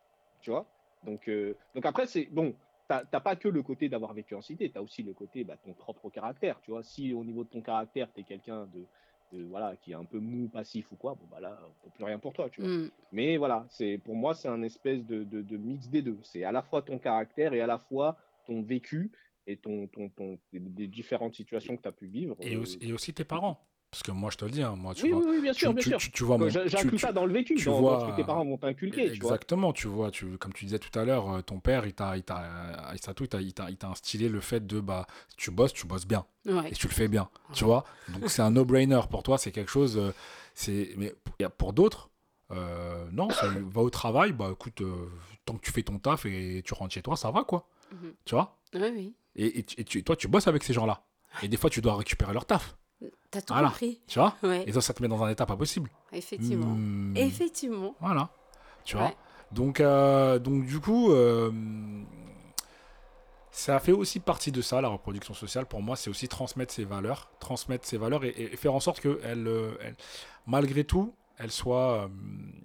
tu vois. Donc, euh, donc après, c'est bon. T'as t'as pas que le côté d'avoir vécu en cité, tu as aussi le côté bah, ton propre caractère. Tu vois, si au niveau de ton caractère, tu es quelqu'un de, de, voilà, qui est un peu mou, passif ou quoi, bon, bah là, on peut plus rien pour toi, tu vois. Mm. Mais voilà, c'est pour moi, c'est un espèce de, de, de mix des deux. C'est à la fois ton caractère et à la fois ton vécu et ton, ton, ton, des, des différentes situations que tu as pu vivre. Et aussi, euh, et aussi tes qui, qui... parents. Parce que moi, je te le dis, hein, moi, tu Oui, vois, oui, oui, bien sûr, tu, bien tu, sûr. tu, tu vois Que mon. j'a- Tu, J'inclus tu, ça dans le vécu, tu dans, dans ce que tes vois. parents vont t'inculquer, tu vois. Exactement, tu vois, tu, comme tu disais tout à l'heure, euh, ton père, il t'a, il t'a, il t'a, tout, il t'a, il t'a, il t'a instillé le fait de, bah, si tu bosses, tu bosses bien. Ouais. Et tu le fais bien, tu Ouais. vois. Donc, c'est un no-brainer pour toi, c'est quelque chose. euh, c'est, mais il y a pour d'autres, Euh, non, c'est, va au travail, bah écoute, euh, tant que tu fais ton taf et tu rentres chez toi, ça va quoi. Mhm. Tu vois? Oui, oui. Et, et, tu- et tu- toi, tu bosses avec ces gens-là. Et des fois, tu dois récupérer leur taf. T'as tout Voilà. compris. Tu vois? Ouais, Et ça, ça te met dans un état pas possible. effectivement. Hmm, Effectivement. Voilà. Tu vois? Ouais. Donc, euh, donc, du coup, euh, ça fait aussi partie de ça, la reproduction sociale. Pour moi, c'est aussi transmettre ses valeurs. Transmettre ses valeurs et, et faire en sorte qu'elles, euh, elles- malgré tout, elles soient, euh,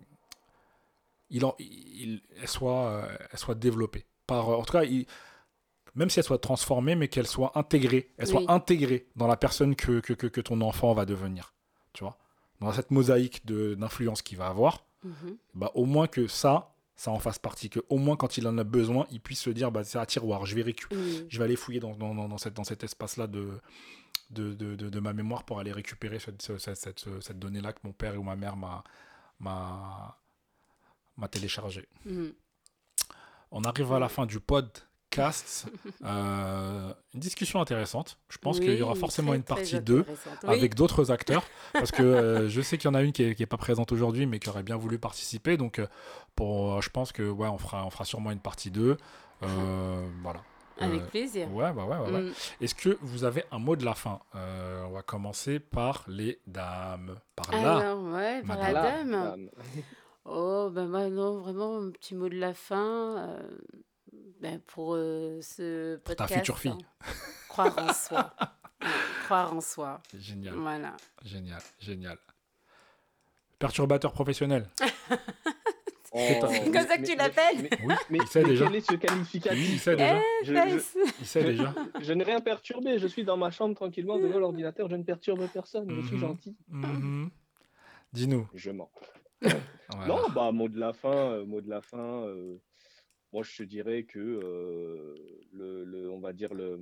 il en, il, elles soient, euh, elles soient développées. Par, en tout cas, il- même si elles soient transformées, mais qu'elles soient intégrées. Elles soient Oui. intégrées dans la personne que, que, que, que ton enfant va devenir. Tu vois? Dans cette mosaïque de, d'influence qu'il va avoir, Mhm. bah, au moins que ça, ça en fasse partie. Que au moins, quand il en a besoin, il puisse se dire, bah, c'est un tiroir, je vais, récu- Oui. je vais aller fouiller dans, dans, dans, dans cette, dans cet espace-là de, de, de, de, de ma mémoire pour aller récupérer cette, cette, cette, cette, cette donnée-là que mon père ou ma mère m'a, m'a, m'a téléchargée. Mhm. On arrive à la fin du podcast. Euh, une discussion intéressante. Je pense qu'il y aura Oui, forcément très, une très partie deux intéressante. Oui. avec d'autres acteurs. Parce que euh, je sais qu'il y en a une qui n'est pas présente aujourd'hui, mais qui aurait bien voulu participer. Donc, euh, pour, euh, je pense que ouais, on fera, on fera sûrement une partie deux. Euh, voilà. Avec Euh, plaisir. Ouais, bah ouais, ouais, ouais. Mm. Est-ce que vous avez un mot de la fin? Euh, On va commencer par les dames. Par là. Alors, ouais, par la madame. Là, dame. dame. Oh, ben moi, non, vraiment, un petit mot de la fin. euh, ben, pour euh, ce Pour ta podcast, future fille. hein. Croire en soi. Ouais, croire en soi. Génial, Voilà. génial, génial. Perturbateur professionnel. Oh, C'est comme ça que mais- tu mais- l'appelles mais- Oui, Mais, il sait mais déjà. quel est ce qualificatif? Oui, il sait déjà. Je, Ben, je- c'est- Il sait déjà. je n'ai rien perturbé, je suis dans ma chambre tranquillement devant l'ordinateur, je ne perturbe personne, je suis Mhm, gentil. mhm. Dis-nous. Je mens. Voilà. Non, bah mot de la fin, euh, mot de la fin. euh, moi, je te dirais que euh, le, le- on va dire le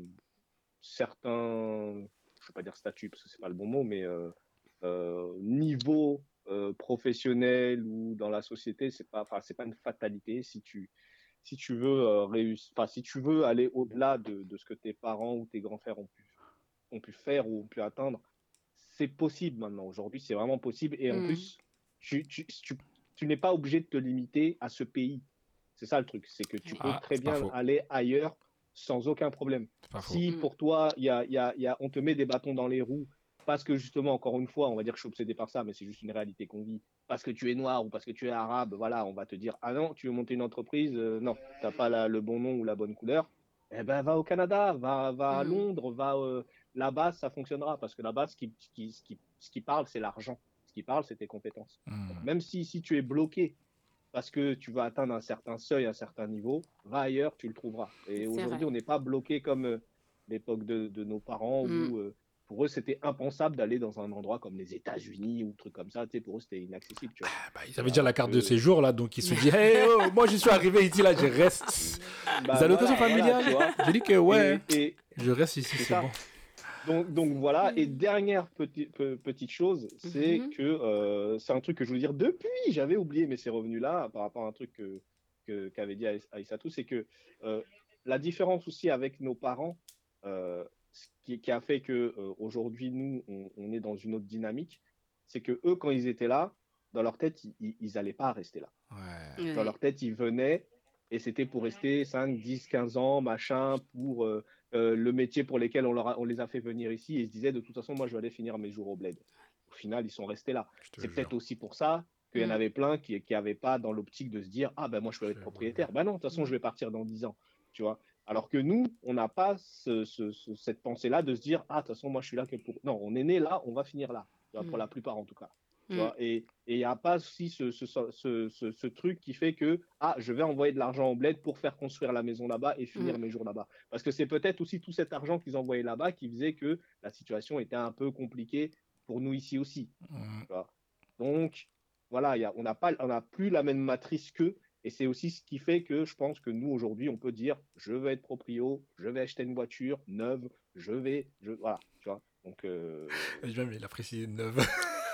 certain, je vais pas dire statut parce que c'est pas le bon mot, mais euh, euh, niveau euh, professionnel ou dans la société, c'est pas, enfin c'est pas une fatalité. Si tu si tu veux euh, réussir, enfin si tu veux aller au-delà de, de ce que tes parents ou tes grands-frères ont pu ont pu faire ou ont pu atteindre, c'est possible maintenant. Aujourd'hui, c'est vraiment possible. Et en Mm. plus, tu, tu, tu, tu n'es pas obligé de te limiter à ce pays. C'est ça le truc, c'est que tu peux Ah, très c'est pas bien faux. aller ailleurs sans aucun problème. C'est pas faux. Si Mm. pour toi, il y a, il y a, il y a, on te met des bâtons dans les roues, parce que justement, encore une fois, on va dire que je suis obsédé par ça, mais c'est juste une réalité qu'on vit, parce que tu es noir ou parce que tu es arabe, voilà, on va te dire, ah non, tu veux monter une entreprise, euh, non, tu n'as pas la- le bon nom ou la bonne couleur, eh ben va au Canada, va, va à Mm. Londres, va euh, là-bas, ça fonctionnera, parce que là-bas, ce qui, ce qui, ce qui, ce qui parle, c'est l'argent. Ce qui parle, c'est tes compétences. Hmm. Donc, même si, si tu es bloqué parce que tu vas atteindre un certain seuil, un certain niveau, va ailleurs, tu le trouveras. Et C'est aujourd'hui, vrai. on n'est pas bloqué comme euh, l'époque de, de nos parents Mm. où euh, pour eux, c'était impensable d'aller dans un endroit comme les États-Unis ou trucs comme ça. Tu sais, pour eux, c'était inaccessible. Tu vois. Bah, ils avaient déjà la Alors carte que- de séjour là, donc ils se disent hey, oh, moi j'y suis arrivé ici là, je reste. Bah, Les allocations voilà, voilà, familiales. tu vois. J'ai dit que ouais, Et, et je reste ici, c'est c'est ça. bon. donc, donc voilà. Et Mm. dernière petit- pe- petite chose, c'est Mhm. que euh, c'est un truc que je voulais dire depuis, j'avais oublié, mais c'est revenu là par rapport à un truc que, que- qu'avait dit Aïs- Aïssatou, c'est que euh, la différence aussi avec nos parents, euh, ce qui, qui a fait que euh, aujourd'hui nous on, on est dans une autre dynamique, c'est que eux quand ils étaient là, dans leur tête ils, ils allaient pas rester là. Ouais. Oui. Dans leur tête ils venaient et c'était pour rester cinq, dix, quinze ans, machin, pour euh, euh, le métier pour lequel on, leur a- on les a fait venir ici et ils se disaient de toute façon moi je vais aller finir mes jours au bled. Au final ils sont restés là. Je te C'est jure. peut-être aussi pour ça qu'il y en Mm. avait plein qui n'avaient pas dans l'optique de se dire ah ben moi je peux être C'est propriétaire. Ben non, de toute façon Mm. je vais partir dans dix ans. Tu vois. Alors que nous, on n'a pas ce- ce- ce- cette pensée-là de se dire ah de toute façon moi je suis là que pour. Non, on est né là, on va finir là. Tu vois, pour Mm. la plupart en tout cas. Tu Mm. vois, et il n'y a pas aussi ce, ce, ce, ce, ce truc qui fait que ah, je vais envoyer de l'argent au bled pour faire construire la maison là-bas et finir Mm. mes jours là-bas. Parce que c'est peut-être aussi tout cet argent qu'ils envoyaient là-bas qui faisait que la situation était un peu compliquée pour nous ici aussi. Hmm. Tu vois. Donc, voilà, y a, on n'a pas, on n'a plus la même matrice qu'eux. Et c'est aussi ce qui fait que je pense que nous, aujourd'hui, on peut dire je veux être proprio, je vais acheter une voiture neuve, je vais. Je, voilà, tu vois. Donc. Euh... Je mais il a précisé neuf.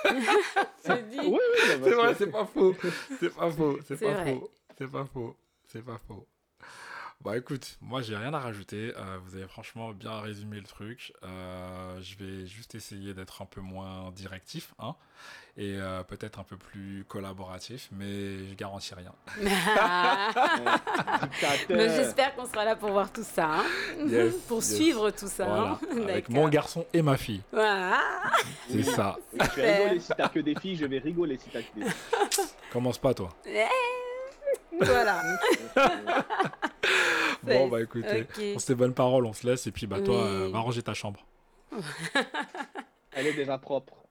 C'est dit. Oui, oui, non, C'est parce vrai, que- c'est pas faux. C'est pas faux. C'est C'est pas vrai. faux. C'est pas faux. C'est pas faux. Bah écoute, moi j'ai rien à rajouter. Euh, vous avez franchement bien résumé le truc. Euh, je vais juste essayer d'être un peu moins directif, hein, et euh, peut-être un peu plus collaboratif, mais je garantis rien. Dictateur. Mais j'espère qu'on sera là pour voir tout ça, hein. Yes, pour yes. suivre tout ça. Voilà, hein. avec D'accord. mon garçon et ma fille. Voilà. C'est ça. Et tu vas rigoler si t'as que des filles, je vais rigoler si t'as que des filles. Commence pas toi. Voilà. Bon bah écoutez, Ok. on se fait bonnes paroles, on se laisse et puis bah toi, Oui. euh, va ranger ta chambre. Elle est déjà propre.